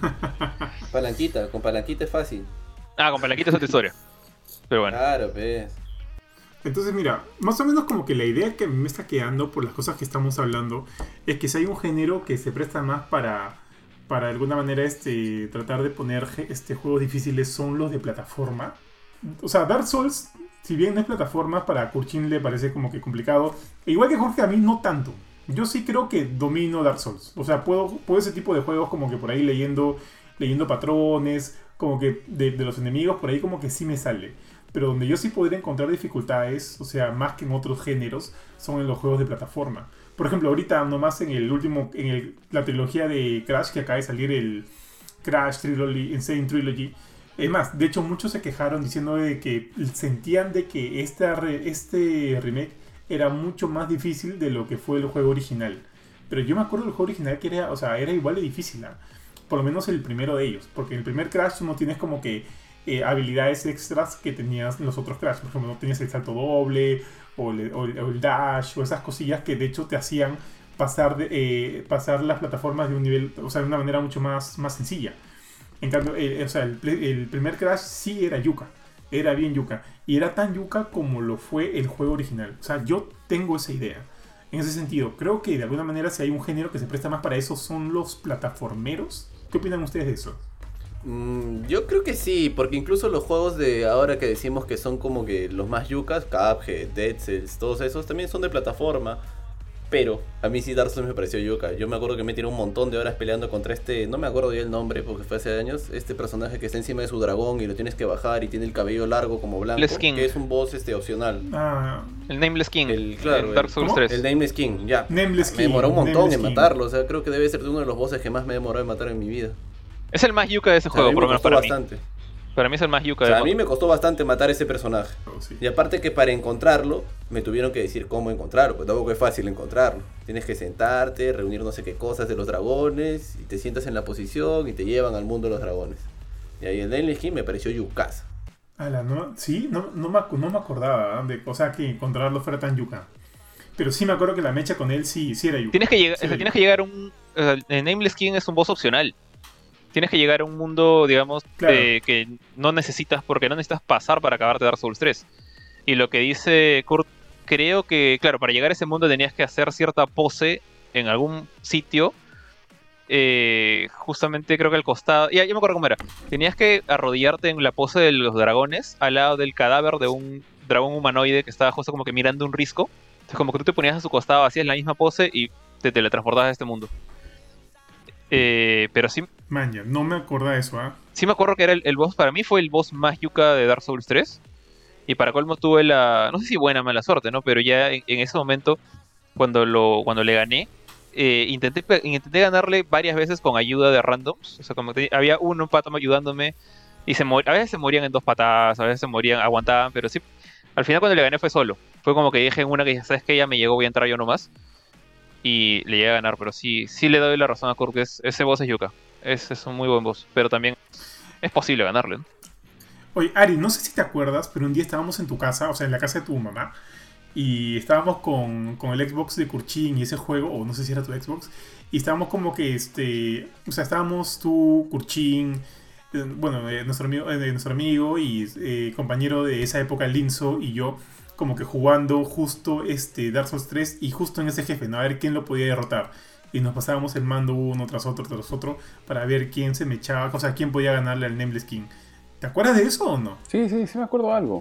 Palanquita, con palanquita es fácil. Ah, con palanquita es otra historia. Pero bueno. Claro, pues. Entonces, mira, más o menos como que la idea que me está quedando por las cosas que estamos hablando es que si hay un género que se presta más para, para de alguna manera este, tratar de poner este, juegos difíciles son los de plataforma. O sea, Dark Souls, si bien no es plataforma, para Kurchin le parece como que complicado. E igual que Jorge, a mí no tanto. Yo sí creo que domino Dark Souls. O sea, puedo, puedo ese tipo de juegos como que por ahí leyendo, leyendo patrones, como que de, de los enemigos, por ahí como que sí me sale. Pero donde yo sí podría encontrar dificultades, o sea, más que en otros géneros, son en los juegos de plataforma. Por ejemplo, ahorita nomás en el último, en el, la trilogía de Crash, que acaba de salir el Crash Trilogy, Insane Trilogy. Es más, de hecho muchos se quejaron diciendo de que sentían de que esta re, este remake era mucho más difícil de lo que fue el juego original. Pero yo me acuerdo del juego original que era, o sea, era igual de difícil, ¿eh? Por lo menos el primero de ellos. Porque en el primer Crash no tienes como que eh, habilidades extras que tenías en los otros Crash. Por ejemplo, no tenías el salto doble o el, o el, o el dash o esas cosillas que de hecho te hacían pasar, de, eh, pasar las plataformas de un nivel, o sea, de una manera mucho más, más sencilla. En cambio, eh, o sea, el, el primer Crash sí era yuca, era bien yuca, y era tan yuca como lo fue el juego original. O sea, yo tengo esa idea. En ese sentido, creo que de alguna manera si hay un género que se presta más para eso son los plataformeros. ¿Qué opinan ustedes de eso? Mm, yo creo que sí, porque incluso los juegos de ahora que decimos que son como que los más yucas, Cuphead, Dead Cells, todos esos también son de plataforma. Pero a mí sí Dark Souls me pareció yuca. Yo me acuerdo que me tiré un montón de horas peleando contra este, no me acuerdo ya el nombre porque fue hace años, este personaje que está encima de su dragón y lo tienes que bajar y tiene el cabello largo como blanco, que es un boss este opcional. Ah, el Nameless King. El, claro, el Dark Souls tres. El Nameless King, ya. Nameless King. Me demoró un montón Nameless en King. matarlo, o sea, creo que debe ser uno de los bosses que más me demoró en matar en mi vida. Es el más yuca de ese O sea, juego, a mí por lo me menos costó para bastante. mí. Para mí es el más yuca O sea, de a mí me costó bastante matar ese personaje. Oh, sí. Y aparte que para encontrarlo, me tuvieron que decir cómo encontrarlo, pues tampoco es fácil encontrarlo. Tienes que sentarte, reunir no sé qué cosas de los dragones, y te sientas en la posición y te llevan al mundo de los dragones. Y ahí el Nameless King me pareció yucaza. Ala, no, sí, no, no, me, no me acordaba de, o sea, que encontrarlo fuera tan yuca. Pero sí me acuerdo que la mecha con él sí, sí era yuca. Tienes que llegar, Sí o sea, era tienes yuca. que llegar a un... O sea, el Nameless King es un boss opcional. Tienes que llegar a un mundo, digamos, Claro. eh, que no necesitas, porque no necesitas pasar para acabarte Dark Souls tres. Y lo que dice Kurt, creo que, claro, para llegar a ese mundo tenías que hacer cierta pose en algún sitio. Eh, justamente creo que al costado... Ya, ya me acuerdo cómo era. Tenías que arrodillarte en la pose de los dragones al lado del cadáver de un dragón humanoide que estaba justo como que mirando un risco. Entonces como que tú te ponías a su costado, hacías la misma pose y te teletransportabas a este mundo. Eh, pero sí, Maña, no me acordaba de eso, ¿ah? sí me acuerdo que era el, el boss, para mí fue el boss más yuca de Dark Souls tres. Y para colmo tuve la, no sé si buena o mala suerte, ¿no? Pero ya en, en ese momento, cuando lo cuando le gané, eh, intenté, pe- intenté ganarle varias veces con ayuda de randoms. O sea, como que había uno pato ayudándome y se mor- a veces se morían en dos patadas, a veces se morían, aguantaban, pero sí, al final cuando le gané fue solo. Fue como que dije en una que dije, ¿sabes qué? Ya me llegó, voy a entrar yo nomás. Y le llegué a ganar, pero sí, sí le doy la razón a Kurt, que es- ese boss es yuca. Es, es un muy buen boss, pero también es posible ganarle, ¿no? Oye, Ari, no sé si te acuerdas, pero un día estábamos en tu casa, o sea, en la casa de tu mamá, y estábamos con, con el Xbox de Kurchin y ese juego, o no sé si era tu Xbox, y estábamos como que, este, o sea, estábamos tú, Kurchin, eh, bueno, eh, nuestro amigo, eh, nuestro amigo y eh, compañero de esa época, Linzo, y yo, como que jugando justo este Dark Souls tres y justo en ese jefe, ¿no? A ver quién lo podía derrotar. Y nos pasábamos el mando uno tras otro tras otro para ver quién se me echaba, o sea, quién podía ganarle al Nameless King. ¿Te acuerdas de eso o no? Sí, sí, sí me acuerdo algo.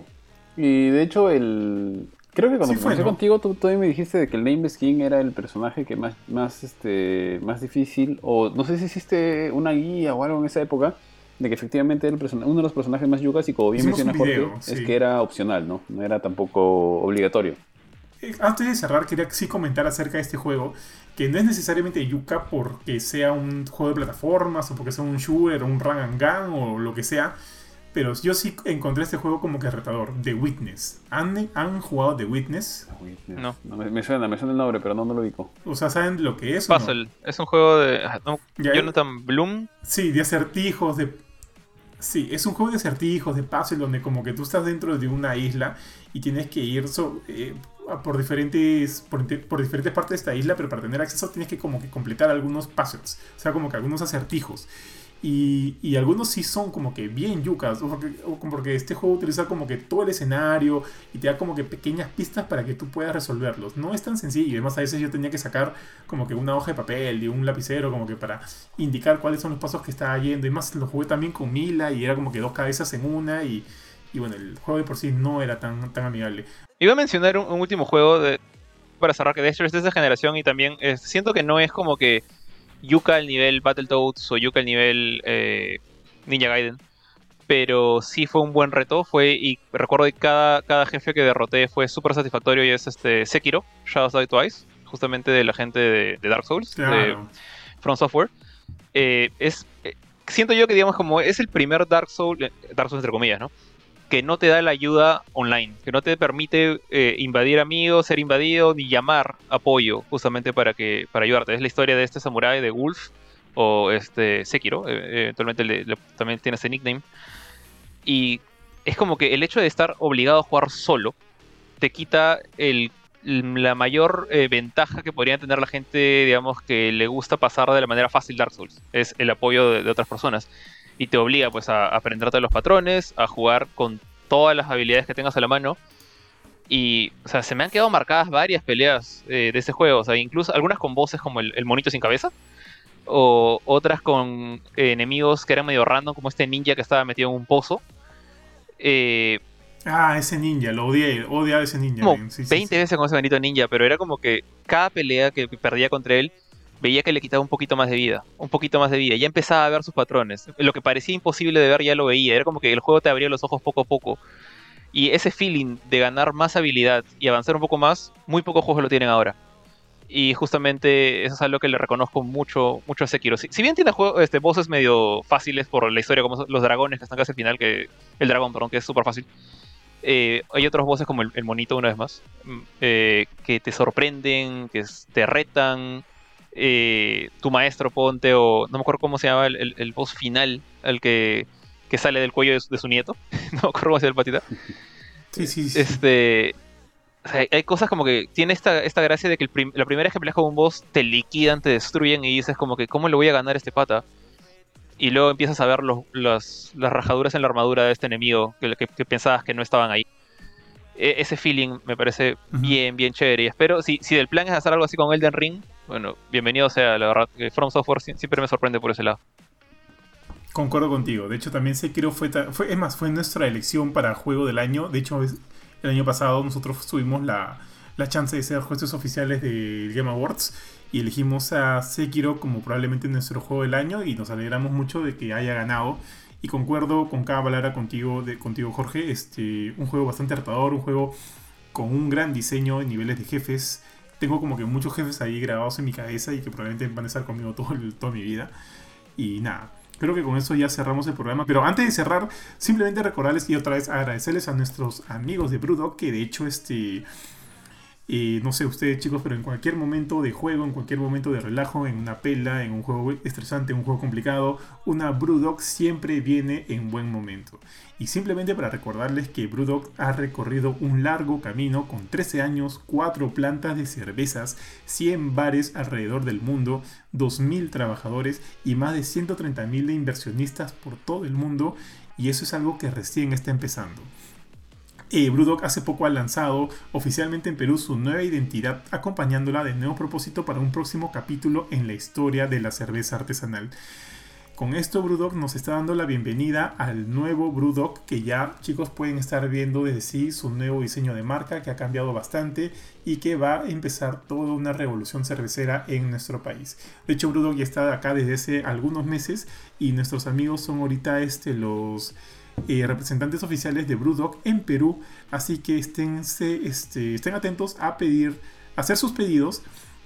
Y de hecho, el creo que cuando Sí fue, comencé ¿no? contigo, tú todavía me dijiste de que el Nameless King era el personaje que más, más, este, más difícil, o no sé si hiciste una guía o algo en esa época, de que efectivamente era el person- uno de los personajes más yugas y como bien Hicimos un menciona Jorge, video, es sí. que era opcional, ¿no? No era tampoco obligatorio. Eh, Antes de cerrar, quería sí comentar acerca de este juego, que no es necesariamente yuca porque sea un juego de plataformas o porque sea un shooter o un run and gun o lo que sea, pero yo sí encontré este juego como que retador, The Witness. ¿Han, han jugado The Witness? No. No, me, me suena, me suena el nombre, pero no, no lo ubico. O sea, ¿saben lo que es o no? Puzzle. Es un juego de ah, no, Ya, Jonathan Bloom. Sí, de acertijos, de... Sí, es un juego de acertijos, de puzzle, donde como que tú estás dentro de una isla y tienes que ir so- eh, por, diferentes, por, inte- por diferentes partes de esta isla, pero para tener acceso tienes que como que completar algunos puzzles, o sea, como que algunos acertijos. Y, y algunos sí son como que bien yucas, o porque, o como porque este juego utiliza como que todo el escenario y te da como que pequeñas pistas para que tú puedas resolverlos. No es tan sencillo, y además a veces yo tenía que sacar como que una hoja de papel y un lapicero como que para indicar cuáles son los pasos que estaba yendo. Y más lo jugué también con Mila y era como que dos cabezas en una y, y bueno, el juego de por sí no era tan, tan amigable. Iba a mencionar un, un último juego de, para cerrar, que de hecho es de esa generación y también eh, siento que no es como que Yuka al nivel Battletoads o Yuka al nivel eh, Ninja Gaiden, pero sí fue un buen reto, fue y recuerdo que cada, cada jefe que derroté fue súper satisfactorio y es este Sekiro, Shadows Die Twice, justamente de la gente de, de Dark Souls, de Claro. From Software. Eh, es, eh, siento yo que digamos como es el primer Dark Souls, eh, Dark Souls entre comillas, ¿no? Que no te da la ayuda online, que no te permite eh, invadir amigos, ser invadido, ni llamar apoyo justamente para que para ayudarte. Es la historia de este samurái de Wolf o este Sekiro, eh, eventualmente le- le- también tiene ese nickname. Y es como que el hecho de estar obligado a jugar solo te quita el, la mayor eh, ventaja que podría tener la gente, digamos, que le gusta pasar de la manera fácil Dark Souls. Es el apoyo de, de otras personas. Y te obliga pues a, a aprenderte los patrones, a jugar con todas las habilidades que tengas a la mano. Y, o sea, se me han quedado marcadas varias peleas eh, de ese juego. O sea, incluso algunas con voces como el, el monito sin cabeza. O otras con eh, enemigos que eran medio random, como este ninja que estaba metido en un pozo. Eh, Ah, ese ninja, lo odié, odiaba ese ninja. como man. Sí, sí, veinte sí. veces con ese benito ninja, pero era como que cada pelea que perdía contra él, veía que le quitaba un poquito más de vida, un poquito más de vida, ya empezaba a ver sus patrones. Lo que parecía imposible de ver ya lo veía, era como que el juego te abría los ojos poco a poco. Y ese feeling de ganar más habilidad y avanzar un poco más, muy pocos juegos lo tienen ahora. Y justamente eso es algo que le reconozco mucho, mucho a Sekiro. Si, si bien tiene juego, este, voces medio fáciles por la historia, como son los dragones que están casi al final, que el dragón, perdón, que es súper fácil. Eh, hay otros voces como el, el monito, una vez más, mm, eh, que te sorprenden, que s- te retan. Eh, tu maestro, ponte, o no me acuerdo cómo se llama el, el, el boss final, el que, que sale del cuello de su, de su nieto. No me acuerdo cómo se llama el patita. Sí, sí, sí. Este. O sea, hay- hay cosas como que tiene esta, esta gracia de que el prim- la primera vez que peleas con un boss te liquidan, te destruyen y dices como que ¿cómo le voy a ganar a este pata? Y luego empiezas a ver los, las, las rajaduras en la armadura de este enemigo que, que- que pensabas que no estaban ahí. E- ese feeling me parece Ujú. bien, bien chévere. Y espero, si, si del plan es hacer algo así con Elden Ring, bueno, bienvenido sea, la verdad. que From Software sie- siempre me sorprende por ese lado. Concuerdo contigo. De hecho, también Sekiro fue, ta- fue, es más, fue nuestra elección para juego del año. De hecho, es- el año pasado nosotros tuvimos la, la chance de ser jueces oficiales del Game Awards y elegimos a Sekiro como probablemente nuestro juego del año y nos alegramos mucho de que haya ganado. Y concuerdo con cada palabra contigo, de, contigo Jorge. Este, un juego bastante retador, un juego con un gran diseño en niveles de jefes. Tengo como que muchos jefes ahí grabados en mi cabeza y que probablemente van a estar conmigo todo el- toda mi vida. Y nada, creo que con eso ya cerramos el programa. Pero antes de cerrar, simplemente recordarles y otra vez agradecerles a nuestros amigos de Brewdog que de hecho este... Eh, no sé ustedes chicos, pero en cualquier momento de juego, en cualquier momento de relajo, en una pela, en un juego estresante, en un juego complicado, una Brewdog siempre viene en buen momento. Y simplemente para recordarles que Brewdog ha recorrido un largo camino con trece años, cuatro plantas de cervezas, cien bares alrededor del mundo, dos mil trabajadores y más de ciento treinta mil de inversionistas por todo el mundo, y eso es algo que recién está empezando. Eh, Brewdog hace poco ha lanzado oficialmente en Perú su nueva identidad, acompañándola de nuevo propósito para un próximo capítulo en la historia de la cerveza artesanal. Con esto Brewdog nos está dando la bienvenida al nuevo Brewdog, que ya chicos pueden estar viendo desde sí su nuevo diseño de marca, que ha cambiado bastante y que va a empezar toda una revolución cervecera en nuestro país. De hecho Brewdog ya está acá desde hace algunos meses y nuestros amigos son ahorita este, los... Eh, representantes oficiales de Brewdog en Perú, así que estén, este, estén atentos a pedir, a hacer sus pedidos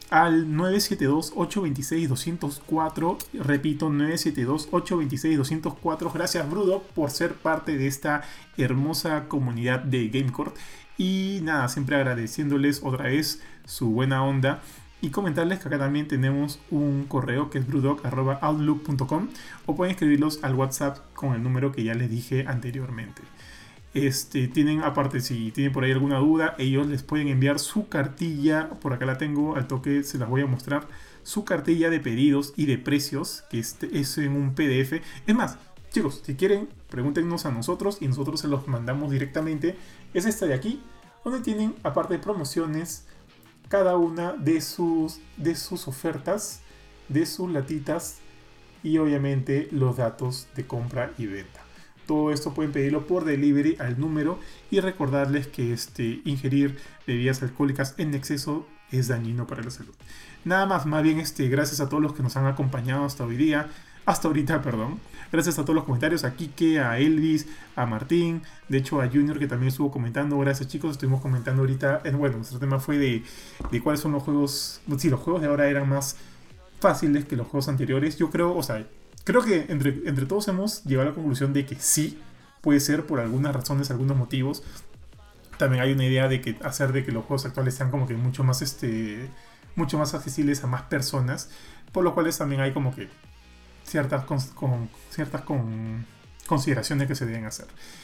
al nueve siete dos, ocho dos seis, dos cero cuatro, repito, nueve siete dos, ocho dos seis, dos cero cuatro. Gracias Brewdog por ser parte de esta hermosa comunidad de GameCourt, y nada, siempre agradeciéndoles otra vez su buena onda. Y comentarles que acá también tenemos un correo que es brewdog arroba outlook punto com, o pueden escribirlos al WhatsApp con el número que ya les dije anteriormente. Este, tienen, aparte, si tienen por ahí alguna duda, ellos les pueden enviar su cartilla, por acá la tengo, al toque se las voy a mostrar, su cartilla de pedidos y de precios, que este es en un P D F. Es más, chicos, si quieren, pregúntenos a nosotros y nosotros se los mandamos directamente. Es esta de aquí, donde tienen, aparte de promociones, cada una de sus, de sus ofertas, de sus latitas y obviamente los datos de compra y venta. Todo esto pueden pedirlo por delivery al número, y recordarles que este, ingerir bebidas alcohólicas en exceso es dañino para la salud. Nada más, más bien este, gracias a todos los que nos han acompañado hasta hoy día. Hasta ahorita, perdón. Gracias a todos los comentarios, a Kike, a Elvis, a Martín, de hecho a Junior, que también estuvo comentando. Gracias chicos, estuvimos comentando ahorita. Eh, bueno, nuestro tema fue de, de cuáles son los juegos. Sí, los juegos de ahora eran más fáciles que los juegos anteriores. Yo creo, o sea, creo que entre, entre todos hemos llegado a la conclusión de que sí, puede ser por algunas razones, algunos motivos. También hay una idea de que hacer de que los juegos actuales sean como que mucho más, este, mucho más accesibles a más personas, por lo cual también hay como que ciertas, con, con, ciertas con, consideraciones que se deben hacer.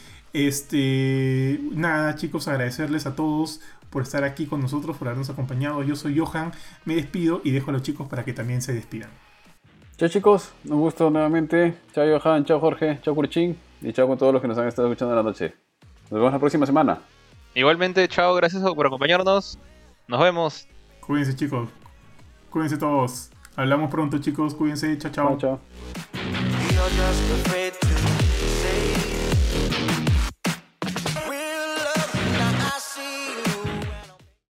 Este, nada chicos, agradecerles a todos por estar aquí con nosotros, por habernos acompañado. Yo soy Johan, me despido y dejo a los chicos para que también se despidan. Chao chicos, un gusto nuevamente. Chao Johan, chao Jorge, chao Kurchin y chao con todos los que nos han estado escuchando en la noche. Nos vemos la próxima semana. Igualmente, chao, gracias por acompañarnos. Nos vemos. Cuídense chicos, cuídense todos. Hablamos pronto chicos, cuídense, chao chao. Chao, chao.